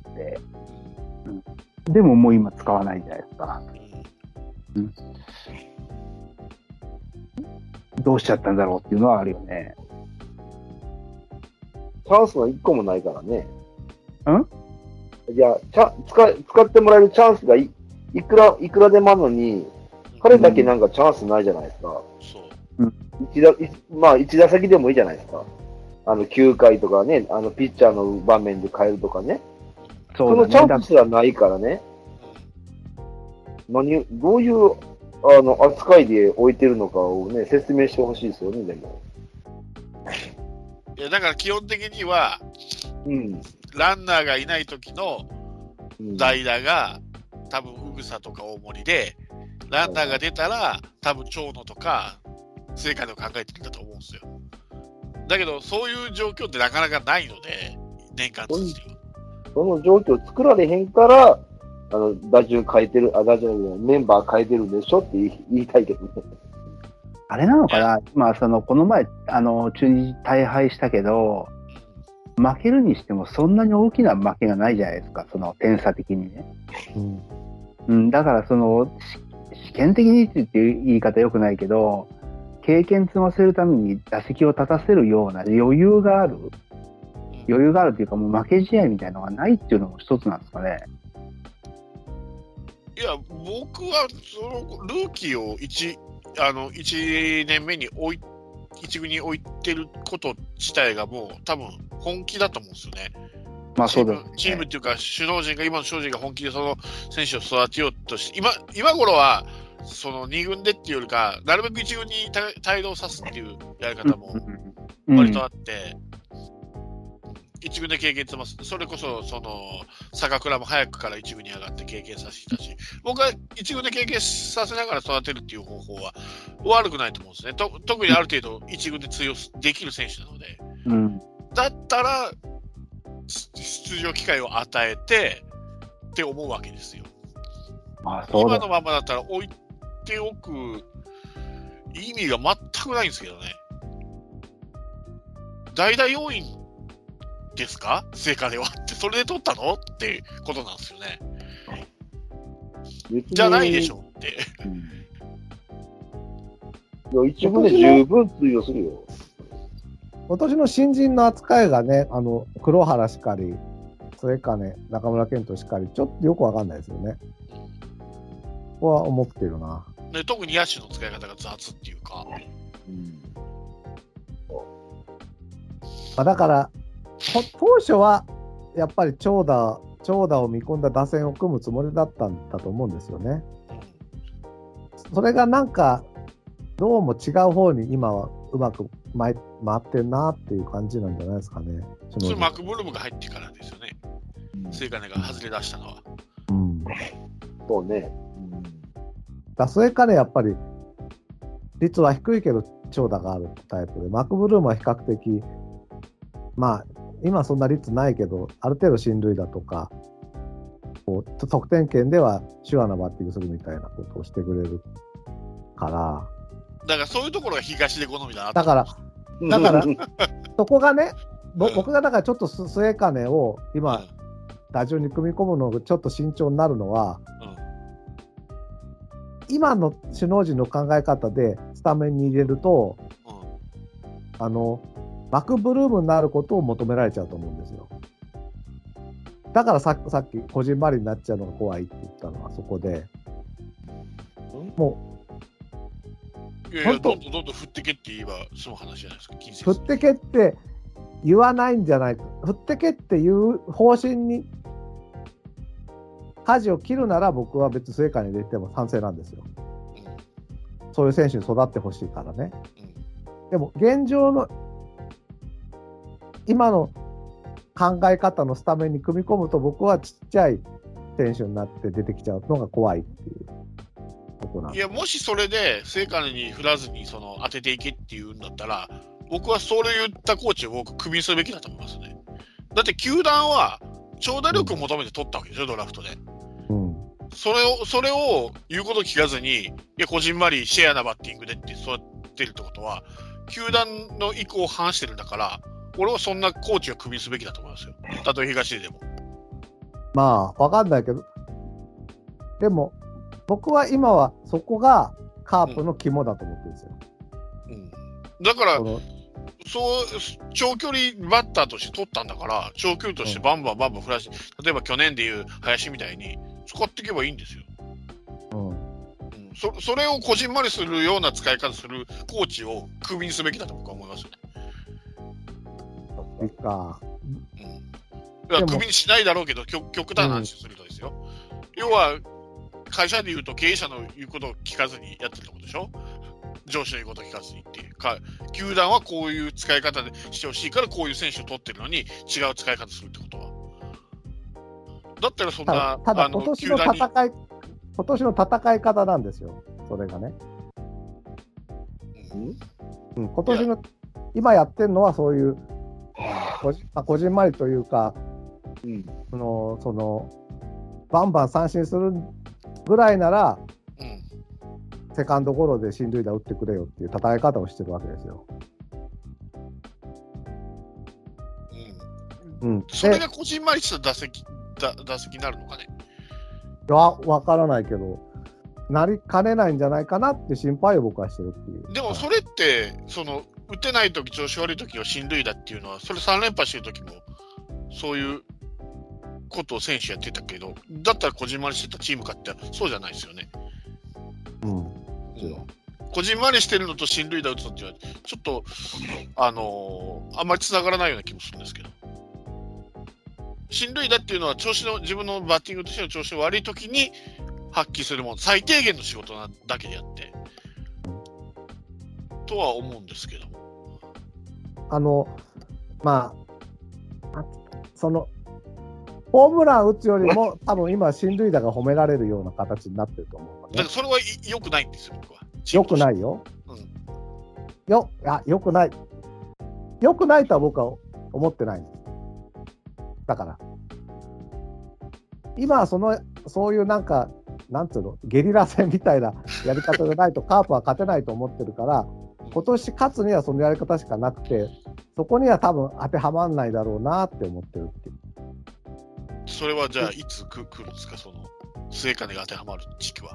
うん、でももう今使わないじゃないですか、うん、どうしちゃったんだろうっていうのはあるよね。 チャンスがいっこもないからね。 んじゃあチャ使、使ってもらえるチャンスが い, いくらいくらでもあるのに彼だけなんかチャンスないじゃないですか、うん、一打まあ一打席でもいいじゃないですか。あのきゅうかいとかねあのピッチャーの場面で変えるとかね。そうだね、そのチャンスすらないからね。何どういうあの扱いで置いてるのかをね説明してほしいですよね。でもいやだから基本的には、うん、ランナーがいない時の代打が、うん、多分ウグサとか大森でランナーが出たら多分長野とか正解を考えてるんだと思うんですよ。だけどそういう状況ってなかなかないので年間通してはその状況作られへんからあの打順変えてるあ打順メンバー変えてるんでしょって言いたいけどね。 あれなのかな、まあ、そのこの前あの中日大敗したけど負けるにしてもそんなに大きな負けがないじゃないですかその点差的にね、うんうん、だからその試験的にっていう言い方よくないけど経験積ませるために打席を立たせるような余裕がある余裕があるというかもう負け試合みたいなのがないっていうのも一つなんですかね。 いや僕はそのルーキーを 1, あのいちねんめに置い一軍に置いてること自体がもう多分本気だと思うんですよね。 まあそうだね、 チームっていうか首脳陣が今の首脳陣が本気でその選手を育てようとして今今頃はそのに軍でっていうよりかなるべくいち軍に帯同さすっていうやり方も割とあって、うん、いち軍で経験してます。それこそその坂倉も早くからいち軍に上がって経験させてたし僕はいち軍で経験させながら育てるっていう方法は悪くないと思うんですね。と特にある程度いち軍で通用できる選手なので、うん、だったら出場機会を与えてって思うわけですよ。 ああそうだ。 今のままだったら置いておく意味が全くないんですけどね。代打要員ですか成果ではってそれで取ったのってことなんですよね。じゃないでしょって、 うん、いや一軍で十分通用するよ。 今年の新人の扱いがね、あの黒原しかり、それかね、中村健人しかり、ちょっとよくわかんないですよね。ここは思ってるな。 で特に野手の使い方が雑っていうか。うんまあ、だから、当初はやっぱり長打、長打を見込んだ打線を組むつもりだったんだと思うんですよね。それがなんか、どうも違う方に今はうまく回ってるなっていう感じなんじゃないですかね。 それマクブルームが入ってからですよね。追加値が外れ出したのは。 うん、そうね。 だそれからやっぱり率は低いけど長打があるタイプで、マクブルームは比較的、まあ、今そんな率ないけど、ある程度進塁打とか、こう得点圏ではシュアなバッティングするみたいなことをしてくれるから、 だからそういうところが東で好みだな。 だから、だから、そこがね、ぼ僕がだからちょっと末金を今、うん、打順に組み込むのがちょっと慎重になるのは、うん、今の首脳陣の考え方でスタメンに入れると、うん、あのマクブルームになることを求められちゃうと思うんですよ。だからささっきこじんまりになっちゃうのが怖いって言ったのはそこで、もういやいやどんどんどんどん振ってけって言えばその話じゃないですか。 振ってけって言わないんじゃないか。振ってけっていう方針に舵を切るなら僕は別に末金に入れても賛成なんですよ、うん、そういう選手に育ってほしいからね、うん、でも現状の今の考え方のスタメンに組み込むと僕はちっちゃい選手になって出てきちゃうのが怖いっていうとこなんです。 いやもしそれで末金に振らずにその当てていけっていうんだったら僕はそれ言ったコーチを僕クビにするべきだと思いますね。だって球団は長打力を求めて取ったわけでしょ、うん、ドラフトで、うん、それをそれを言うこと聞かずにいやこじんまりシェアなバッティングでってそうやってるってことは球団の意向を反してるんだから俺はそんなコーチはクビにすべきだと思いますよ。たとえ東ででもまあわかんないけどでも僕は今はそこがカープの肝だと思ってるんですよ、 うんうん、だからそう長距離バッターとして取ったんだから長距離としてバンバンバンバン振らし、うん、例えば去年でいう林みたいに使っていけばいいんですよ、うんうん、そ, それをこじんまりするような使い方するコーチをクビにすべきだと僕は思いますよね。 いいか、 うん、いやクビにしないだろうけど 極, 極端な話するとですよ、うん、要は会社でいうと経営者の言うことを聞かずにやってるってことでしょ。上司の言うことを聞かずにっていうか球団はこういう使い方でしてほしいからこういう選手を取ってるのに違う使い方するってことはだったらそんなただ今年の戦い今年の戦い方なんですよそれがね、うんうん、今年の今やってるのはそういうこじ、こじんまりというか、うん、そのそのバンバン三振するぐらいなら、うん、セカンドゴロで進塁打打ってくれよっていう戦い方をしてるわけですよ。 うんうん、それがこじんまりした打席、だ打席になるのかね。 いやわからないけどなりかねないんじゃないかなって心配を僕はしてるっていう。 でもそれってその打てないとき調子悪いときは進塁打っていうのはそれさん連覇してるときもそういうことを選手やってたけどだったらこじんまりしてたチームかってそうじゃないですよね。うん。うん、こじんまりしてるのと進塁打打つのっていうのはちょっとあのー、あんまりつながらないような気もするんですけど進塁打っていうのは調子の自分のバッティングとしての調子が悪いときに発揮するもの最低限の仕事なだけであってとは思うんですけどあのまあそのホームラン打つよりも多分今進塁打が褒められるような形になってると思う、ね、 だからそれは良くないんですよ僕は。 良くないよ、うん、よあ良くない良くないとは僕は思ってないんです。だから今はそのそういうなんかなんつうのゲリラ戦みたいなやり方じゃないとカープは勝てないと思ってるから今年勝つにはそのやり方しかなくてそこには多分当てはまんないだろうなって思ってるっていう。 それはじゃあいつ来るんですかその末金が当てはまる時期は。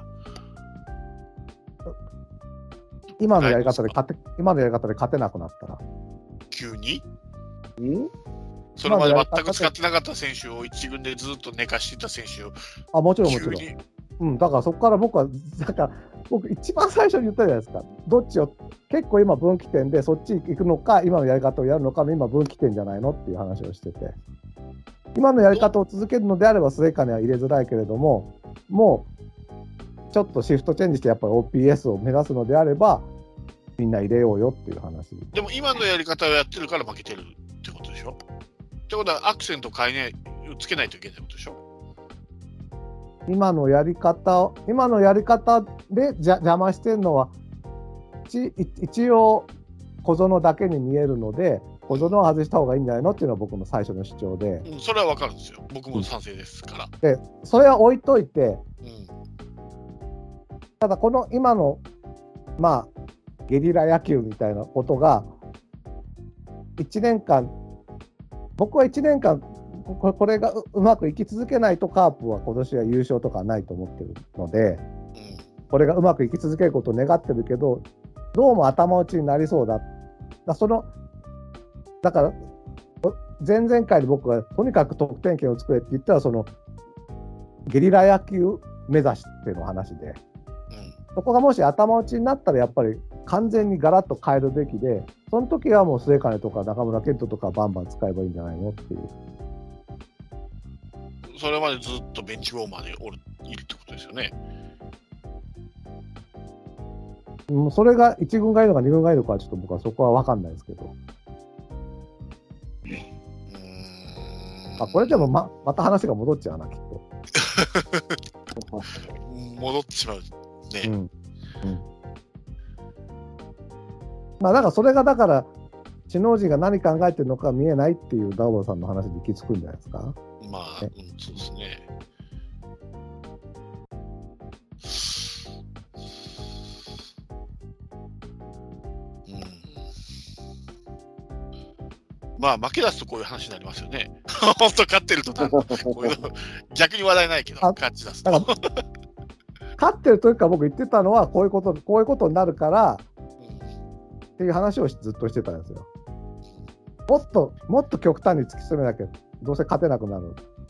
今のやり方で勝て今のやり方で勝てなくなったら急にんそれまで全く使ってなかった選手を一軍でずっと寝かしていた選手をあもちろんもちろん、うん、だからそこから僕はだから僕一番最初に言ったじゃないですかどっちを結構今分岐点でそっち行くのか今のやり方をやるのかの今分岐点じゃないのっていう話をしてて今のやり方を続けるのであれば末金は入れづらいけれどももうちょっとシフトチェンジしてやっぱり オーピーエス を目指すのであればみんな入れようよっていう話。 でも今のやり方をやってるから負けてるってことでしょ。ってことはアクセント変えないつけないといけないことでしょ。 今のやり方今のやり方でじゃ邪魔してるのは一一応小園だけに見えるので小園を外した方がいいんじゃないのっていうのは僕の最初の主張で、 うん、それは分かるんですよ。僕も賛成ですから。 でそれは置いといて、 うん、 ただこの今のまあゲリラ野球みたいなことがいちねんかん、僕はいちねんかんこれが う, うまくいき続けないとカープは今年は優勝とかないと思ってるので、うん、これがうまくいき続けることを願ってるけどどうも頭打ちになりそうだ。だそのだから前々回で僕がとにかく得点圏を作れって言ったらそのゲリラ野球目指しての話で、うん、そこがもし頭打ちになったらやっぱり完全にガラッと変えるべきで、その時はもう末金とか中村健人とかバンバン使えばいいんじゃないのっていう。 それまでずっとベンチウォーマーでおるいるってことですよね。 もうそれがいち軍がいいのかに軍がいいのかはちょっと僕はそこは分かんないですけど、うーん、あこれでも ま, また話が戻っちゃうなきっと戻ってしまうね、うんうん、 まあだからそれがだから首脳陣が何考えてるのか見えないっていうダーボーさんの話で行き着くんじゃないですか。 まあ、ね、うん、そうですね。まあ負け出すとこういう話になりますよね。本当勝ってるとなこういうの逆に話題ないけど勝ち出すと。だから勝ってるというか僕言ってたのはこういうことこういうことになるから、うん、っていう話をずっとしてたんですよ。もっともっと極端に突き詰めなきゃどうせ勝てなくなる。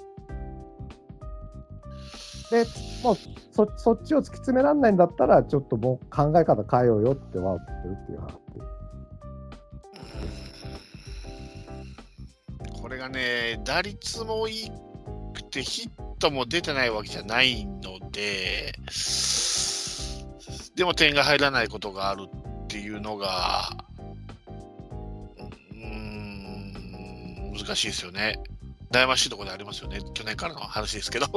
でもう そ, そっちを突き詰められないんだったらちょっともう考え方変えようよっては思ってるっていう話。 これがね、打率もいいくてヒットも出てないわけじゃないので、でも点が入らないことがあるっていうのがうーん難しいですよね。悩ましいところでありますよね。去年からの話ですけど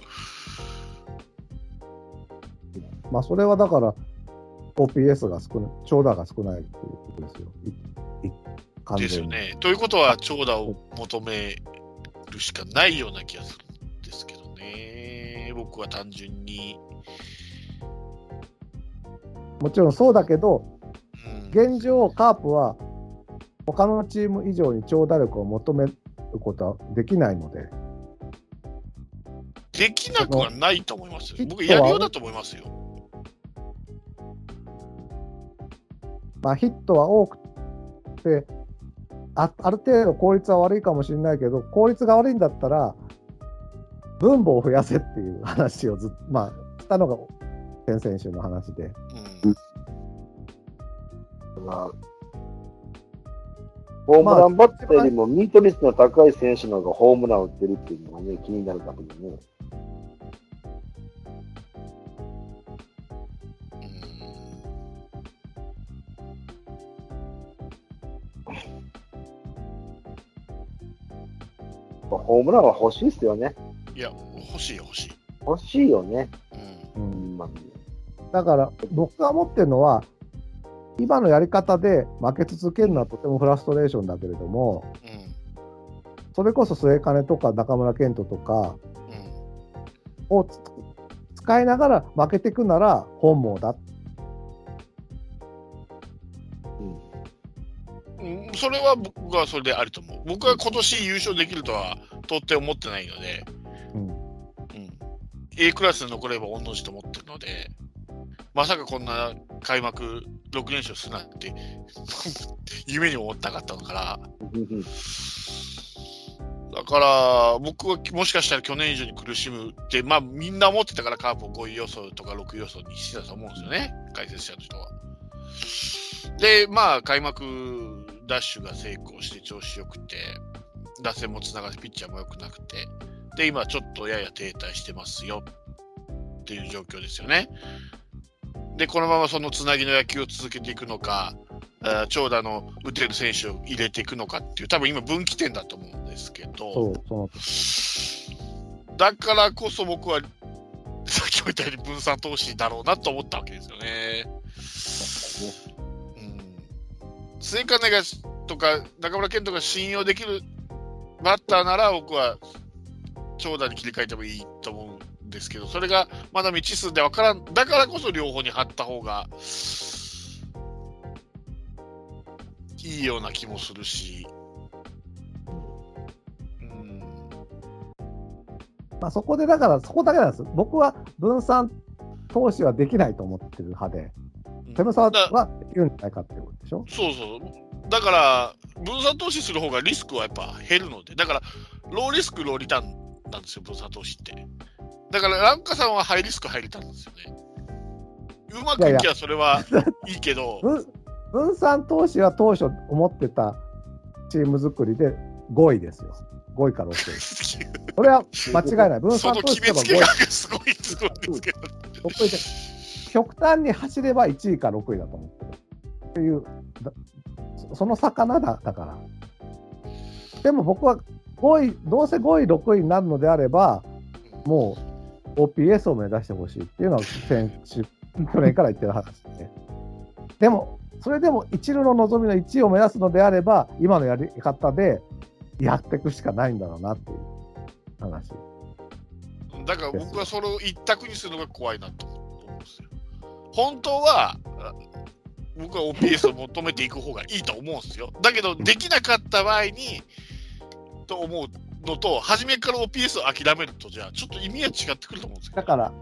まあそれはだから オーピーエス が少ない、長打が少ないっていうことですよ。いいですよね。ということは長打を求めるしかないような気がするんですけどね。僕は単純にもちろんそうだけど、うん、現状カープは他のチーム以上に長打力を求めることはできないので。 できなくはないと思いますよ。僕やるようだと思いますよ。 まあヒットは多くて あ, ある程度効率は悪いかもしれないけど、効率が悪いんだったら分母を増やせっていう話をずっとまあしたのが先々週の話で、 うん、まあ、ホームランバッターよりもミート率の高い選手の方がホームランを打ってるっていうのがね気になるかもね。ホームランは欲しいですよね。 いや、欲しい欲しい。 欲しいよね。 うんうんまあ、だから僕が思ってるのは今のやり方で負け続けるのはとてもフラストレーションだけれども、うん、それこそ末金とか中村健人とかを使いながら負けていくなら本望だ。 それは僕はそれであると思う。僕は今年優勝できるとは到底思ってないので、うんうん、A クラスに残れば御の字と思ってるので、まさかこんな開幕ろく連勝するなんて夢にも思ってなかったのからだから僕はもしかしたら去年以上に苦しむって、まあみんな思ってたからカープをごい予想とかろく予想にしてたと思うんですよね、解説者の人は。でまあ開幕ダッシュが成功して調子よくて打線もつながってピッチャーも良くなくて、で今ちょっとやや停滞してますよっていう状況ですよね。でこのままそのつなぎの野球を続けていくのか、長打の打てる選手を入れていくのかっていう多分今分岐点だと思うんですけど、 そうそうだからこそ僕はさっきも言ったように分散投資だろうなと思ったわけですよね。 末金がとか中村健人が信用できるバッターなら僕は長打に切り替えてもいいと思うんですけど、それがまだ未知数で分からん。だからこそ両方に張った方がいいような気もするし、うん、 まあ、そこでだからそこだけなんです。僕は分散投資はできないと思ってる派で、手沢はできるんじゃないかっていうことでしょ。 そうそう。だから分散投資する方がリスクはやっぱ減るので、だからローリスクローリターンなんですよ、分散投資って。だからランカさんはハイリスクハイリターンなんですよね。うまくいけばそれはいいけど、 いやいや分, 分散投資は当初思ってたチーム作りでごいですよ。ごいかろくい。それは間違いない。分散投資とかごい。その決めつけがすごいすごいんですけど。ろくいで極端に走ればいちいかろくいだと思ってるっていう、その魚だだから。でも僕はごい、どうせごいろくいになるのであれば、もう オーピーエス を目指してほしいっていうのは先週去年から言ってる話ですね。でもそれでも一縷の望みのいちいを目指すのであれば、今のやり方でやっていくしかないんだろうなっていう話。 だから僕はそれを一択にするのが怖いなと思うんですよ。本当は僕は オーピーエス を求めていく方がいいと思うんですよ。だけどできなかった場合にと思うのと、初めから オーピーエス を諦めるとじゃあちょっと意味は違ってくると思うんですけど。 だから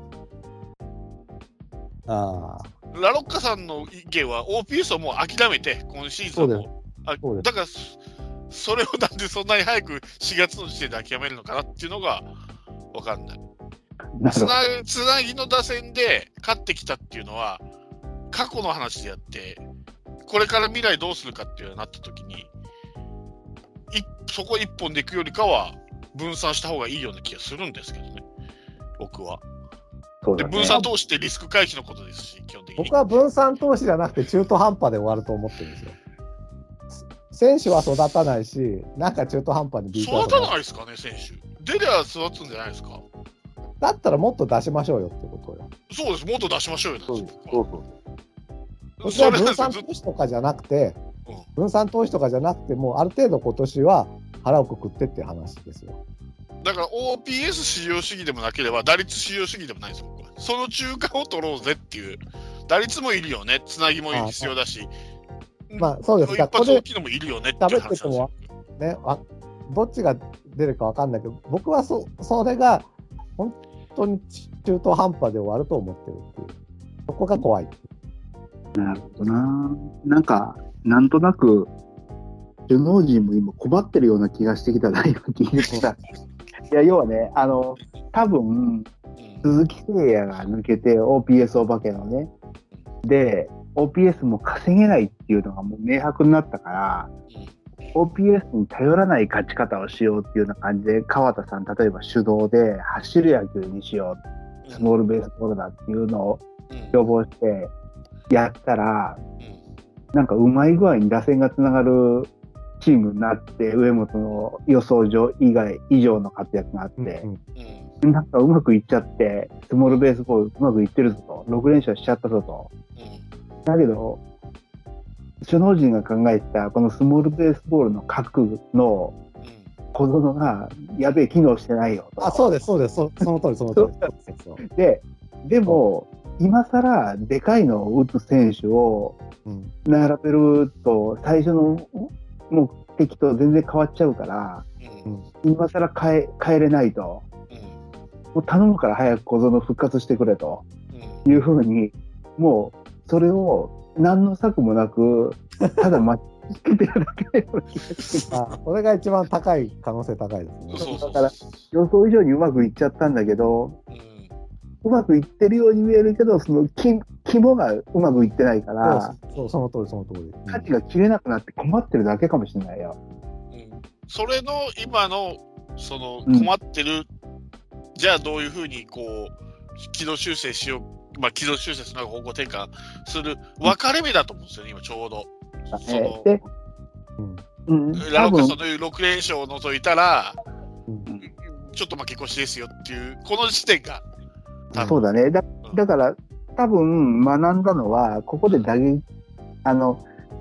あラロッカさんの意見は オーピーエス をもう諦めて今シーズンも、あだからそれをなんでそんなに早くしがつの時点で諦めるのかなっていうのが分かんない。つな、つなぎの打線で勝ってきたっていうのは過去の話であって、これから未来どうするかっていうのになった時にそこ一本でいくよりかは分散した方がいいような気がするんですけどね、僕は。 そうだね、 で分散投資ってリスク回避のことですし、基本的に。 僕は分散投資じゃなくて中途半端で終わると思ってるんですよ。選手は育たないし、なんか中途半端にビート育たないですかね、選手。出りゃ育つんじゃないですか。 だったらもっと出しましょうよってことよ。 そうです、もっと出しましょうよ。 そうそうそう。 僕は分散投資とかじゃなくて、うん、分散投資とかじゃなくて、もうある程度今年は腹をくくってっていう話ですよ。 だから オーピーエス 至上主義でもなければ打率至上主義でもないですよ、僕は。その中間を取ろうぜっていう。打率もいるよね、つなぎも必要だし、 まあそうですか。 一発大きいのもいるよねっていう話なんですよ。 ね、あどっちが出るか分かんないけど、僕は そ, それが本当に中途半端で終わると思ってるっていう、そこが怖い。 なるほどな。なんかなんとなく首脳陣も今困ってるような気がしてきたな、今聞いてた。いや要はね、あの多分鈴木誠也が抜けて オーピーエス お化けのね、で オーピーエス も稼げないっていうのがもう明白になったから、オーピーエス に頼らない勝ち方をしようっていうような感じで、川田さん例えば主導で走る野球にしよう、スモールベースボールだっていうのを要望してやったら、なんかうまい具合に打線がつながるチームになって、上本の予想上以外以上の活躍があって、うんうん、なんかうまくいっちゃって、スモールベースボールうまくいってるぞと、ろく連勝しちゃったぞと、うん、だけど首脳陣が考えたこのスモールベースボールの核の小園がやべえ機能してないよと。 あ、そうですそうです、 そ, その通りその通りででも今更でかいのを打つ選手を並べると最初の目的と全然変わっちゃうから、うん、今更変え、変えれないと、うん、もう頼むから早く小園復活してくれと、うん、いうふうに、もうそれを何の策もなくただ待ちつけてるだけのような気がしてあ、これが一番高い可能性高いですね。 だから予想以上にうまくいっちゃったんだけど、うん、うまくいってるように見えるけど、その肝がうまくいってないから、 そう、その通りその通り、 価値が切れなくなって困ってるだけかもしれないよ。 うん、それの今のその困ってる、うん、じゃあどういうふうにこう軌道修正しよう、まあ軌道修正する方向転換する分かれ目だと思うんですよね、今ちょうど。そので、 うん、ラロッカさんのろく連勝を除いたら、うん、ちょっと負け越しですよっていうこの時点が。 そうだね。だ, だから多分学んだのはここで打撃、あの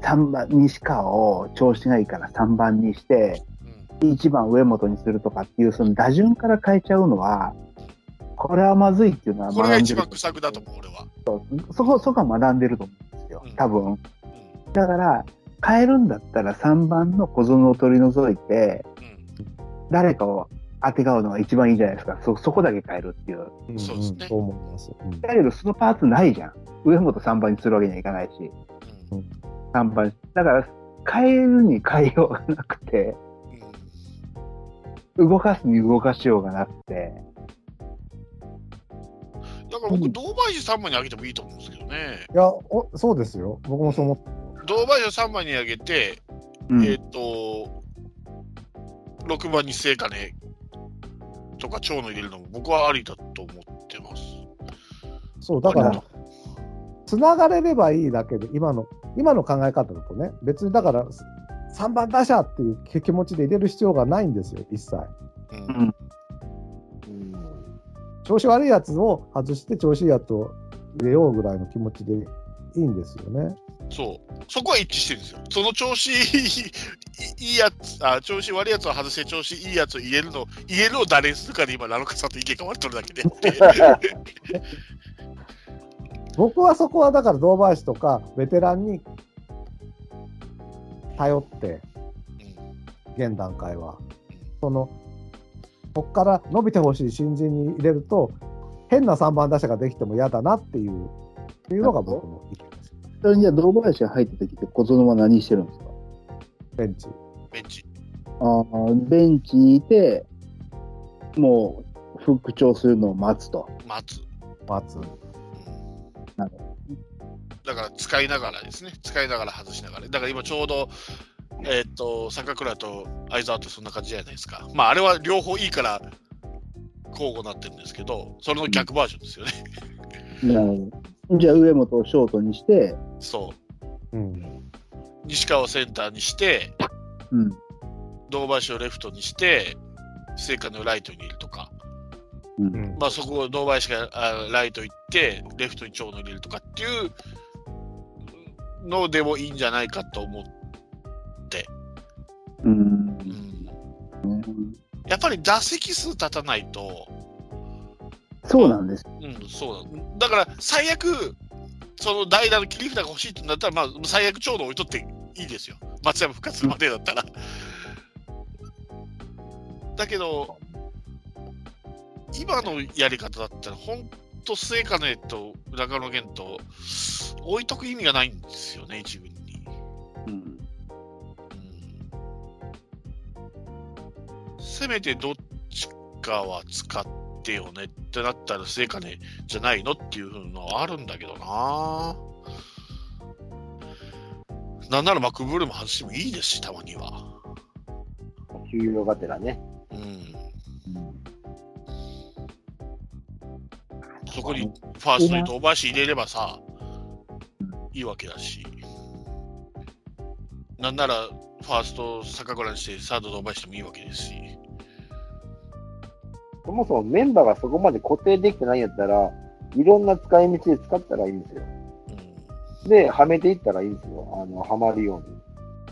さんばん西川を調子がいいからさんばんにして、うん、いちばん上本にするとかっていうその打順から変えちゃうのはこれはまずいっていうのはこれが一番愚策だと思う俺は。 そうそこそこは学んでると思うんですよ多分、うん、だから変えるんだったらさんばんの小園を取り除いて、うん、誰かを当てがうのが一番いいじゃないですか。 そ, そこだけ変えるっていう、 うん、そうですね。 そう思います、うん、 だけどそのパーツないじゃん。上本さんばんにするわけにはいかないし、うん、さんばんだから変えるに変えようがなくて、うん、動かすに動かしようがなくて、 だから僕、堂林さんばんに上げてもいいと思うんですけどね。 いやおそうですよ、僕もそう思って。 堂林をさんばんに上げて、うん、えっ、ー、とろくばんに末金とか長野入れるのも僕はありだと思ってます。 そうだからつながれればいいだけで、今の今の考え方だとね、別にだからさんばん打者っていう気持ちで入れる必要がないんですよ一切、うんうん、調子悪いやつを外して調子いいやつを入れようぐらいの気持ちでいいんですよね。 そうそこは一致してるんですよ。その調子いいやつ、あ調子悪いやつを外して調子いいやつを入れるの入れるを誰にするかで今ラロカさんと意見が割れてるだけで僕はそこはだから堂林とかベテランに頼って、うん、現段階は、うん、そのここから伸びてほしい新人に入れると変なさんばん打者ができても嫌だなっていうっていうのが僕の意見です。 それじゃあ堂林が入った時って小園は何してるんですか？ ベンチ。 ベンチ。 ああ、ベンチにいてもう復調するのを待つと。 待つ。 待つ。 なるほど。 だから使いながらですね。使いながら外しながら。だから今ちょうどえっと坂倉と相澤ってそんな感じじゃないですか。まああれは両方いいから交互になってるんですけど、それの逆バージョンですよね。 なるほど。じゃあ上本をショートにして、 そう。うん、西川をセンターにして、うん、堂林をレフトにして末金をライトに入れるとか、うん、まあそこを堂林がライト行ってレフトに長野入れるとかっていうのでもいいんじゃないかと思って、うんうん、やっぱり打席数立たないと。 そうなんです、 うん、そうだ。だから最悪その代打の切り札が欲しいってなったら、まあ最悪長野置いとっていいですよ、松山復活するまでだったら、うん、だけど今のやり方だったらほんと末金と中野源と置いとく意味がないんですよね一軍に、うんうん、せめてどっちかは使ってよねってなったら末金じゃないのっていうのはあるんだけどな。なんならマクブルーも外してもいいですし、たまには休養がてらね、うん、うん、 そこにファーストに堂林入れればさいいわけだし、なんならファースト坂倉にしてサード堂林してもいいわけですし、 そもそもメンバーがそこまで固定できてないんやったらいろんな使い道で使ったらいいんですよ、うん、ではめていったらいいんですよ、あのはまるように。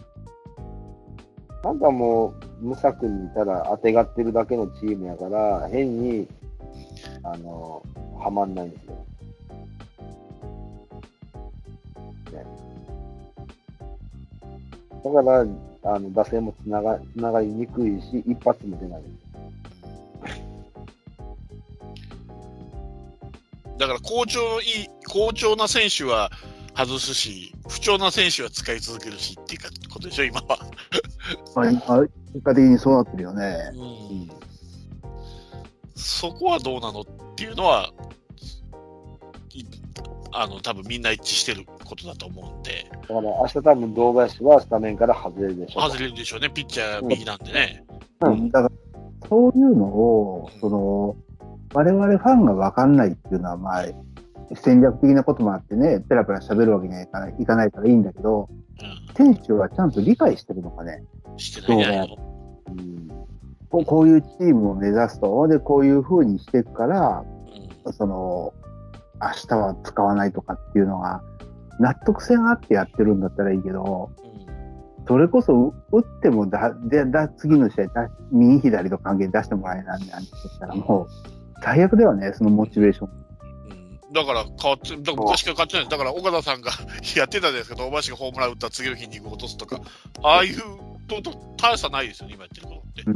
なんかもう無策にいたら当てがってるだけのチームやから変にあのはまんないんですよ、ね、だからあの打線もつなが、つながりにくいし一発も出ないんですよ。 だから好調いい好調な選手は外すし不調な選手は使い続けるしっていうことでしょ今は。 まあ、今結果的にそうなってるよね、うん、 そこはどうなのっていうのはあの多分みんな一致してることだと思うんで、 だから明日多分堂林はスタメンから外れるでしょう。 外れるでしょうね、ピッチャー右なんでね、 うんうん、だからそういうのを、うん、その我々ファンが分かんないっていうのはまあ戦略的なこともあってね、ペラペラ喋るわけにはいかない、いかないからいいんだけど、うん、選手はちゃんと理解してるのかね。 してないよ、 うん、こう、こういうチームを目指すと、でこういう風にしていくから、うん、その明日は使わないとかっていうのが納得性があってやってるんだったらいいけど、うん、それこそ打ってもだでだ次の試合だ右左と関係出してもらえないんだったらもう最悪だよね、そのモチベーション。 だから変わって、だから昔から変わってない。だから岡田さんがやってたじゃないですか、堂林がホームラン打ったら次の日に落とすとか、ああいうとと大差ないですよね、今やってることって。うん、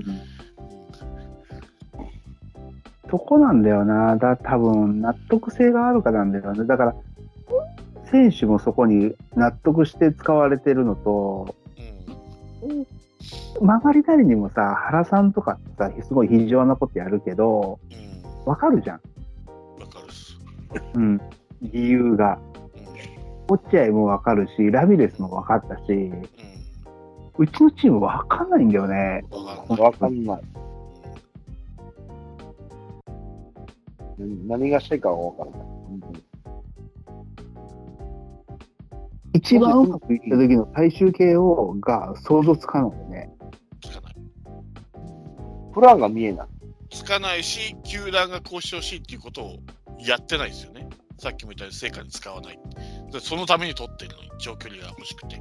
そこなんだよな、だ多分納得性があるかなんだよね。だから選手もそこに納得して使われてるのと、うん、曲がりなりにもさ、原さんとかさ、すごい非常なことやるけど、うん、わかるじゃん。うん、理由が、うん、落合も分かるし、ラミレスも分かったし、うん、うちのチーム分かんないんだよね。 分かんない。何がしたいかは分かんない。 一番うまくいった時の最終形をが想像つかないよね。 つかない。 プランが見えない。 つかないし、球団がこうしてほしいっていうことをやってないですよね。さっきも言ったように成果に使わない。でそのために取ってるのに長距離が欲しくて。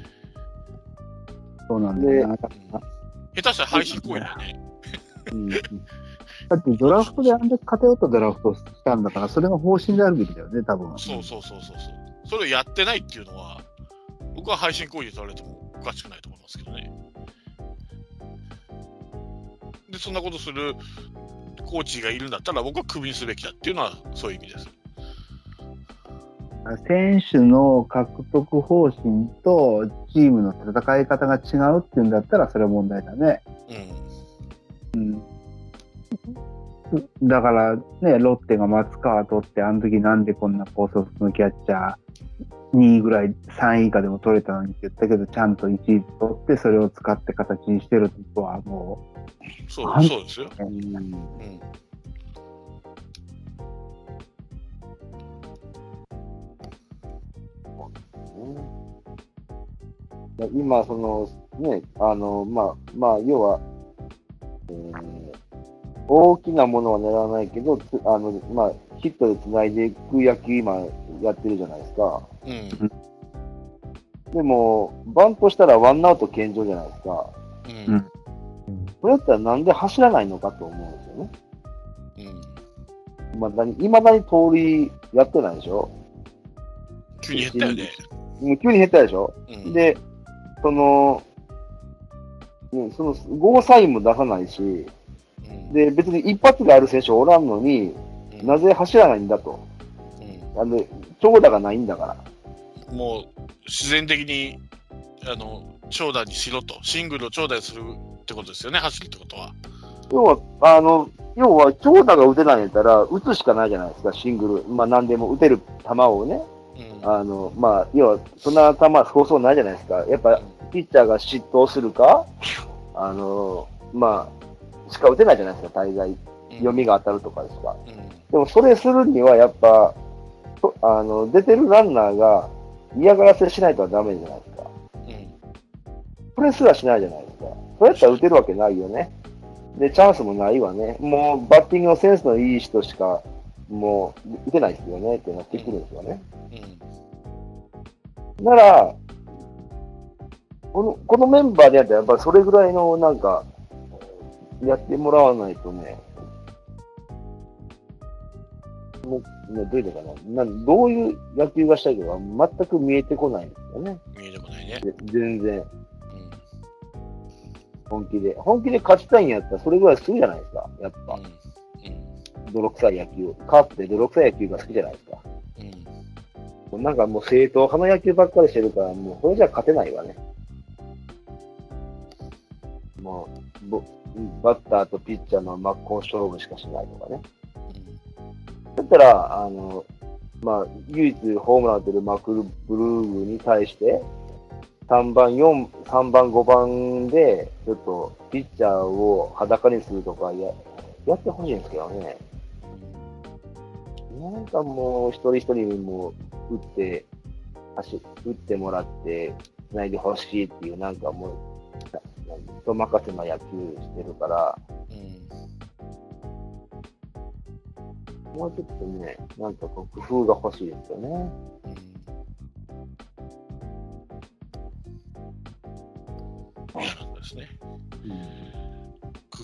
そうなんだよな。 下手したら配信行為だよね。 うん、だってドラフトであんだけ勝てようとドラフトしたんだから、それが方針であるべきだよね、多分。 そうそうそうそうそう。それをやってないっていうのは、僕は配信行為で取られてもおかしくないと思いますけどね。で、そんなことするコーチがいるんだったら、僕はクビにすべきだっていうのはそういう意味です。 選手の獲得方針とチームの戦い方が違うっていうんだったらそれは問題だね。うん。うん、だからね、ロッテが松川取ってあの時なんでこんな高卒のキャッチャーにいぐらいさんい以下でも取れたのにって言ったけど、ちゃんといちい取ってそれを使って形にしてるとはもうそうそうですよ。うんうん今、その、ね、あの、まあ、まあ、要は、えー、大きなものは狙わないけど、あの、まあ、ヒットで繋いでいく野球今やってるじゃないですか。うん。でも、バントしたらワンアウト健常じゃないですか。うん。それだったらなんで走らないのかと思うんですよね。うん。まだに、未だに盗塁やってないでしょ。 急に減ったよね。 もう急に減ったでしょ。うん、で、その、ね、そのゴーサインも出さないし、うん、で、別に一発がある選手おらんのに、うん、なぜ走らないんだと。うん、あの、長打がないんだから。 もう、自然的に、あの、長打にしろと。シングルを長打にするってことですよね、走るってことは。 要は、あの、要は長打が打てないんやったら、打つしかないじゃないですか、シングル。まあ、何でも打てる球をね。うん、あの、まあ、要は、そんな球、そうそうないじゃないですか。やっぱ、ピッチャーが失投するか、あの、まあ、しか打てないじゃないですか、大概。読みが当たるとかですか。うん、でも、それするには、やっぱ、あの、出てるランナーが嫌がらせしないとダメじゃないですか。うん、それすらしないじゃないですか。そうやったら打てるわけないよね。で、チャンスもないわね。もう、バッティングのセンスのいい人しか、もう、打てないですよねってなってくるんですよね。うん、なら、この、このメンバーでやったら、やっぱりそれぐらいの、なんか、やってもらわないとね、もう、ね、どういうのかな。などういう野球がしたいかは全く見えてこないんですよね。 見えてこないね。 全然。うん、本気で。本気で勝ちたいんやったら、それぐらいするじゃないですか、やっぱ。うんうん、泥臭い野球。カープで泥臭い野球が好きじゃないですか。うん、なんかもう正統派の野球ばっかりしてるから、もうこれじゃ勝てないわね。もう、バッターとピッチャーの真っ向勝負しかしないとかね。だったら、あの、まあ、唯一ホームラン打ってるマクブルーグに対して、さんばん、よん、さんばん、ごばんで、ちょっと、ピッチャーを裸にするとかや、やってほしいんですけどね。なんかもう、一人一人も打って、足、打ってもらって、繋いでほしいっていう、なんかもう、人任せな野球してるから、うん、もうちょっとね、なんかこう工夫が欲しいですよね。 嫌なんですね。うん、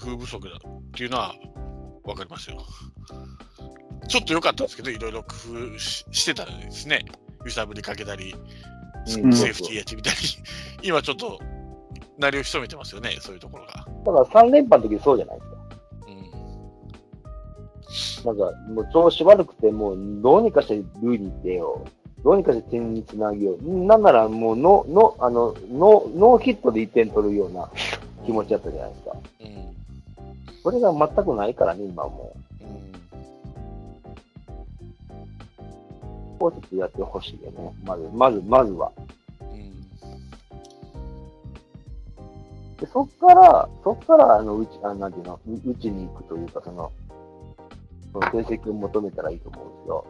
工夫不足だっていうのは分かりますよ。ちょっと良かったんですけど、いろいろ工夫 し, してたらですね、揺さぶりかけたり、うん、セーフティーやってみたり、今ちょっと鳴りを潜めてますよね、そういうところが。 だからさん連覇の時そうじゃないですか。うん、なんかもう調子悪くて、もうどうにかして塁に出よう、どうにかして点につなげよう、なんならもうののあのノノーヒットでいってん取るような気持ちだったじゃないですか。うん、それが全くないからね、今はもう。もうちょっとやってほしいよね、まず、まず、まずは。うん、でそっから、そっから、あの、うち、あなんていうの、うちに行くというか、その、その成績を求めたらいいと思うんですよ。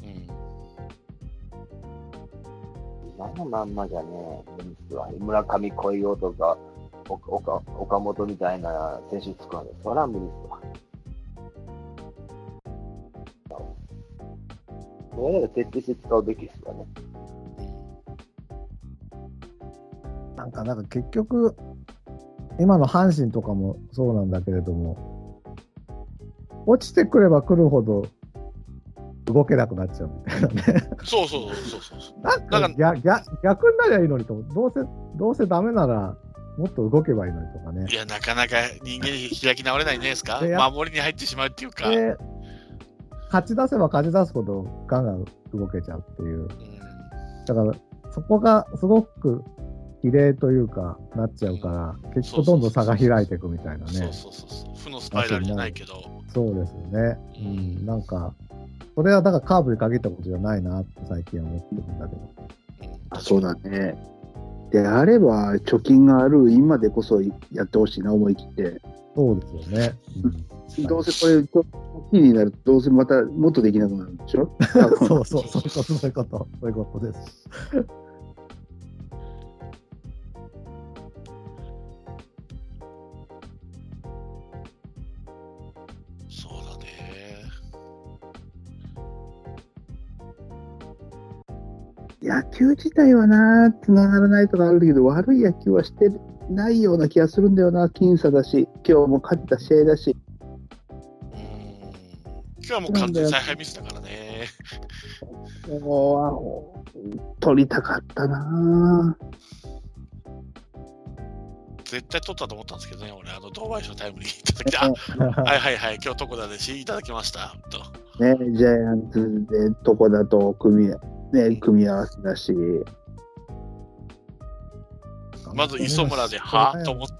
うん。今のまんまじゃね、村上超えようとか、岡、岡本みたいな選手作るんです。それは無理ですわ。それは徹底して使うべきですよね。 なんか、なんか結局、今の阪神とかもそうなんだけれども、落ちてくれば来るほど動けなくなっちゃうみたいなね。 そうそうそうそうそう。 なんか逆、逆、逆になりゃいいのにと、どうせ、どうせダメなら、もっと動けばいいのにとかね。 いや、なかなか人間に開き直れないんじゃないですか。守りに入ってしまうっていうか。 勝ち出せば勝ち出すほどガンガン動けちゃうっていう。うん、だから、そこがすごく比例というか、なっちゃうから、うん、結構どんどん差が開いていくみたいなね。 そうそうそうそう。負のスパイラルじゃないけど。 そうですね。うん。なんか、それはだからカーブに限ったことじゃないなって最近は思ってるんだけど。 うん、そうだね。であれば、貯金がある今でこそやってほしいな、思い切って。 そうですよね。 うん、どうせこれ、大きいになると、どうせまたもっとできなくなるんでしょそうそう、そういうこと、そういうこと、そういうことです。 そうだね。 野球自体はな、つながらないとかあるけど、悪い野球はしてないような気がするんだよな、僅差だし、今日も勝った試合だし。 今日はもう完全に采配ミスだからね。 もう、取りたかったな。 絶対取ったと思ったんですけどね、俺、あの、堂林のタイムリーいただき、あ、はいはいはい、今日床田でしいただきました、と。 ね、ジャイアンツで床田と組み、ね、組み合わせだし。 まず磯村で、はぁと思って。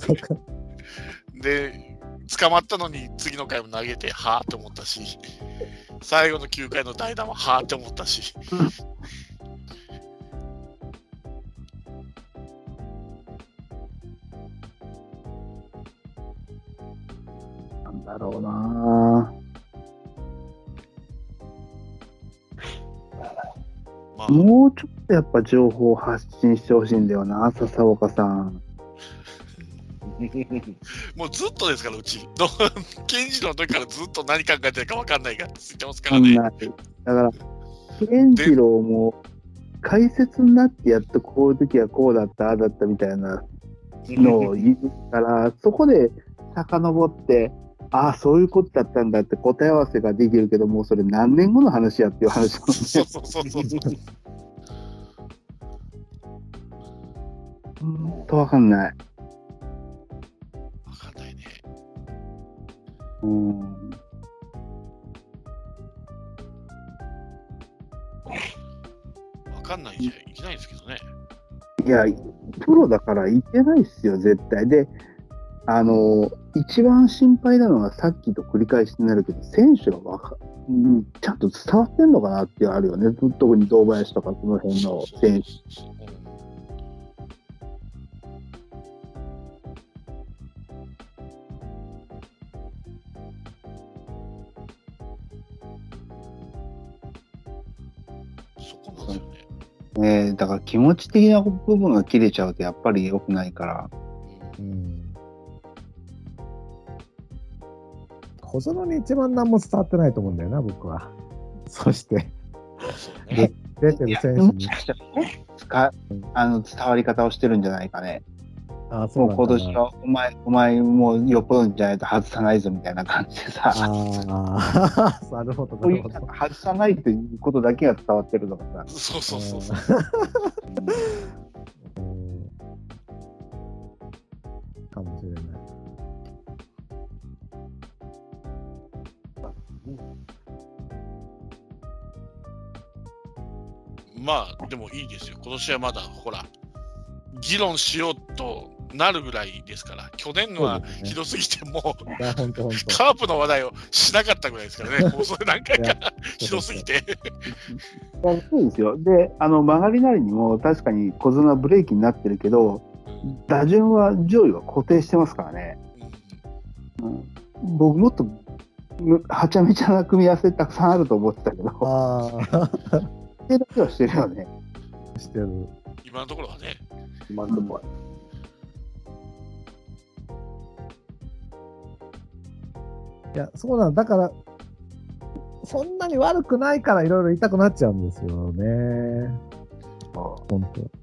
で、捕まったのに次の回も投げてはぁと思ったし、最後のきゅうかいの代打もはぁって思ったし、 なんだろうな、まあ、もうちょっとやっぱ情報を発信してほしいんだよな、笹岡さん。 もうずっとですから、うち。健次郎の時からずっと何考えてるか分かんないからついてますからね。だから、健次郎も解説になってやっとこういう時はこうだった、ああだったみたいなのを言うから、そこで遡って、ああ、そういうことだったんだって答え合わせができるけど、もうそれ何年後の話やっていう話なんで。 そうそうそうそう。 うんと分かんない。うん、 分かんないんじゃいけないですけどね。 いや、プロだからいけないっすよ、絶対。で、あの、一番心配なのはさっきと繰り返しになるけど、選手がわか、うん、ちゃんと伝わってんのかなっていうのあるよね。特に堂林とかその辺の選手。ね、だから気持ち的な部分が切れちゃうとやっぱり良くないから。うん。 小園に一番何も伝わってないと思うんだよな、僕は。そして、 ね、 出てる選手に使あの伝わり方をしてるんじゃないかね。 ああ、そうもう今年はお前、お前もうよっぽどじゃないと外さないぞみたいな感じでさ。 ああ、なるほど、なるほど。 外さないということだけが伝わってるのがさ。 そうそうそうそう。 かもしれない。 まあでもいいですよ。今年はまだほら議論しようとなるぐらいですから。去年のはひどすぎてもう、 いや本当本当カープの話題をしなかったぐらいですからね。放送で何回かひどすぎて。 そうですよ。で、あの曲がりなりにも確かに小綱ブレーキになってるけど、打順は上位は固定してますからね。うん、僕もっとはちゃめちゃな組み合わせたくさんあると思ってたけど。 ああ。 手だけはしてるよね。 してる。 今のところはね。 今のところは。 いや、そうなんだ。だから、そんなに悪くないからいろいろ言いたくなっちゃうんですよね。本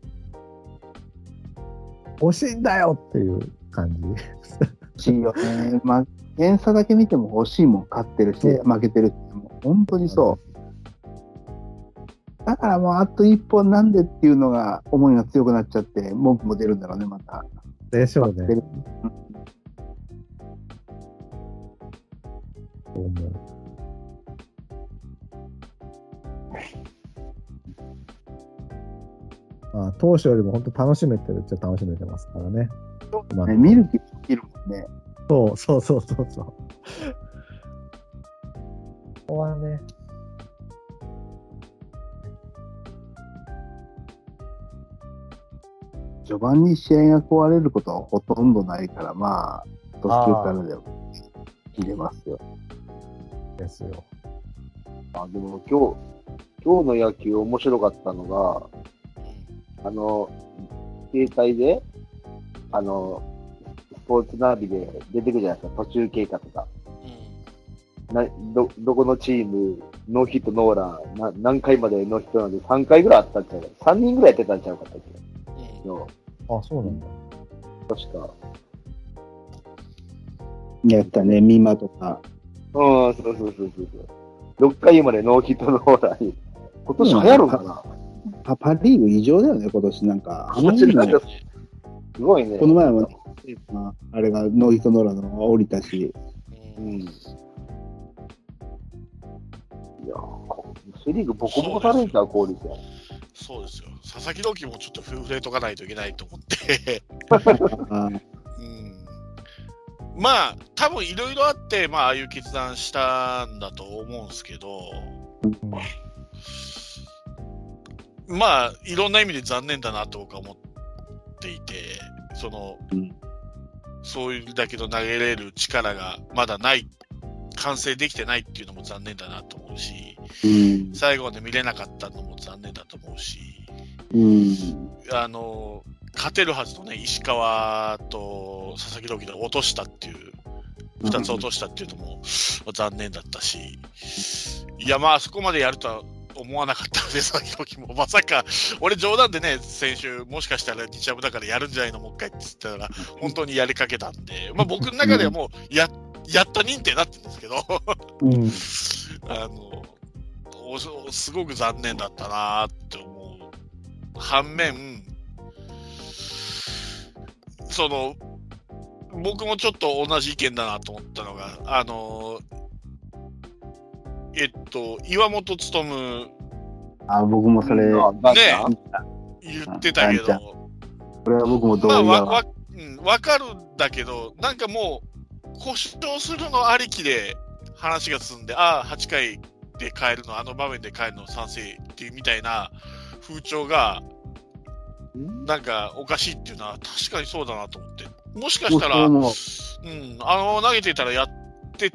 当。惜しいんだよっていう感じ。 惜しいよね。まあ、点差だけ見ても惜しいもん勝ってるし、負けてるし、もう本当にそう。だからもうあと一本なんでっていうのが思いが強くなっちゃって文句も出るんだろうねまた。 でしょうね。そう思う。まあ当初よりも本当楽しめてるっちゃ楽しめてますからね。 そうね、見る気もできるもんね。 そうそうそうそうそう。ここはね。 序盤に試合が壊れることはほとんどないから、まあ、途中からでも入れますよ。 ですよ。 あ、でも今日、今日の野球面白かったのが、あの、携帯で、あの、スポーツナビで出てくるじゃないですか、途中経過とか。など、どこのチーム、ノーヒットノーラン、な何回までノーヒットなんでさんかいぐらいあったんちゃうか。さんにんぐらいやってたんちゃうかったっけ。 あ、そうなんだ。 確か。 やったね、ミマとか。 うん、そうそうそうそうそう。ろっかいまでノーヒットノーラン。今年流行るんかな、 パ, パリーグ異常だよね、今年なんか。 あのすごいね。 この前は、ね、あれがノーヒットノーランのが降りたし。 うん。いやセリーグボコボコされるんちゃう、効率は。 そうですよ。佐々木朗希もちょっと触れとかないといけないと思ってうん、まあ多分いろいろあってまあああいう決断したんだと思うんですけど、うん、まあいろんな意味で残念だなと僕は思っていて、その、うん、そういうだけど投げれる力がまだない、完成できてないっていうのも残念だなと思うし、うん、最後まで見れなかったのも残念だと思うし、うん、あの勝てるはずのね石川と佐々木朗希で落としたっていうふたつ落としたっていうのも残念だったし、いやまあそこまでやるとは思わなかったので佐々木朗希もまさか俺冗談でね先週もしかしたら日ハムだからやるんじゃないのもう一回って言ったら本当にやりかけたんで、まあ僕の中ではもうややった認定になってるんですけど、うん、あのすごく残念だったなって思う反面、その僕もちょっと同じ意見だなと思ったのが、あのえっと岩本勉、 あ僕もそれ、ね、 言ってたけど、 これは僕も同意だわ、 まあ、わ, わ, うん、分かるんだけど、なんかもう故障するのありきで話が進んで、ああはちかいで変えるの、あの場面で変えるの賛成っていうみたいな風潮がなんかおかしいっていうのは確かにそうだなと思って、もしかしたら、うん、あの投げてたらやってって、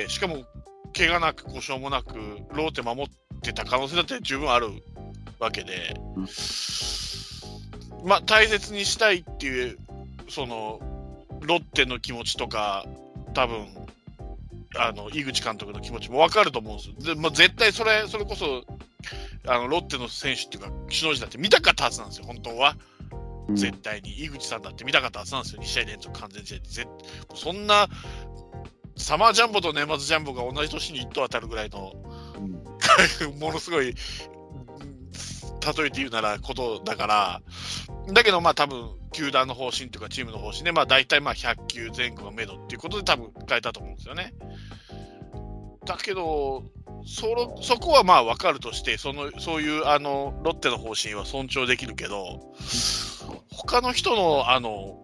しかも怪我なく故障もなくローテ守ってた可能性だって十分あるわけで、うん、まあ大切にしたいっていうそのロッテの気持ちとか多分あの井口監督の気持ちも分かると思うんですよ。で、まあ、絶対それそれこそあのロッテの選手っていうか首脳陣だって見たかったはずなんですよ本当は。 絶対に、うん、井口さんだって見たかったはずなんですよ、に試合連続完全試合で。ぜそんなサマージャンボと年末ジャンボが同じ年にいっ等当たるぐらいの、うん、ものすごい例えて言うならことだから、だけどまあ多分球団の方針というかチームの方針でまあ大体まあひゃっきゅう前後の目処っていうことで多分変えたと思うんですよね。だけどそのそこはまあ分かるとして、そのそういうあのロッテの方針は尊重できるけど、他の人のあの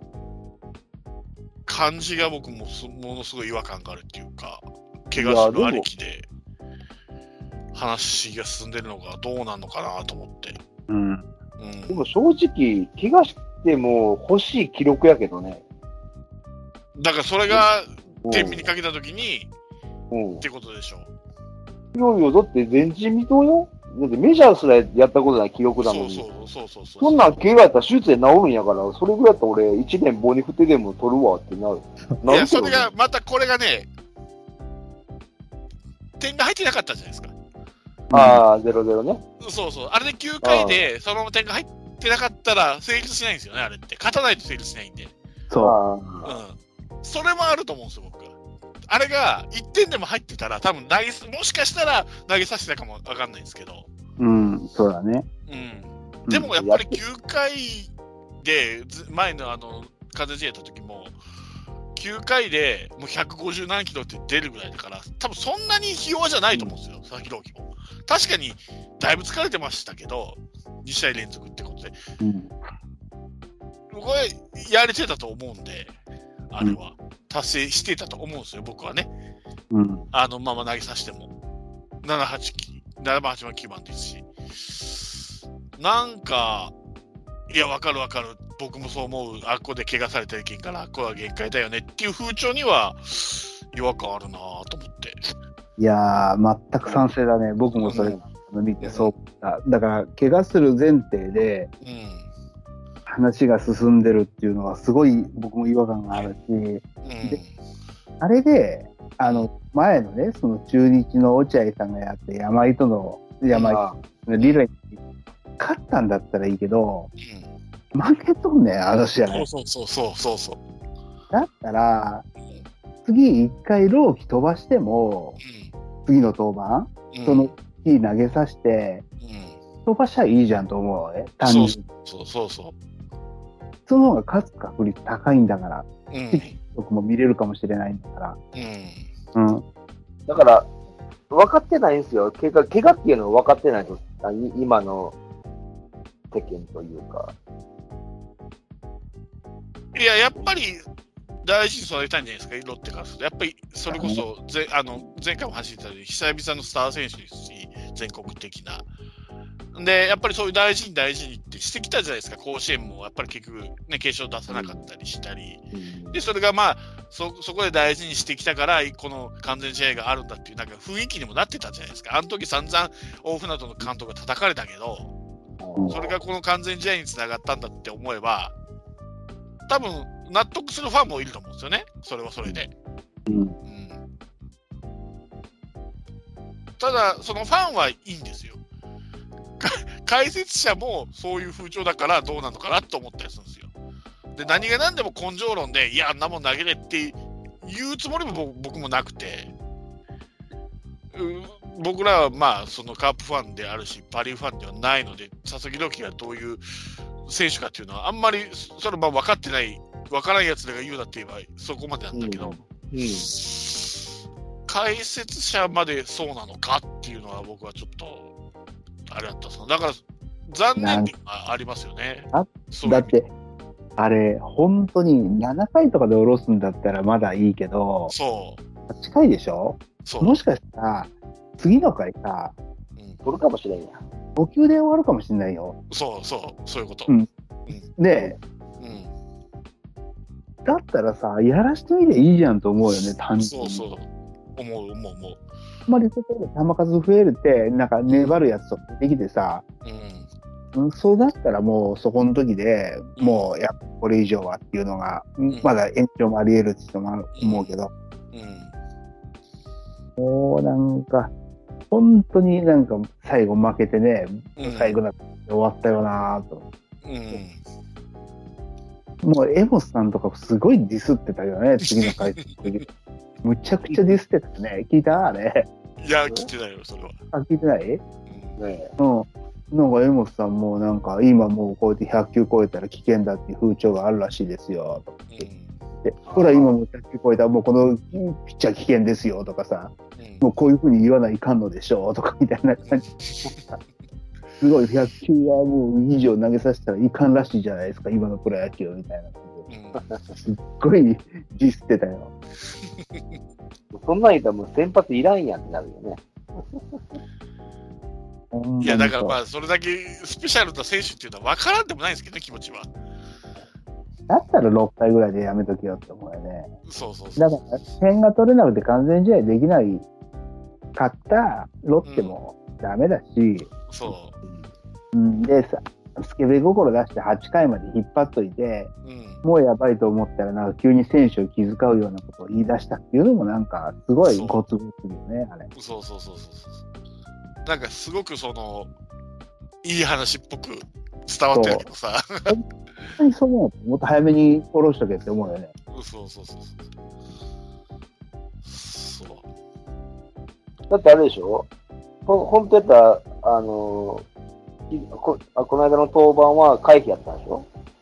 感じが僕もものすごい違和感があるっていうか、怪我するありきで話が進んでるのがどうなのかなと思って。 うん。うん、 でも正直、怪我しても欲しい記録やけどね。 だからそれが天秤にかけたときに、うん、ってことでしょう。 いやいや、だって前人未到よ。だってメジャーすらやったことない記録だもんね。 そうそうそうそうそう。 そんなん怪我やったら手術で治るんやから、それぐらいやったら俺いちねん棒に振ってでも取るわってなる。 いや、それが、またこれがね、点が入ってなかったじゃないですか。 ああ、ゼロゼロね。 そうそう。あれできゅうかいでそのまま点が入ってなかったら成立しないんですよね、あれって。勝たないと成立しないんで。 そう。 うん。それもあると思うんですよ、僕。あれがいってんでも入ってたら、多分投げ、もしかしたら投げさせてたかもわかんないんですけど。 うん、そうだね。 うん。でもやっぱりきゅうかいで、前のあの、風試合やった時も、きゅうかいでもうひゃくごじゅう何キロって出るぐらいだから、多分そんなにひ弱じゃないと思うんですよ、佐々木朗希も。確かに、だいぶ疲れてましたけど、に試合連続ってことで。うん、僕はやれてたと思うんで、あれは。達成してたと思うんですよ、僕はね。うん、あのまま投げさせても。なな、はち、ななばん、はちばん、きゅうばんですし。なんか、いや、わかるわかる。僕もそう思う。あっこで怪我されてるけんから、あっこは限界だよねっていう風潮には違和感あるなと思って。 いやー、全く賛成だね。僕もそれ見てそうだ。だから、怪我する前提で、うん話が進んでるっていうのはすごい僕も違和感があるし、うん、であれであの前のねその中日の落合さんがやって山井との山井リレーに勝ったんだったらいいけど、うん、負けとんねんあの試合。 そうそうそうそうそうだったら次一回朗希飛ばしても、うん、次の登板、うん、その日投げさせて、うん、飛ばしゃいいじゃんと思うね単純に。 そうそうそうその方が勝つ確率高いんだから、うん、僕も見れるかもしれないんだから。うんうん、だから、分かってないんですよ。怪我、怪我っていうのは分かってないと、今の世間というか。 いや、やっぱり大事に育てたいんじゃないですか、ロッテからすると。やっぱりそれこそ、ぜあの前回も走ってたように、久々のスター選手ですし、全国的な。でやっぱりそういう大事に大事にってしてきたじゃないですか、甲子園もやっぱり結局、ね、決勝出さなかったりしたり、うん、でそれがまあ そ, そこで大事にしてきたから、この完全試合があるんだっていうなんか雰囲気にもなってたじゃないですか。あの時散々大船渡の監督が叩かれたけど、うん、それがこの完全試合につながったんだって思えば、多分納得するファンもいると思うんですよね、それはそれで。うんうん、ただ、そのファンはいいんですよ。解説者もそういう風潮だからどうなのかなと思ったりするんですよ。で何が何でも根性論でいやあんなもん投げれって言うつもりも僕もなくて、僕らはまあそのカープファンであるしパ・リーグファンではないので、佐々木朗希がどういう選手かっていうのはあんまりそれまあ分かってない分からんやつらが言うなって言えばそこまでなんだけど、うんうん、解説者までそうなのかっていうのは僕はちょっとあれだったっす。だから残念でありますよね。 だ, だってあれ本当にななかいとかで下ろすんだったらまだいいけど、そうはちかいでしょ。そうもしかしたら次の回さ、 うん、取るかもしれんや。 ごきゅうで終わるかもしれないよ。 そうそうそういうこと。 うんうん、で、うん、だったらさやらしてみればいいじゃんと思うよね単純に。 そうそう思う思う思う。 あんまりそこで球数増えるってなんか粘るやつとかできてさ、うん、そうだったらもうそこの時でもうやっぱこれ以上はっていうのが、うん、まだ延長もあり得るって人も思うけど、うん、もうなんか本当になんか最後負けてね、うん、最後だって終わったよなぁと、うん、 もうエモスさんとかすごいディスってたよね、次の回の時。むちゃくちゃディスってたよね。聞いたあれ。 いや、聞いてないよ、それは。 あ、聞いてない？ ねうん。なんかエモスさんもなんか今もうこうやってひゃっきゅう超えたら危険だっていう風潮があるらしいですよとか言って、うん、ほら今もうひゃっきゅう超えたらもうこのピッチャー危険ですよとかさ、うん、もうこういう風に言わないかんのでしょうとかみたいな感じすごいひゃっきゅうはもう以上投げさせたらいかんらしいじゃないですか今のプロ野球みたいな感じで、うん、すっごいディスってたよ。 そんなん言ったらもう先発いらんやんってなるよね。 いやだからまあそれだけスペシャルな選手っていうのは分からんでもないんですけどね、気持ちは。 だったらろっかいぐらいでやめときよって思うよね。 そうそうそう。 だから点が取れなくて完全試合できないかったロッテもダメだし、うん、 そう、 うん、でさスケベ心出してはちかいまで引っ張っといて、うん、もうやばいと思ったらなんか急に選手を気遣うようなことを言い出したっていうのもなんかすごいゴツゴツするよね、あれ。 そうそうそうそうそう。なんかすごくそのいい話っぽく伝わってるけどさ。 本当にそう思う。もっと早めに下ろしとけって思うよね。 そうそうそうそう。そう。 だってあれでしょ。ほ本当やったらあのー、こ, あこの間の登板は回避やったんでしょ。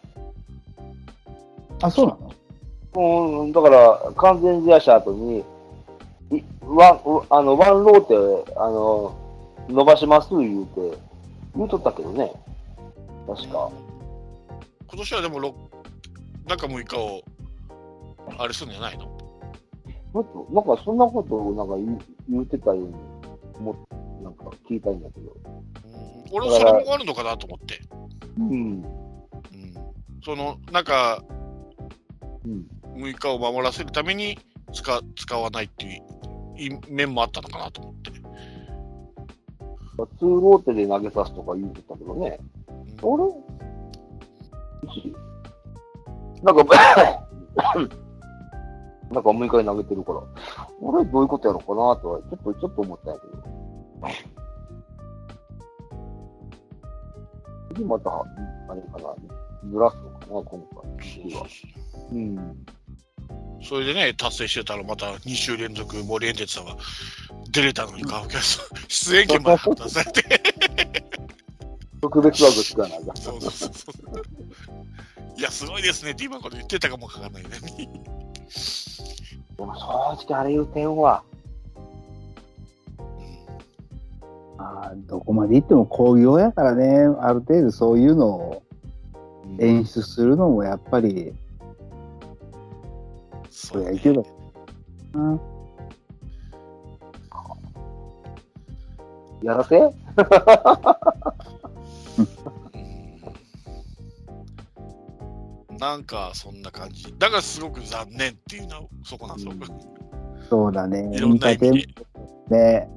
あ、そうなの？ うん、だから完全試合した後にワンあのワンローテあの伸ばします言うて言うとったけどね、確か。 今年はでも中むいかをあれするんじゃないの？ なんかそんなことをなんか 言, 言うてたようにもなんか聞いたんだけど、 うん、俺もそれもあるのかなと思って。 うん、うん、 そのなんか、 うん、 むいかを守らせるために 使, 使わないっていう面もあったのかなと思って。 ツーローテで投げさすとか言うてたけどね。うん、あれなんかなんかむいかに投げてるから、あれどういうことやろうかなとはちょっとちょっと思ったんやけど。次またあれかな、ずらすのかな今回次は。うん。 それでね達成してたらまたに週連続森エンテツさんが出れたのにかわけ出演権まで剥奪されて特別枠つかないが。 そうそうそうそう。いやすごいですねって今これ言ってたかもわかんないね。 でも正直あれいう点は、 うん、あどこまで行っても興行やからね、ある程度そういうのを演出するのもやっぱり、うん、そうやけど、うん、 やらせなんかそんな感じ。だからすごく残念っていうのはそこなんですよ。うん、 そうだね。 いろんな意味で。 ね。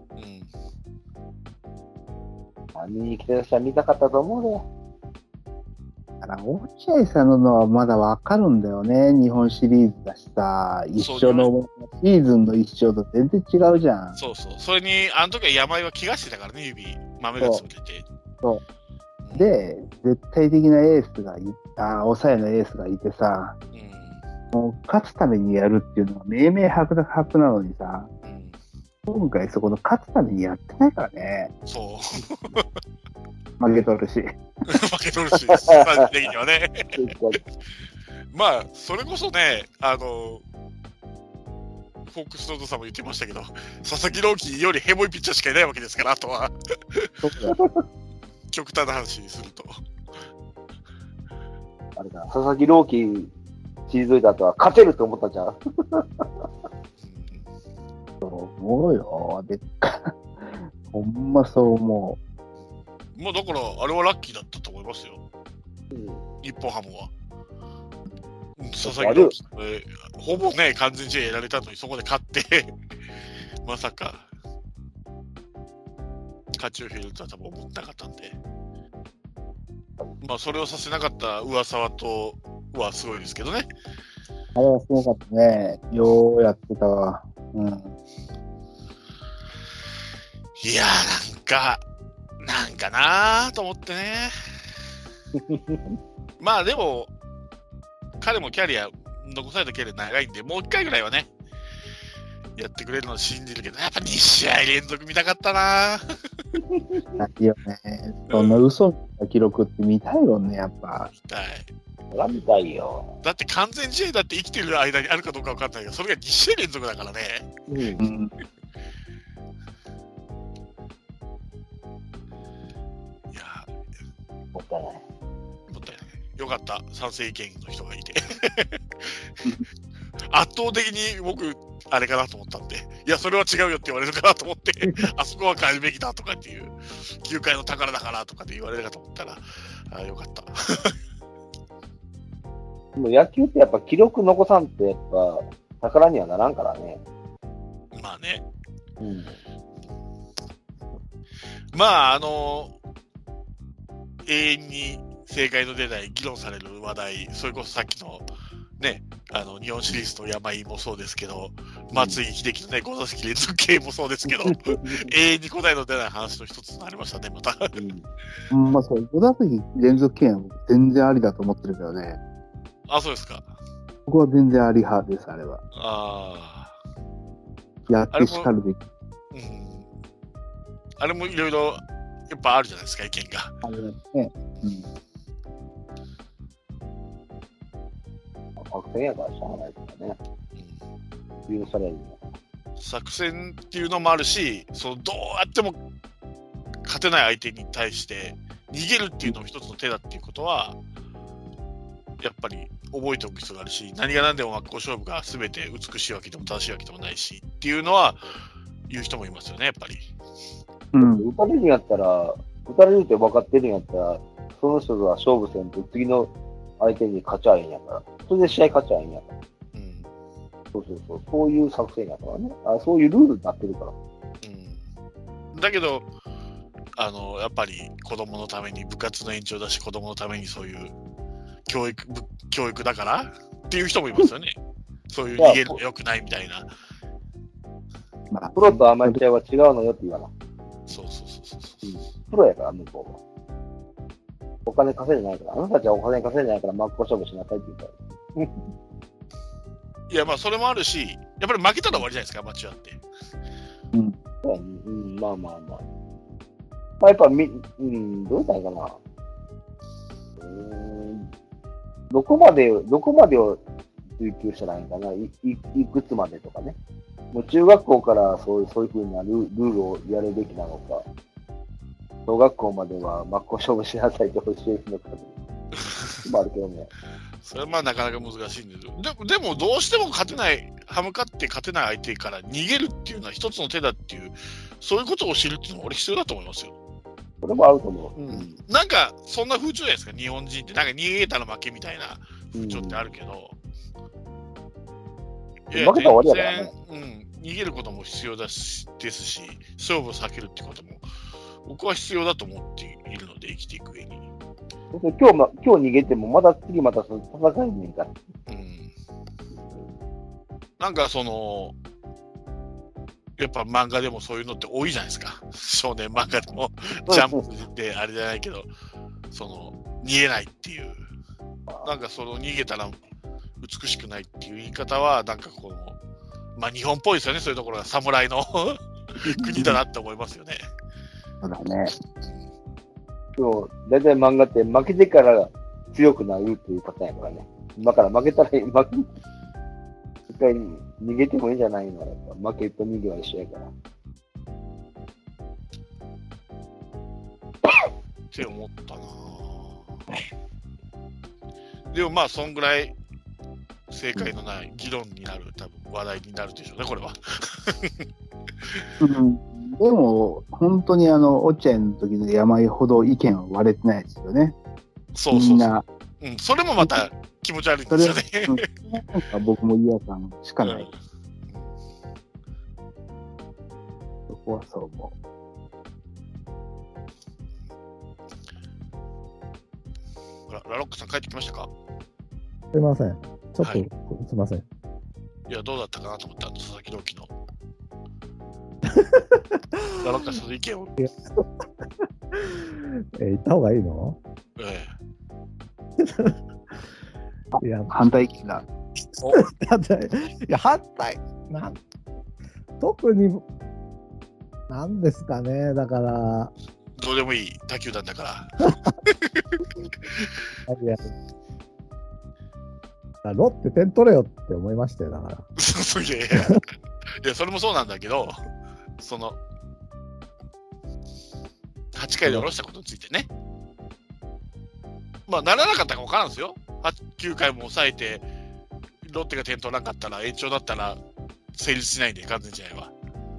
うん。見に来てる人は見たかったと思うよ。 だから落合さんののはまだわかるんだよね。日本シリーズだしさ、一緒のシーズンの一緒と全然違うじゃん。 そうそう。それにあの時は山井は怪我してたからね、指豆がつぶれて。 そう。で、絶対的なエースがいあ抑えのエースがいてさ、うん、もう勝つためにやるっていうのは明明白々なのにさ、うん、今回そこの勝つためにやってないからね。 そう負けとるし負けとるし最終的にはねまあそれこそね、あのフォックスノートさんも言ってましたけど、佐々木朗希よりヘボいピッチャーしかいないわけですから、あとは極端な話にするとあれだ、佐々木朗希退いた後は勝てると思ったんじゃん。 そう思うよ。でほんまそう思う。まあだからあれはラッキーだったと思いますよ。うん、日本ハムは。佐々木朗希、えー、ほぼね完全試合やられたのにそこで勝ってまさか勝ちを広げるとは多分思ってなかったんで。まあそれをさせなかった上沢とはすごいですけどね。 あれはすごかったね。ようやってたわ。うん。いやーなんかなんかなーと思ってね。まあでも彼もキャリア、残されたキャリア長いんで、もういっかいぐらいはね、やってくれるのを信じるけど、やっぱに試合連続見たかったな。 いいよね。そんな嘘の記録って見たいよね、やっぱ。 見たい。 そりゃ見たいよ。 だって完全試合だって生きてる間にあるかどうか分かんないけど、それがに試合連続だからね。 うん。 うん。 いやもったいない。 ー、もったいない。よかった、賛成意見の人がいて。圧倒的に僕、あれかなと思ったんで、いや、それは違うよって言われるかなと思って、あそこは変えるべきだとかっていう、球界の宝だからとかって言われるかと思ったら、あよかった。 でも野球ってやっぱ記録残さんってやっぱ宝にはならんからね。 まあね。 うん。 まあ、あの永遠に正解の出ない議論される話題、それこそさっきのね、あの日本シリーズの山井もそうですけど、松井秀喜のね、ご座席連続系もそうですけど、永遠に答えの出ない話の一つになりましたね、また。 うん、まあそう、ご打席連続敬遠は全然ありだと思ってるけどね。 あ、そうですか。 僕は全然あり派です、あれは。 あやってしかるべき。 あ、うん。あれもいろいろやっぱあるじゃないですか、意見が。 あれだね。うん。 作戦やからしゃあないからね。うん、許されるの。 作戦っていうのもあるし、そのどうやっても勝てない相手に対して逃げるっていうのも一つの手だっていうことは、やっぱり覚えておく必要があるし、何が何でも真っ向勝負が全て美しいわけでも正しいわけでもないしっていうのは言う人もいますよね、やっぱり。 うん、 打たれるんやったら、打たれるって分かってるんやったら、その人とは勝負せんと次の相手に勝ちゃえんやから、それで試合勝ちゃえんやから。 うん、 そうそうそう、そういう作戦やからね。あ、そういうルールになってるから。 うん、だけどあのやっぱり子供のために部活の延長だし、子供のためにそういう教育教育だからっていう人もいますよね。そういう逃げるの良くないみたいな。 まあ、 プロとアマチュアは違うのよって言わな。 そうそうそうそうそう、 うん、プロやから、向こうは。お金稼いでないから、あなたたちはお金稼いでないから真っ向勝負しなさいって言ったら。 いや、まあそれもあるし、やっぱり負けたら終わりじゃないですか、アマチュアって。 うん。 うん、まあまあまあ。まあやっぱみ、うん、どうだいかな。うーん、どこまで、どこまでを追求したらいいんかな。い、い、いくつまでとかね。もう中学校からそういう、そういうふうなル、ルールをやるべきなのか。小学校までは真っ向勝負しなさいって教えるのか。今あるけどね。 それはまあなかなか難しいんですよ。でも、でもどうしても勝てない、歯向かって勝てない相手から逃げるっていうのは一つの手だっていう、そういうことを知るっていうのは俺必要だと思いますよ。 それもあると思う。 うん、なんかそんな風潮じゃないですか、日本人って。なんか逃げたら負けみたいな風潮ってあるけど、 うん、いや負けたら終わりやからね。 うん、逃げることも必要だしですし、勝負を避けるってことも僕は必要だと思っているので、生きていく上に。 今日、ま、今日逃げてもまた次また戦いに行かない。 うん。なんかそのやっぱ漫画でもそういうのって多いじゃないですか。少年漫画でもジャンプであれじゃないけど、その逃げないっていう、なんかその逃げたら美しくないっていう言い方はなんかこのまあ日本っぽいですよね。そういうところが侍の国だなって思いますよね。 そうだね。 そう、大体漫画って負けてから強くなるっていうパターンやからね。今から負けたら、負け、一回逃げてもいいんじゃないの？負けと逃げは一緒やから。 って思ったなぁ。でもまあそんぐらい正解のない議論になる、多分話題になるでしょうね、これは。 うん、でも本当にあの落合の時の山井ほど意見は割れてないですよね。 そうそうそう。みんな、うん、それもまた気持ち悪いんですよね。 うん、なんか僕も嫌感しかない。うん、そこはそう思う。 ラロックさん帰ってきましたか？ すいません。ちょっと、はい、すいません。 いや、どうだったかなと思った、佐々木朗希の。ラロックさんの意見を。 えー、言った方がいいの？ えいや、 反対意見だ。 だっていや、反対。なん特に、なんですかね、だから。 どうでもいい他球団だから。 いやロッテ点取れよって思いましたよ、だから。 いやいや、いや、それもそうなんだけど、その、はちかいで下ろしたことについてね。まあ、ならなかったか分からんですよ。きゅうかいも抑えて、ロッテが点取らなかったら、延長だったら成立しないんで、完全試合は。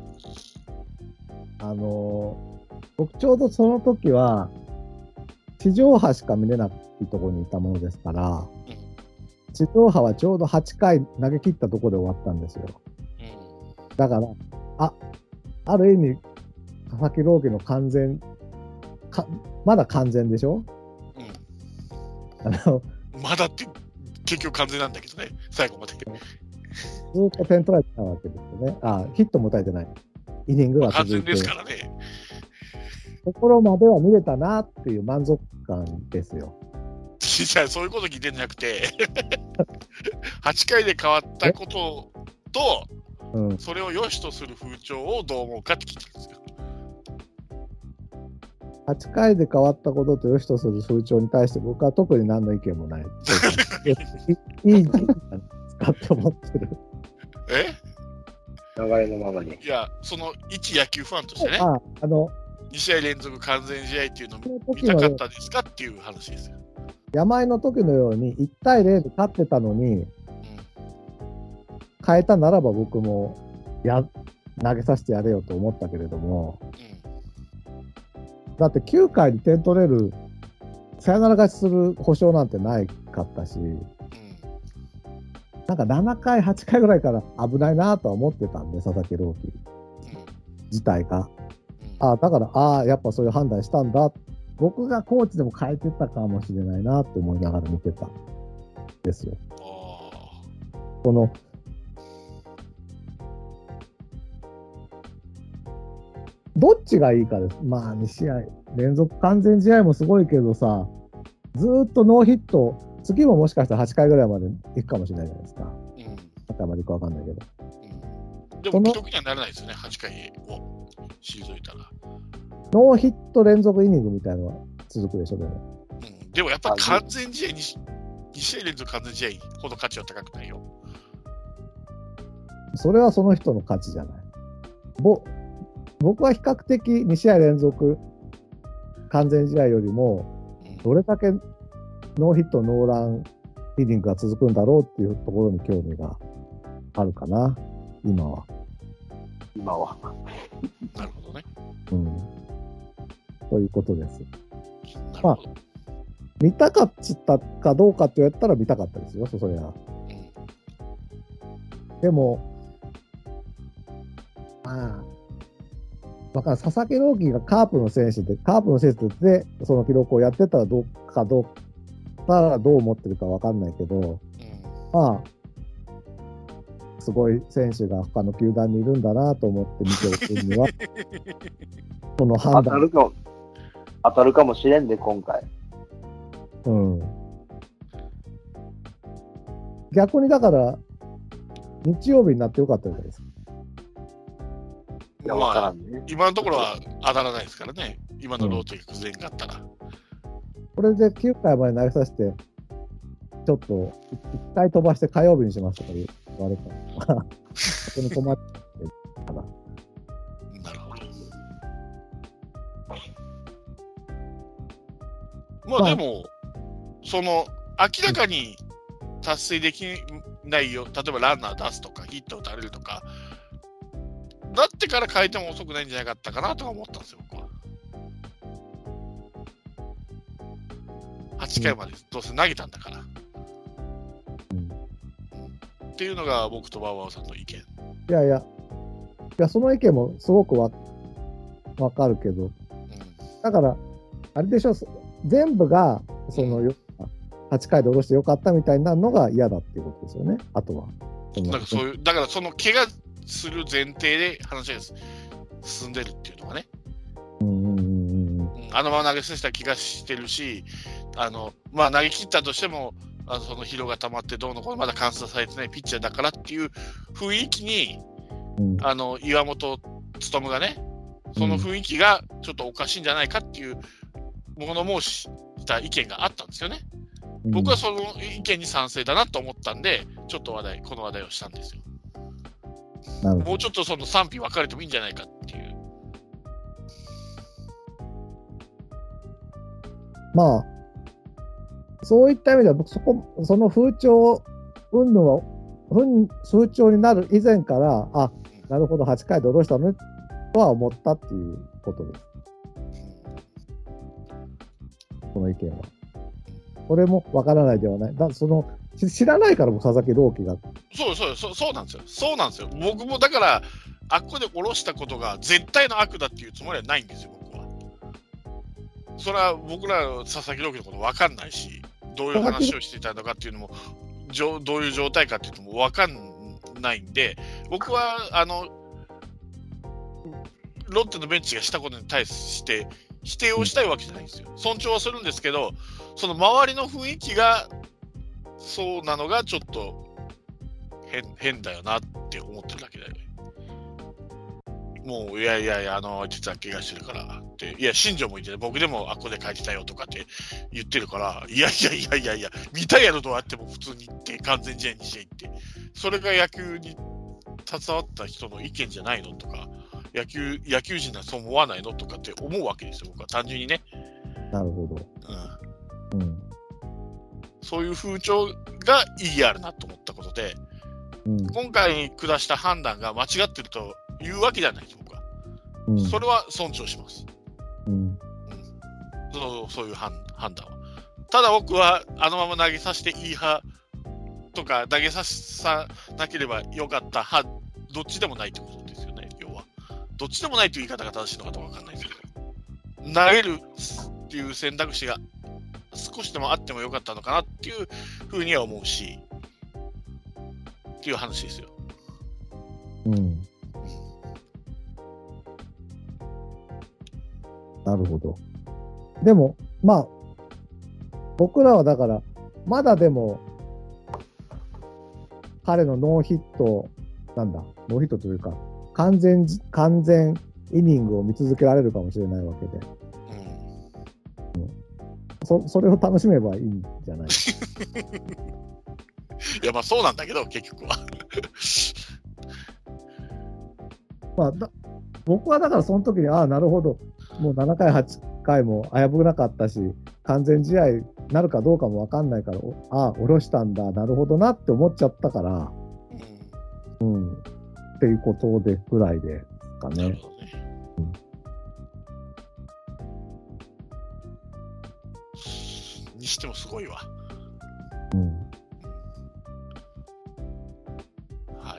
あのー、僕ちょうどその時は、地上波しか見れないところにいたものですから、うん、地上波はちょうどはちかい投げ切ったところで終わったんですよ。うん、だから、あ、ある意味、佐々木朗希の完全、かまだ完全でしょ、うん、あのまだって結局完全なんだけどね、最後まで。ずっと点取られてたわけですよね。あ、ヒットも打たれてない。イニングは続いて、まあ、完全ですからね。ところまでは見れたなっていう満足感ですよ。 そういうこと聞いてんじゃなくてはちかいで変わったことと、うん、それを良しとする風潮をどう思うかって聞いてるんですよ。 はちかいで変わったことと良しとする風潮に対して僕は特に何の意見もない。いい時期なんですかって思ってる。 え？ 流れのままに。 いや、その一野球ファンとしてね、 ああのにしあい連続完全試合っていうのを見たかったですかっていう話ですよ。 山井の時のようにいちたいゼロで勝ってたのに、うん、変えたならば僕もや投げさせてやれよと思ったけれども、うん、だってきゅうかいに点取れるサヨナラ勝ちする保証なんてないかったし、うん、なんかななかいはちかいぐらいから危ないなとは思ってたんで、佐々木朗希自体が、うん、あだからああやっぱそういう判断したんだ、僕がコーチでも変えてたかもしれないなと思いながら見てたんですよ。このどっちがいいかです。まあにしあい連続完全試合もすごいけどさ、ずーっとノーヒット、次ももしかしたらはちかいぐらいまでいくかもしれないじゃないですか。うん。あとはまでいくか分かんないけど。 うん、でも記録にはならないですよね、はちかいを退いたら。 ノーヒット連続イニングみたいなのは続くでしょ、でも。 うん、でもやっぱり完全試合に、にしあい連続完全試合ほど価値は高くないよ。 それはその人の価値じゃない。ぼ僕は比較的にしあい連続完全試合よりも、どれだけノーヒットノーランイニングが続くんだろうっていうところに興味があるかな、今は。 今は。 なるほどね。 うん。ということです。まあ、見たかったかどうかって言われたら見たかったですよ、そりゃ。うん、でも、まあ、だから佐々木朗希がカープの選手で、カープの選手でその記録をやってたらどうかどうか、どう思ってるか分かんないけど、うん、まあ、すごい選手が他の球団にいるんだなと思って見ておくには、その判断。 当たるか、当たるかもしれんで、今回。 うん。逆にだから、日曜日になってよかったじゃないですか。 いや、わからんね。 今のところは当たらないですからね。今のローテが崩れんかったら、うん。 これできゅうかいまで投げさせて、ちょっといっかい飛ばして火曜日にしますとか言われたら、そこに困ってたら。 なるほど。まあでも、その明らかに達成できないよ、例えばランナー出すとか、ヒットを打たれるとか、だってから変えても遅くないんじゃなかったかなとは思ったんですよ、僕は。はちかいまでどうせ投げたんだから。うん、っていうのが僕とバウアーさんの意見。 いやいや、いやその意見もすごくわわかるけど、うん、だから、あれでしょ、全部がその、うん、はちかいで下ろしてよかったみたいになるのが嫌だっていうことですよね、あとは。 だからそういう、だからその怪我する前提で話が進んでるっていうのがね、うんうんうん、あのまま投げさせた気がしてるし、あのまあ、投げ切ったとしてもあのその疲労が溜まってどうのこうのまだ完成されてないピッチャーだからっていう雰囲気に、うん、あの岩本勉がね、その雰囲気がちょっとおかしいんじゃないかっていうものもした意見があったんですよね。うん、僕はその意見に賛成だなと思ったんで、ちょっと話題この話題をしたんですよ。もうちょっとその賛否分かれてもいいんじゃないかっていう。 まあそういった意味では僕そこその風潮云々は風潮になる以前からあなるほどはちかいで下ろしたねとは思ったっていうことです。この意見は。これもわからないではない。だその知らないからも佐々木朗希が。 そうそうそうそうなんですよ。そうなんですよ。僕もだからあっこで下ろしたことが絶対の悪だっていうつもりはないんですよ。僕は。それは僕ら佐々木朗希のことわかんないし、どういう話をしていたのかっていうのもどういう状態かっていうのもわかんないんで、僕はあのロッテのベンチがしたことに対して否定をしたいわけじゃないんですよ。尊重はするんですけど、その周りの雰囲気がそうなのがちょっと 変, 変だよなって思ってるだけで、もういやいやいやあの実は怪我してるからって、いや新庄も言って僕でもあっこで書いてたよとかって言ってるから、いやいやいやいやいや見たいやろとあっても普通に言って完全試合に試合行って、それが野球に携わった人の意見じゃないのとか、野球野球人はそう思わないのとかって思うわけですよ、僕は単純にね。 なるほど。 うん。うん、そういう風潮が意義あるなと思ったことで、うん、今回下した判断が間違ってるというわけではないです、僕は。うん、それは尊重します。うん。うん、そうそういう判断は。ただ僕はあのまま投げさせていい派とか投げささなければよかった派、どっちでもないってことですよね、要は。どっちでもないという言い方が正しいのかと分かんないですけど、投げるっていう選択肢が少しでもあってもよかったのかなっていうふうには思うし、っていう話ですよ。 うん。なるほど。でも、まあ、僕らはだから、まだでも、彼のノーヒット、なんだ、ノーヒットというか、完全、完全イニングを見続けられるかもしれないわけで。うんうん、そ, それを楽しめばいいんじゃないいや、まあそうなんだけど、結局は。 まあ、だ僕はだからその時に、ああ、なるほど、もうななかい、はちかいも危ぶなかったし、完全試合になるかどうかも分かんないから、ああ、下ろしたんだ、なるほどなって思っちゃったから、うん、うん、っていうことでぐらいですかね。なるほどね。うん、 にしてもすごいわ。 うん。 はい。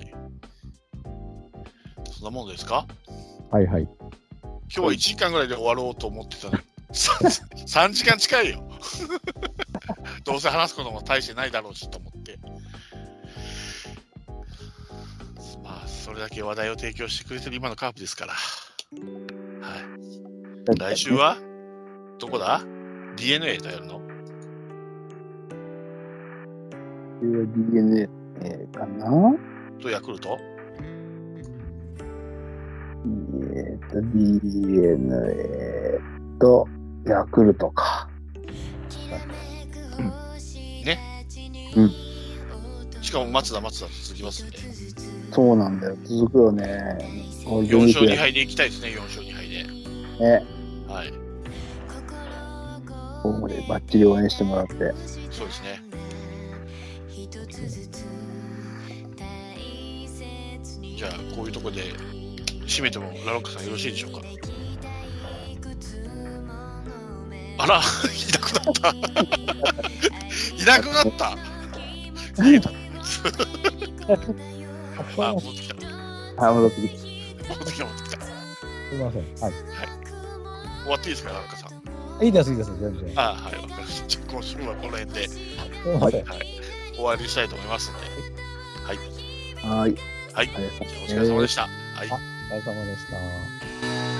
そんなもんですか？ はいはい。 今日はいちじかんぐらいで終わろうと思ってたのに、さんじかん近いよ。どうせ話すことも大してないだろうしと思って。まあ、それだけ話題を提供してくれてる今のカープですから。はい。来週はどこだ？ ディーエヌエー とやるの？ ディーエヌエー かな？ とヤクルト？ えーと、ディーエヌエー とヤクルトか。 うん、ね。 うん。 しかも松田松田と続きますんで。 そうなんだよ。続くよね。 よんしょうにはいでいきたいですね。よんしょうにはいで。 ね。 はい。 ホームでバッチリ応援してもらって。 そうですね。じゃあこういうとこで締めてもラロッカさんよろしいでしょうか。あら、いなくなったいなくなった消えたあ、戻ってきたあ、戻ってきた戻ってきた戻ってきた。 すみません。はい。はい。 終わっていいですか、ラロッカさん。 いいです、いいです、全然。 あ、はい、わかりました。じゃあ今週はこの辺で、 はい、 終わりにしたいと思いますので。はい。 はい。 はい。お疲れ様でした。はい。 お疲れ様でした。